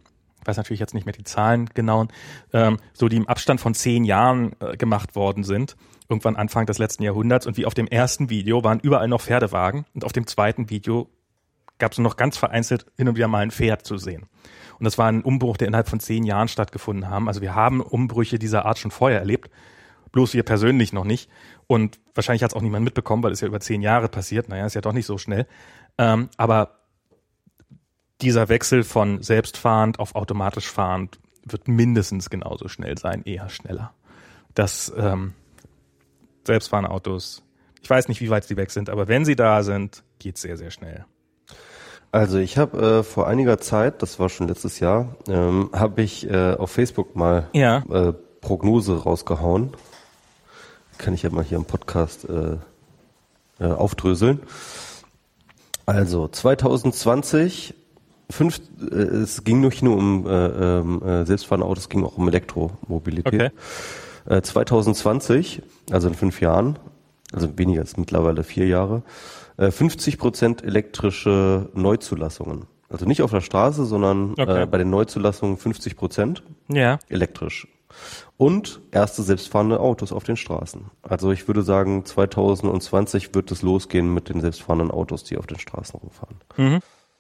ich weiß natürlich jetzt nicht mehr die Zahlen genauen, ähm, so die im Abstand von zehn Jahren äh, gemacht worden sind, irgendwann Anfang des letzten Jahrhunderts. Und wie auf dem ersten Video waren überall noch Pferdewagen und auf dem zweiten Video gab es nur noch ganz vereinzelt hin und wieder mal ein Pferd zu sehen. Und das war ein Umbruch, der innerhalb von zehn Jahren stattgefunden haben. Also wir haben Umbrüche dieser Art schon vorher erlebt, bloß wir persönlich noch nicht. Und wahrscheinlich hat es auch niemand mitbekommen, weil es ja über zehn Jahre passiert. Naja, ist ja doch nicht so schnell. Ähm, aber dieser Wechsel von selbstfahrend auf automatisch fahrend wird mindestens genauso schnell sein, eher schneller. Das ähm, selbstfahrende Autos, ich weiß nicht, wie weit sie weg sind, aber wenn sie da sind, geht's sehr, sehr schnell. Also ich habe äh, vor einiger Zeit, das war schon letztes Jahr, ähm, habe ich äh, auf Facebook mal ja. äh, Prognose rausgehauen. Kann ich ja mal hier im Podcast äh, äh, aufdröseln. Also zwanzig zwanzig Fünf, äh, es ging nicht nur um äh, äh, selbstfahrende Autos, es ging auch um Elektromobilität. Okay. Äh, zwanzig zwanzig, also in fünf Jahren, also weniger als mittlerweile vier Jahre, äh, fünfzig Prozent elektrische Neuzulassungen. Also nicht auf der Straße, sondern okay. äh, bei den Neuzulassungen fünfzig Prozent ja. elektrisch. Und erste selbstfahrende Autos auf den Straßen. Also ich würde sagen, zwanzig zwanzig wird es losgehen mit den selbstfahrenden Autos, die auf den Straßen rumfahren. Mhm.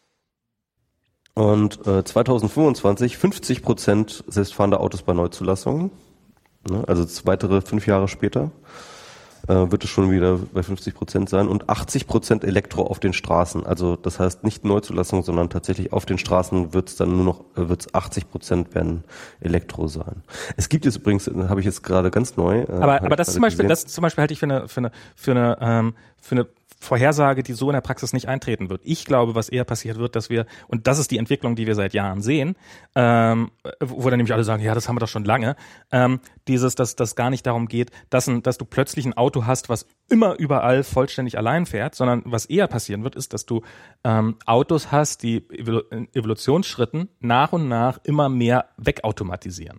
Und äh, zwanzig fünfundzwanzig fünfzig Prozent selbstfahrende Autos bei Neuzulassungen, ne, also weitere fünf Jahre später äh, wird es schon wieder bei fünfzig Prozent sein und achtzig Prozent Elektro auf den Straßen. Also das heißt nicht Neuzulassung, sondern tatsächlich auf den Straßen wird es dann nur noch, äh, wird es achtzig Prozent werden Elektro sein. Es gibt jetzt übrigens, habe ich jetzt gerade ganz neu. Äh, aber aber das zum Beispiel, das zum Beispiel halte ich für eine für eine für eine ähm, für eine Vorhersage, die so in der Praxis nicht eintreten wird. Ich glaube, was eher passiert wird, dass wir, und das ist die Entwicklung, die wir seit Jahren sehen, ähm, wo dann nämlich alle sagen, ja, das haben wir doch schon lange, ähm, dieses, dass das gar nicht darum geht, dass, ein, dass du plötzlich ein Auto hast, was immer überall vollständig allein fährt, sondern was eher passieren wird, ist, dass du ähm, Autos hast, die in Evolutionsschritten nach und nach immer mehr wegautomatisieren.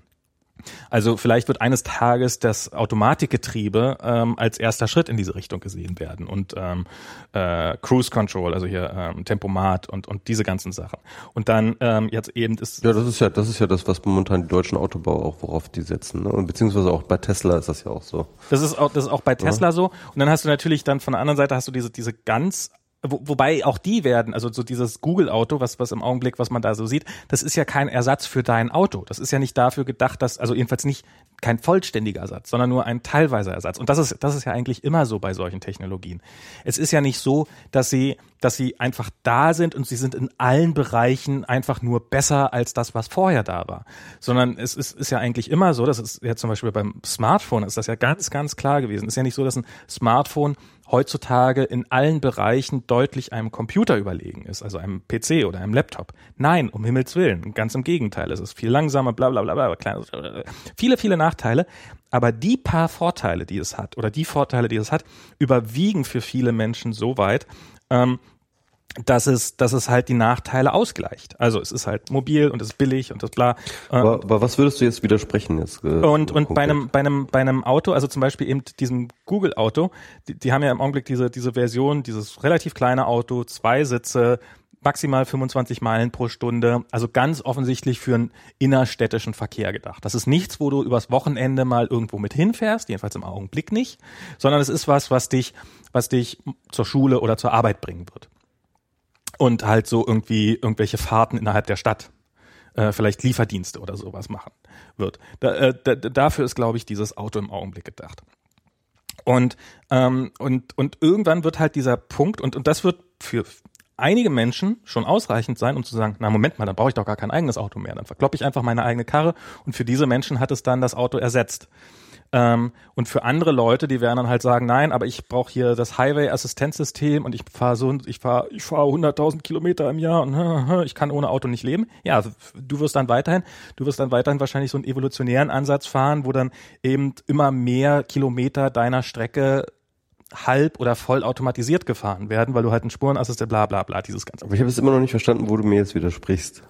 Also vielleicht wird eines Tages das Automatikgetriebe ähm, als erster Schritt in diese Richtung gesehen werden und ähm, äh, Cruise Control, also hier ähm, Tempomat und und diese ganzen Sachen. Und dann ähm, jetzt eben ist ja das ist ja das ist ja das, was momentan die deutschen Autobauer auch worauf die setzen, ne? Und beziehungsweise auch bei Tesla ist das ja auch so. Das ist auch das ist auch bei Tesla ja. so. Und dann hast du natürlich dann von der anderen Seite hast du diese diese ganz Wo, wobei auch die werden, also so dieses Google-Auto, was was im Augenblick, was man da so sieht, das ist ja kein Ersatz für dein Auto. Das ist ja nicht dafür gedacht, dass, also jedenfalls nicht kein vollständiger Ersatz, sondern nur ein teilweiser Ersatz. Und das ist das ist ja eigentlich immer so bei solchen Technologien. Es ist ja nicht so, dass sie dass sie einfach da sind und sie sind in allen Bereichen einfach nur besser als das, was vorher da war. Sondern es ist, ist ja eigentlich immer so, das ist ja zum Beispiel beim Smartphone ist das ja ganz, ganz klar gewesen. Es ist ja nicht so, dass ein Smartphone heutzutage in allen Bereichen deutlich einem Computer überlegen ist, also einem P C oder einem Laptop. Nein, um Himmels Willen, ganz im Gegenteil. Es ist viel langsamer, bla bla bla bla, kleine, viele, viele Nachteile. Aber die paar Vorteile, die es hat, oder die Vorteile, die es hat, überwiegen für viele Menschen so weit, ähm, dass es, dass es halt die Nachteile ausgleicht. Also es ist halt mobil und es ist billig und das bla. Aber, aber was würdest du jetzt widersprechen jetzt? Äh, und und bei einem bei einem bei einem Auto, also zum Beispiel eben diesem Google-Auto, die, die haben ja im Augenblick diese diese Version, dieses relativ kleine Auto, zwei Sitze, maximal fünfundzwanzig Meilen pro Stunde, also ganz offensichtlich für einen innerstädtischen Verkehr gedacht. Das ist nichts, wo du übers Wochenende mal irgendwo mit hinfährst, jedenfalls im Augenblick nicht, sondern es ist was, was dich was dich zur Schule oder zur Arbeit bringen wird. Und halt so irgendwie irgendwelche Fahrten innerhalb der Stadt, äh, vielleicht Lieferdienste oder sowas machen wird. Da, äh, da, dafür ist, glaube ich, dieses Auto im Augenblick gedacht. Und ähm, und und irgendwann wird halt dieser Punkt, und und das wird für einige Menschen schon ausreichend sein, um zu sagen, na Moment mal, dann brauche ich doch gar kein eigenes Auto mehr. Dann verkloppe ich einfach meine eigene Karre, und für diese Menschen hat es dann das Auto ersetzt. Ähm, und für andere Leute, die werden dann halt sagen, nein, aber ich brauche hier das Highway-Assistenzsystem und ich fahre so, ich fahre, ich fahre hunderttausend Kilometer im Jahr und ich kann ohne Auto nicht leben. Ja, du wirst dann weiterhin, du wirst dann weiterhin wahrscheinlich so einen evolutionären Ansatz fahren, wo dann eben immer mehr Kilometer deiner Strecke halb oder voll automatisiert gefahren werden, weil du halt einen Spurenassistent, bla bla bla, dieses ganze. Aber ich habe es immer noch nicht verstanden, wo du mir jetzt widersprichst.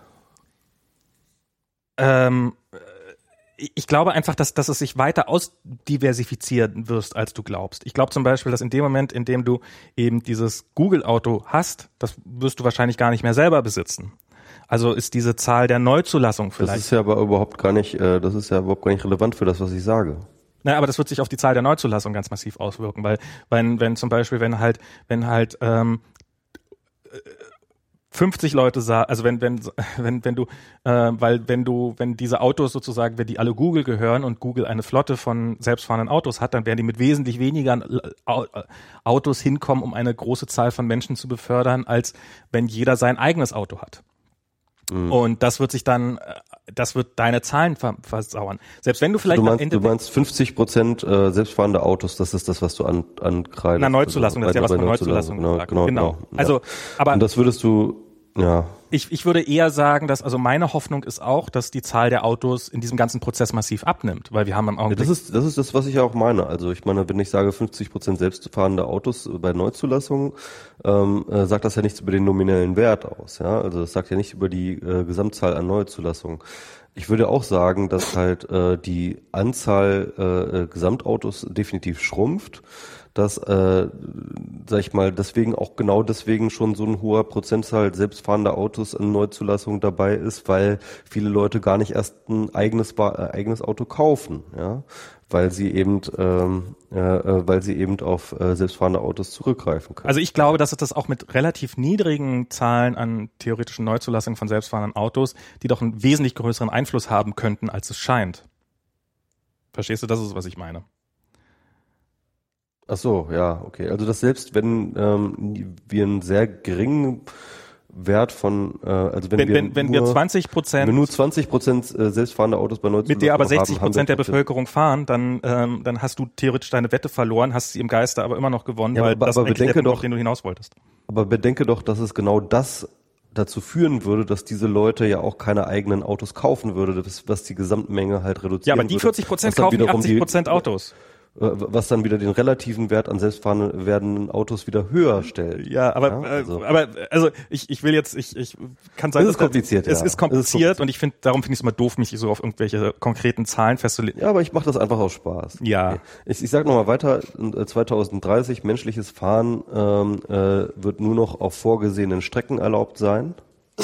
Ähm, Ich glaube einfach, dass, dass es sich weiter ausdiversifizieren wirst, als du glaubst. Ich glaube zum Beispiel, dass in dem Moment, in dem du eben dieses Google-Auto hast, das wirst du wahrscheinlich gar nicht mehr selber besitzen. Also ist diese Zahl der Neuzulassung vielleicht. Das ist ja aber überhaupt gar nicht, äh, das ist ja überhaupt gar nicht relevant für das, was ich sage. Na, aber das wird sich auf die Zahl der Neuzulassung ganz massiv auswirken, weil wenn, wenn zum Beispiel, wenn halt, wenn halt ähm, fünfzig Leute sagen, also wenn, wenn, wenn, wenn du, äh, weil wenn du, wenn diese Autos sozusagen, wenn die alle Google gehören und Google eine Flotte von selbstfahrenden Autos hat, dann werden die mit wesentlich weniger Autos hinkommen, um eine große Zahl von Menschen zu befördern, als wenn jeder sein eigenes Auto hat. Mhm. Und das wird sich dann, das wird deine Zahlen versauern. Selbst wenn du vielleicht du meinst, am Ende. Du meinst fünfzig Prozent äh, selbstfahrende Autos, das ist das, was du an, ankreidest. Na, Neuzulassung, das ist ja was von Neuzulassung genau, gesagt. Genau, genau. genau. Also, aber. Und das würdest du, ja. Ich, ich würde eher sagen, dass, also meine Hoffnung ist auch, dass die Zahl der Autos in diesem ganzen Prozess massiv abnimmt, weil wir haben im Augenblick. Ja, das ist, das ist das, was ich ja auch meine. Also ich meine, wenn ich sage fünfzig Prozent selbstfahrende Autos bei Neuzulassungen, ähm, äh, sagt das ja nichts über den nominellen Wert aus, ja. Also das sagt ja nicht über die äh, Gesamtzahl an Neuzulassungen. Ich würde auch sagen, dass halt äh, die Anzahl äh, Gesamtautos definitiv schrumpft, dass, äh, sag ich mal, deswegen auch genau deswegen schon so ein hoher Prozentzahl selbstfahrender Autos an Neuzulassungen dabei ist, weil viele Leute gar nicht erst ein eigenes äh, eigenes Auto kaufen, ja, weil sie eben ähm, äh, weil sie eben auf äh, selbstfahrende Autos zurückgreifen können. Also ich glaube, dass es das auch mit relativ niedrigen Zahlen an theoretischen Neuzulassungen von selbstfahrenden Autos, die doch einen wesentlich größeren Einfluss haben könnten, als es scheint. Verstehst du, das ist, was ich meine? Ach so, ja, okay. Also dass selbst wenn ähm, wir einen sehr geringen Wert von, äh, also wenn, wenn wir wenn, wenn nur, wir zwanzig Prozent, wenn wir nur zwanzig Prozent äh, selbstfahrende Autos bei Neuzulassungen mit der aber sechzig haben, Prozent der wir Bevölkerung fahren, dann ähm, dann hast du theoretisch deine Wette verloren, hast sie im Geiste aber immer noch gewonnen, ja, weil aber, das aber eigentlich der bedenke Punkt, doch, auf den du hinaus wolltest. Aber bedenke doch, dass es genau das dazu führen würde, dass diese Leute ja auch keine eigenen Autos kaufen würde, das, was die Gesamtmenge halt reduzieren Ja, aber die würde, vierzig Prozent was dann kaufen die wiederum achtzig Prozent Autos. Was dann wieder den relativen Wert an selbstfahrenden werdenden Autos wieder höher stellt. Ja, aber ja, also. Äh, aber also ich ich will jetzt ich ich kann sagen, es ist kompliziert. Es ja. ist kompliziert, es ist kompliziert und ich finde, darum finde ich es immer doof, mich so auf irgendwelche konkreten Zahlen festzulegen. Ja, aber ich mache das einfach aus Spaß. Ja. Okay. Ich, ich sage nochmal weiter, zwanzig dreißig menschliches Fahren ähm, äh, wird nur noch auf vorgesehenen Strecken erlaubt sein.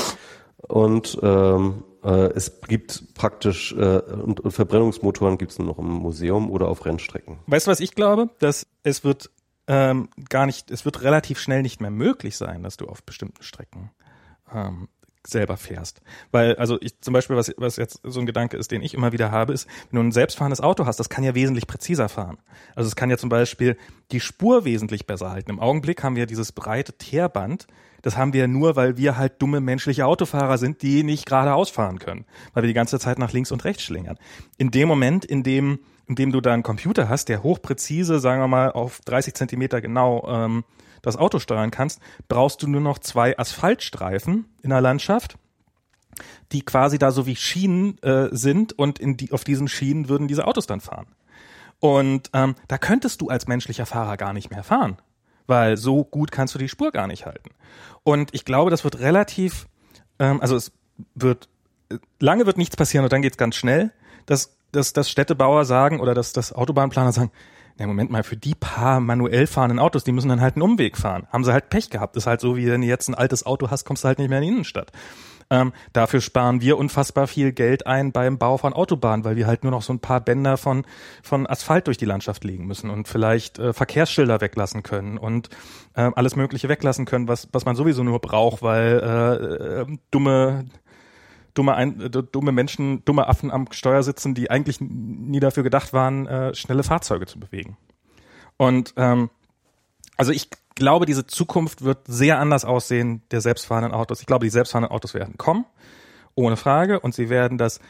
Und ähm, äh, es gibt praktisch, äh, und, und Verbrennungsmotoren gibt es nur noch im Museum oder auf Rennstrecken. Weißt du, was ich glaube? Dass es wird ähm, gar nicht, es wird relativ schnell nicht mehr möglich sein, dass du auf bestimmten Strecken ähm, selber fährst. Weil, also ich zum Beispiel, was, was jetzt so ein Gedanke ist, den ich immer wieder habe, ist, wenn du ein selbstfahrendes Auto hast, das kann ja wesentlich präziser fahren. Also es kann ja zum Beispiel die Spur wesentlich besser halten. Im Augenblick haben wir dieses breite Teerband. Das haben wir nur, weil wir halt dumme menschliche Autofahrer sind, die nicht geradeaus fahren können, weil wir die ganze Zeit nach links und rechts schlingern. In dem Moment, in dem, in dem du da einen Computer hast, der hochpräzise, sagen wir mal, auf dreißig Zentimeter genau ähm, das Auto steuern kannst, brauchst du nur noch zwei Asphaltstreifen in der Landschaft, die quasi da so wie Schienen äh, sind, und in die, auf diesen Schienen würden diese Autos dann fahren. Und ähm, da könntest du als menschlicher Fahrer gar nicht mehr fahren, weil so gut kannst du die Spur gar nicht halten. Und ich glaube, das wird relativ, ähm, also es wird, lange wird nichts passieren und dann geht's ganz schnell, dass, dass, dass Städtebauer sagen oder dass, dass Autobahnplaner sagen, na Moment mal, für die paar manuell fahrenden Autos, die müssen dann halt einen Umweg fahren. Haben sie halt Pech gehabt. Ist halt so, wie wenn du jetzt ein altes Auto hast, kommst du halt nicht mehr in die Innenstadt. Ähm, dafür sparen wir unfassbar viel Geld ein beim Bau von Autobahnen, weil wir halt nur noch so ein paar Bänder von von Asphalt durch die Landschaft legen müssen und vielleicht äh, Verkehrsschilder weglassen können und äh, alles Mögliche weglassen können, was was man sowieso nur braucht, weil äh, äh, dumme dumme ein, äh, dumme Menschen, dumme Affen am Steuer sitzen, die eigentlich nie dafür gedacht waren, äh, schnelle Fahrzeuge zu bewegen. Und ähm, also ich glaube, diese Zukunft wird sehr anders aussehen, der selbstfahrenden Autos. Ich glaube, die selbstfahrenden Autos werden kommen, ohne Frage, und sie werden das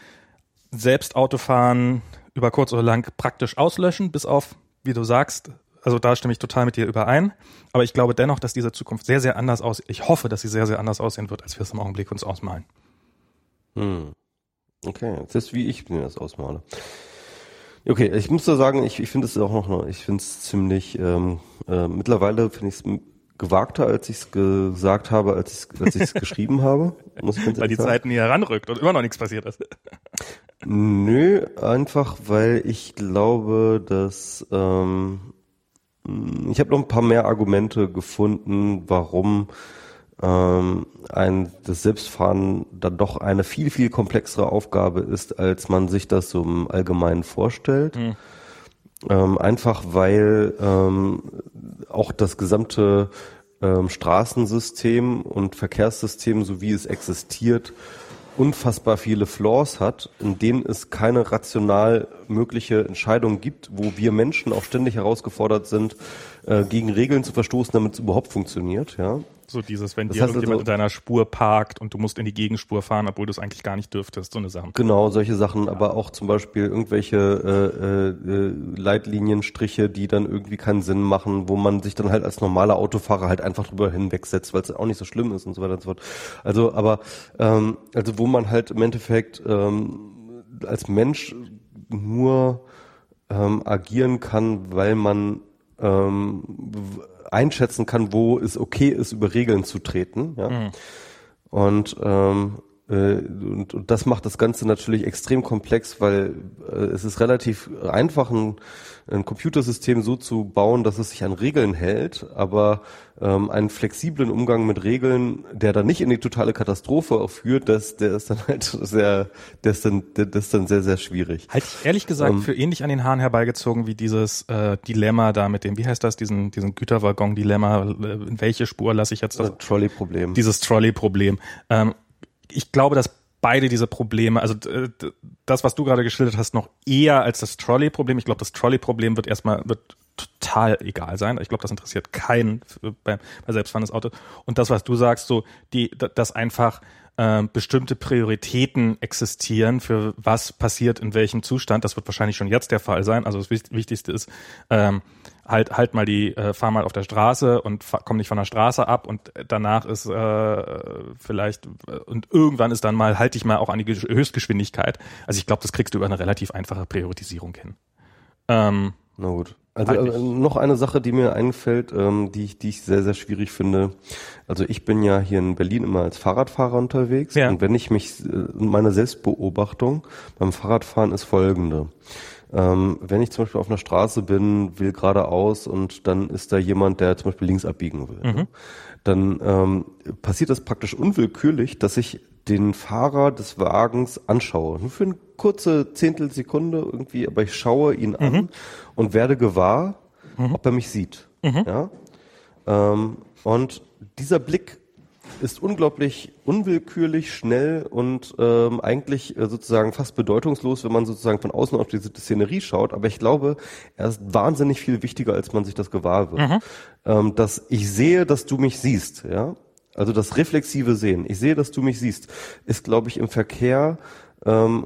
Selbstautofahren über kurz oder lang praktisch auslöschen, bis auf, wie du sagst, also da stimme ich total mit dir überein, aber ich glaube dennoch, dass diese Zukunft sehr, sehr anders aussieht. Ich hoffe, dass sie sehr, sehr anders aussehen wird, als wir es im Augenblick uns ausmalen. Hm. Okay, das ist wie ich mir das ausmale. Okay, ich muss da sagen, ich, ich finde es auch noch, ich finde es ziemlich, ähm, äh, mittlerweile finde ich es gewagter, als ich es gesagt habe, als ich als ich es geschrieben habe. Muss ich weil die sagen. Zeit näher ranrückt und immer noch nichts passiert ist. Nö, einfach weil ich glaube, dass ähm, ich habe noch ein paar mehr Argumente gefunden, warum ähm, ein, das Selbstfahren dann doch eine viel, viel komplexere Aufgabe ist, als man sich das so im Allgemeinen vorstellt. Mhm. Ähm, einfach weil ähm, auch das gesamte ähm, Straßensystem und Verkehrssystem, so wie es existiert, unfassbar viele Flaws hat, in denen es keine rational mögliche Entscheidung gibt, wo wir Menschen auch ständig herausgefordert sind, äh, gegen Regeln zu verstoßen, damit es überhaupt funktioniert, ja. So dieses, wenn das dir heißt irgendjemand also, in deiner Spur parkt und du musst in die Gegenspur fahren, obwohl du es eigentlich gar nicht dürftest, so eine Sache. Genau, solche Sachen, aber auch zum Beispiel irgendwelche äh, äh, Leitlinienstriche, die dann irgendwie keinen Sinn machen, wo man sich dann halt als normaler Autofahrer halt einfach drüber hinwegsetzt, weil es auch nicht so schlimm ist und so weiter und so fort. Also, aber ähm, also wo man halt im Endeffekt ähm, als Mensch nur ähm, agieren kann, weil man ähm, einschätzen kann, wo es okay ist, über Regeln zu treten. Ja? Mhm. Und, ähm, äh, und, und das macht das Ganze natürlich extrem komplex, weil äh, es ist relativ einfach, ein, ein Computersystem so zu bauen, dass es sich an Regeln hält, aber ähm, einen flexiblen Umgang mit Regeln, der dann nicht in die totale Katastrophe führt, das, der ist dann halt sehr, der ist dann, der, das ist dann sehr, sehr schwierig. Halte ich ehrlich gesagt ähm, für ähnlich an den Haaren herbeigezogen wie dieses äh, Dilemma da mit dem, wie heißt das, diesen, diesen Güterwaggon-Dilemma, in welche Spur lasse ich jetzt das? das Trolley-Problem. Dieses Trolley-Problem. Ähm, ich glaube, dass beide diese Probleme, also das, was du gerade geschildert hast, noch eher als das Trolley-Problem. Ich glaube, das Trolley-Problem wird erstmal, wird total egal sein. Ich glaube, das interessiert keinen bei, bei selbstfahrendes Auto. Und das, was du sagst, so, die, dass einfach äh, bestimmte Prioritäten existieren für was passiert in welchem Zustand, das wird wahrscheinlich schon jetzt der Fall sein. Also das Wichtigste ist, ähm, halt halt mal die, äh, fahr mal auf der Straße und fahr, komm nicht von der Straße ab und danach ist äh, vielleicht, und irgendwann ist dann mal, halt dich mal auch an die Höchstgeschwindigkeit. Also ich glaube, das kriegst du über eine relativ einfache Priorisierung hin. Ähm, Na gut. Also äh, noch eine Sache, die mir einfällt, ähm, die ich, die ich sehr, sehr schwierig finde. Also ich bin ja hier in Berlin immer als Fahrradfahrer unterwegs. Ja. Und wenn ich mich, äh, meine Selbstbeobachtung beim Fahrradfahren ist folgende. Ähm, wenn ich zum Beispiel auf einer Straße bin, will geradeaus und dann ist da jemand, der zum Beispiel links abbiegen will, mhm. dann ähm, passiert das praktisch unwillkürlich, dass ich den Fahrer des Wagens anschaue. Nur für eine kurze Zehntelsekunde irgendwie, aber ich schaue ihn an mhm. und werde gewahr, mhm. ob er mich sieht. Mhm. Ja? Ähm, und dieser Blick ist unglaublich unwillkürlich, schnell und ähm, eigentlich äh, sozusagen fast bedeutungslos, wenn man sozusagen von außen auf diese Szenerie schaut. Aber ich glaube, er ist wahnsinnig viel wichtiger, als man sich das gewahr wird. Mhm. Ähm, dass ich sehe, dass du mich siehst, ja. Also das reflexive Sehen. Ich sehe, dass du mich siehst, ist, glaube ich, im Verkehr ähm,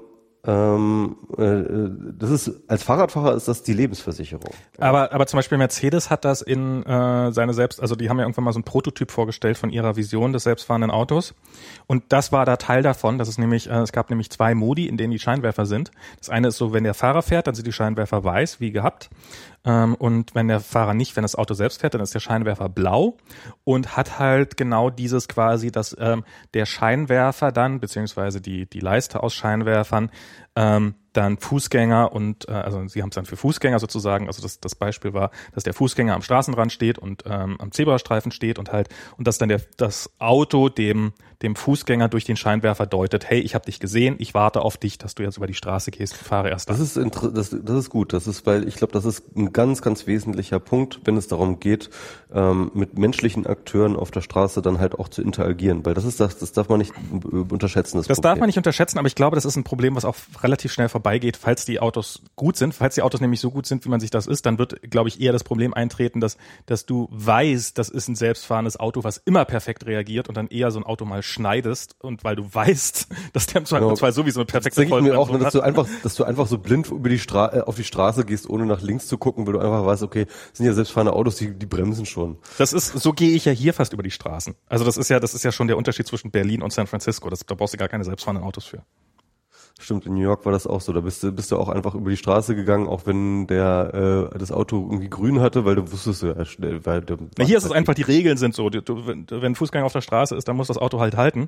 Ähm, äh, das ist, als Fahrradfahrer ist das die Lebensversicherung. Aber, aber zum Beispiel Mercedes hat das in äh, seine selbst, also die haben ja irgendwann mal so einen Prototyp vorgestellt von ihrer Vision des selbstfahrenden Autos. Und das war da Teil davon. Das ist nämlich, äh, es gab nämlich zwei Modi, in denen die Scheinwerfer sind. Das eine ist so, wenn der Fahrer fährt, dann sind die Scheinwerfer weiß, wie gehabt. Ähm, und wenn der Fahrer nicht, wenn das Auto selbst fährt, dann ist der Scheinwerfer blau und hat halt genau dieses quasi, dass ähm, der Scheinwerfer dann, beziehungsweise die, die Leiste aus Scheinwerfern, ähm, dann Fußgänger und, äh, also sie haben es dann für Fußgänger sozusagen, also das, das Beispiel war, dass der Fußgänger am Straßenrand steht und ähm, am Zebrastreifen steht und halt, und dass dann der, das Auto dem, dem Fußgänger durch den Scheinwerfer deutet, hey, ich habe dich gesehen, ich warte auf dich, dass du jetzt über die Straße gehst, fahre erst das ist inter- das, das ist gut, das ist, weil ich glaube, das ist ein ganz, ganz wesentlicher Punkt, wenn es darum geht, ähm, mit menschlichen Akteuren auf der Straße dann halt auch zu interagieren, weil das ist das, das darf man nicht unterschätzen. Das, das darf man nicht unterschätzen, aber ich glaube, das ist ein Problem, was auch relativ schnell vorbeigeht, falls die Autos gut sind. Falls die Autos nämlich so gut sind, wie man sich das ist, dann wird, glaube ich, eher das Problem eintreten, dass, dass du weißt, das ist ein selbstfahrendes Auto, was immer perfekt reagiert und dann eher so ein Auto mal schneidest und weil du weißt, dass der im Zweifelsfall genau. sowieso eine perfekte Folge mir auch, ne, dass du einfach, dass du einfach so blind über die Stra- äh, auf die Straße gehst, ohne nach links zu gucken, weil du einfach weißt, okay, sind ja selbstfahrende Autos, die, die bremsen schon. Das ist, so gehe ich ja hier fast über die Straßen. Also das ist ja, das ist ja schon der Unterschied zwischen Berlin und San Francisco. Das, da brauchst du gar keine selbstfahrenden Autos für. Stimmt, in New York war das auch so. Da bist du, bist du auch einfach über die Straße gegangen, auch wenn der äh, das Auto irgendwie grün hatte, weil du wusstest, ja, schnell, weil der Na, hier ist es einfach, die Regeln sind so. Du, du, wenn ein Fußgänger auf der Straße ist, dann muss das Auto halt halten.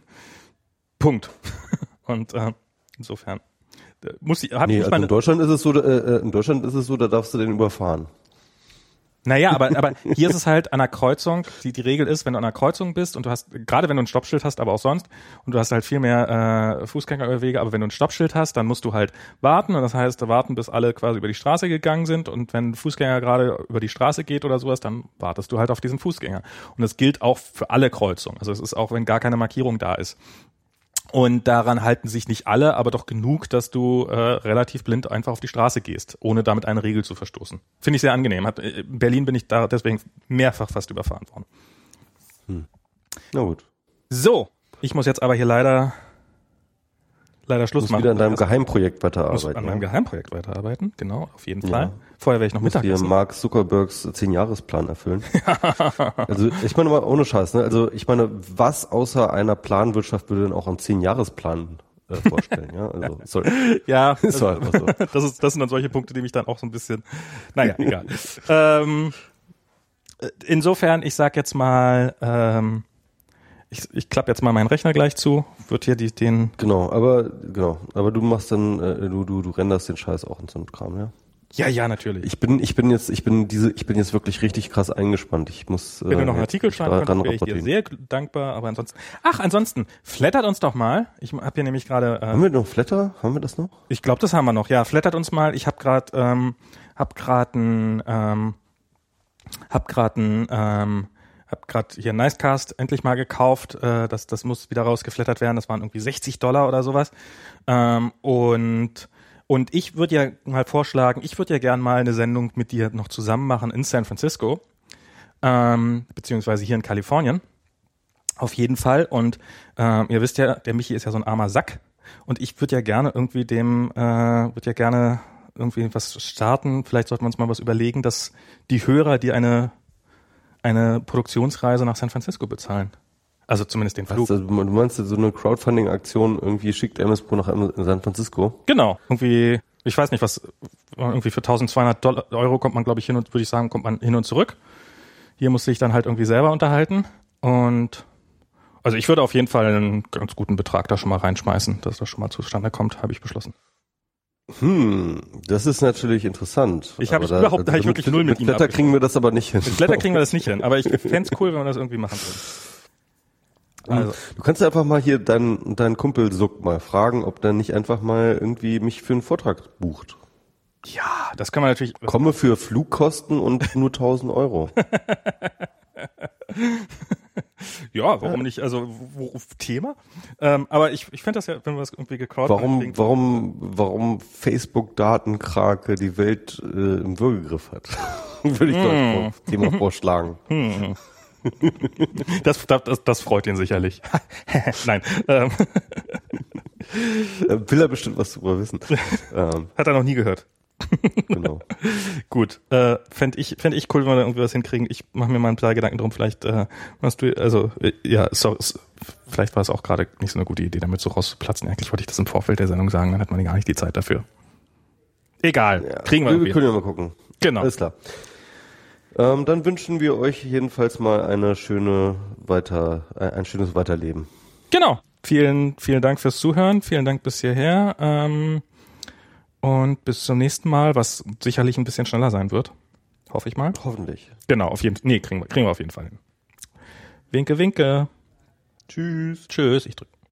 Punkt. Und äh, insofern muss ich, hab nee, ich also meine, in Deutschland ist es so, äh, in Deutschland ist es so, da darfst du den überfahren. Naja, aber, aber hier ist es halt an einer Kreuzung, die, die Regel ist, wenn du an einer Kreuzung bist und du hast, gerade wenn du ein Stoppschild hast, aber auch sonst, und du hast halt viel mehr äh, Fußgängerwege, aber wenn du ein Stoppschild hast, dann musst du halt warten und das heißt, warten, bis alle quasi über die Straße gegangen sind und wenn ein Fußgänger gerade über die Straße geht oder sowas, dann wartest du halt auf diesen Fußgänger. Und das gilt auch für alle Kreuzungen. Also es ist auch, wenn gar keine Markierung da ist. Und daran halten sich nicht alle, aber doch genug, dass du äh, relativ blind einfach auf die Straße gehst, ohne damit eine Regel zu verstoßen. Finde ich sehr angenehm. Hat, in Berlin bin ich da deswegen mehrfach fast überfahren worden. Hm. Na gut. So, ich muss jetzt aber hier leider leider Schluss muss machen. wieder an deinem Geheimprojekt weiterarbeiten. Muss an ja? meinem Geheimprojekt weiterarbeiten, genau, auf jeden Ja. Fall. Vorher werde ich noch Muss Mittag hier essen. Mark Zuckerbergs Zehn-Jahresplan erfüllen. Also ich meine mal ohne Scheiß, ne? Also ich meine, was außer einer Planwirtschaft würde denn auch ein Zehn-Jahresplan äh, vorstellen, ja? Also sorry. Ja, Ist halt einfach so. das, ist, das sind dann solche Punkte, die mich dann auch so ein bisschen, naja, egal. ähm, insofern, ich sag jetzt mal, ähm, ich, ich klappe jetzt mal meinen Rechner gleich zu, wird hier die, den... Genau, aber genau, aber du machst dann, äh, du du du renderst den Scheiß auch in so einem Kram, ja? Ja, ja, natürlich. Ich bin ich bin jetzt ich bin diese ich bin jetzt wirklich richtig krass eingespannt. Ich muss Wenn äh, du noch einen jetzt Artikel schreiben daran könntest, wäre ich dir rapportieren. sehr dankbar, aber ansonsten... Ach, ansonsten, flattert uns doch mal. Ich habe hier nämlich gerade... Äh, Haben wir noch Flatter? Haben wir das noch? Ich glaube, das haben wir noch. Ja, flattert uns mal. Ich habe gerade ähm, hab gerade ein ähm, hab gerade ein ähm, hab gerade hier Nicecast endlich mal gekauft. Äh, das das muss wieder rausgeflattert werden. Das waren irgendwie sechzig Dollar oder sowas. Ähm, und und ich würde ja mal vorschlagen, ich würde ja gern mal eine Sendung mit dir noch zusammen machen in San Francisco, ähm, beziehungsweise hier in Kalifornien. Auf jeden Fall. Und ähm, ihr wisst ja, der Michi ist ja so ein armer Sack. Und ich würde ja gerne irgendwie dem, äh, würde ja gerne irgendwie was starten. Vielleicht sollten wir uns mal was überlegen, dass die Hörer, die eine eine Produktionsreise nach San Francisco bezahlen. Also zumindest den Flug. Also, du meinst so eine Crowdfunding-Aktion, irgendwie schickt M S Pro nach San Francisco? Genau. Irgendwie, ich weiß nicht, was, irgendwie für eintausendzweihundert Dollar, Euro kommt man, glaube ich, hin und, würde ich sagen, kommt man hin und zurück. Hier muss sich dann halt irgendwie selber unterhalten. Und also ich würde auf jeden Fall einen ganz guten Betrag da schon mal reinschmeißen, dass das schon mal zustande kommt, habe ich beschlossen. Hm, das ist natürlich interessant. Ich habe Aber da- überhaupt, da hab ich mit wirklich null mit Mit ihm Blätter abgesprochen. kriegen wir das aber nicht hin. Mit Blätter kriegen wir das nicht hin, aber ich fänd's cool, wenn wir das irgendwie machen würden. Also, Du kannst ja einfach mal hier deinen deinen Kumpel Suck mal fragen, ob der nicht einfach mal irgendwie mich für einen Vortrag bucht. ja, das kann man natürlich. Komme für Flugkosten und nur tausend Euro. Ja, warum nicht? Also wo, wo, Thema. Ähm, aber ich, ich fände das ja, wenn wir das irgendwie gecrowdfundet Warum, kriegen- warum, warum Facebook-Datenkrake die Welt äh, im Würgegriff hat, würde ich Hm. das Thema vorschlagen. Das, das, das freut ihn sicherlich. Nein, ähm, Äh, Will er bestimmt was drüber wissen. ähm, hat er noch nie gehört. genau. Gut, äh, fände ich, fänd ich cool, wenn wir da irgendwie was hinkriegen. Ich mache mir mal ein paar Gedanken drum. Vielleicht, äh, was du, also, äh, ja, so, so, vielleicht war es auch gerade nicht so eine gute Idee, damit so rauszuplatzen. Eigentlich wollte ich das im Vorfeld der Sendung sagen, dann hat man gar nicht die Zeit dafür. Egal, Ja, kriegen wir wir irgendwie. können ja mal gucken. Genau. Alles klar. Ähm, dann wünschen wir euch jedenfalls mal eine schöne weiter, ein, ein schönes Weiterleben. Genau. Vielen, vielen Dank fürs Zuhören. Vielen Dank bis hierher. Ähm, und bis zum nächsten Mal, was sicherlich ein bisschen schneller sein wird. Hoffe ich mal. Hoffentlich. Genau, auf jeden Fall. Nee, kriegen wir, kriegen wir auf jeden Fall hin. Winke, winke. Tschüss. Tschüss. Ich drück.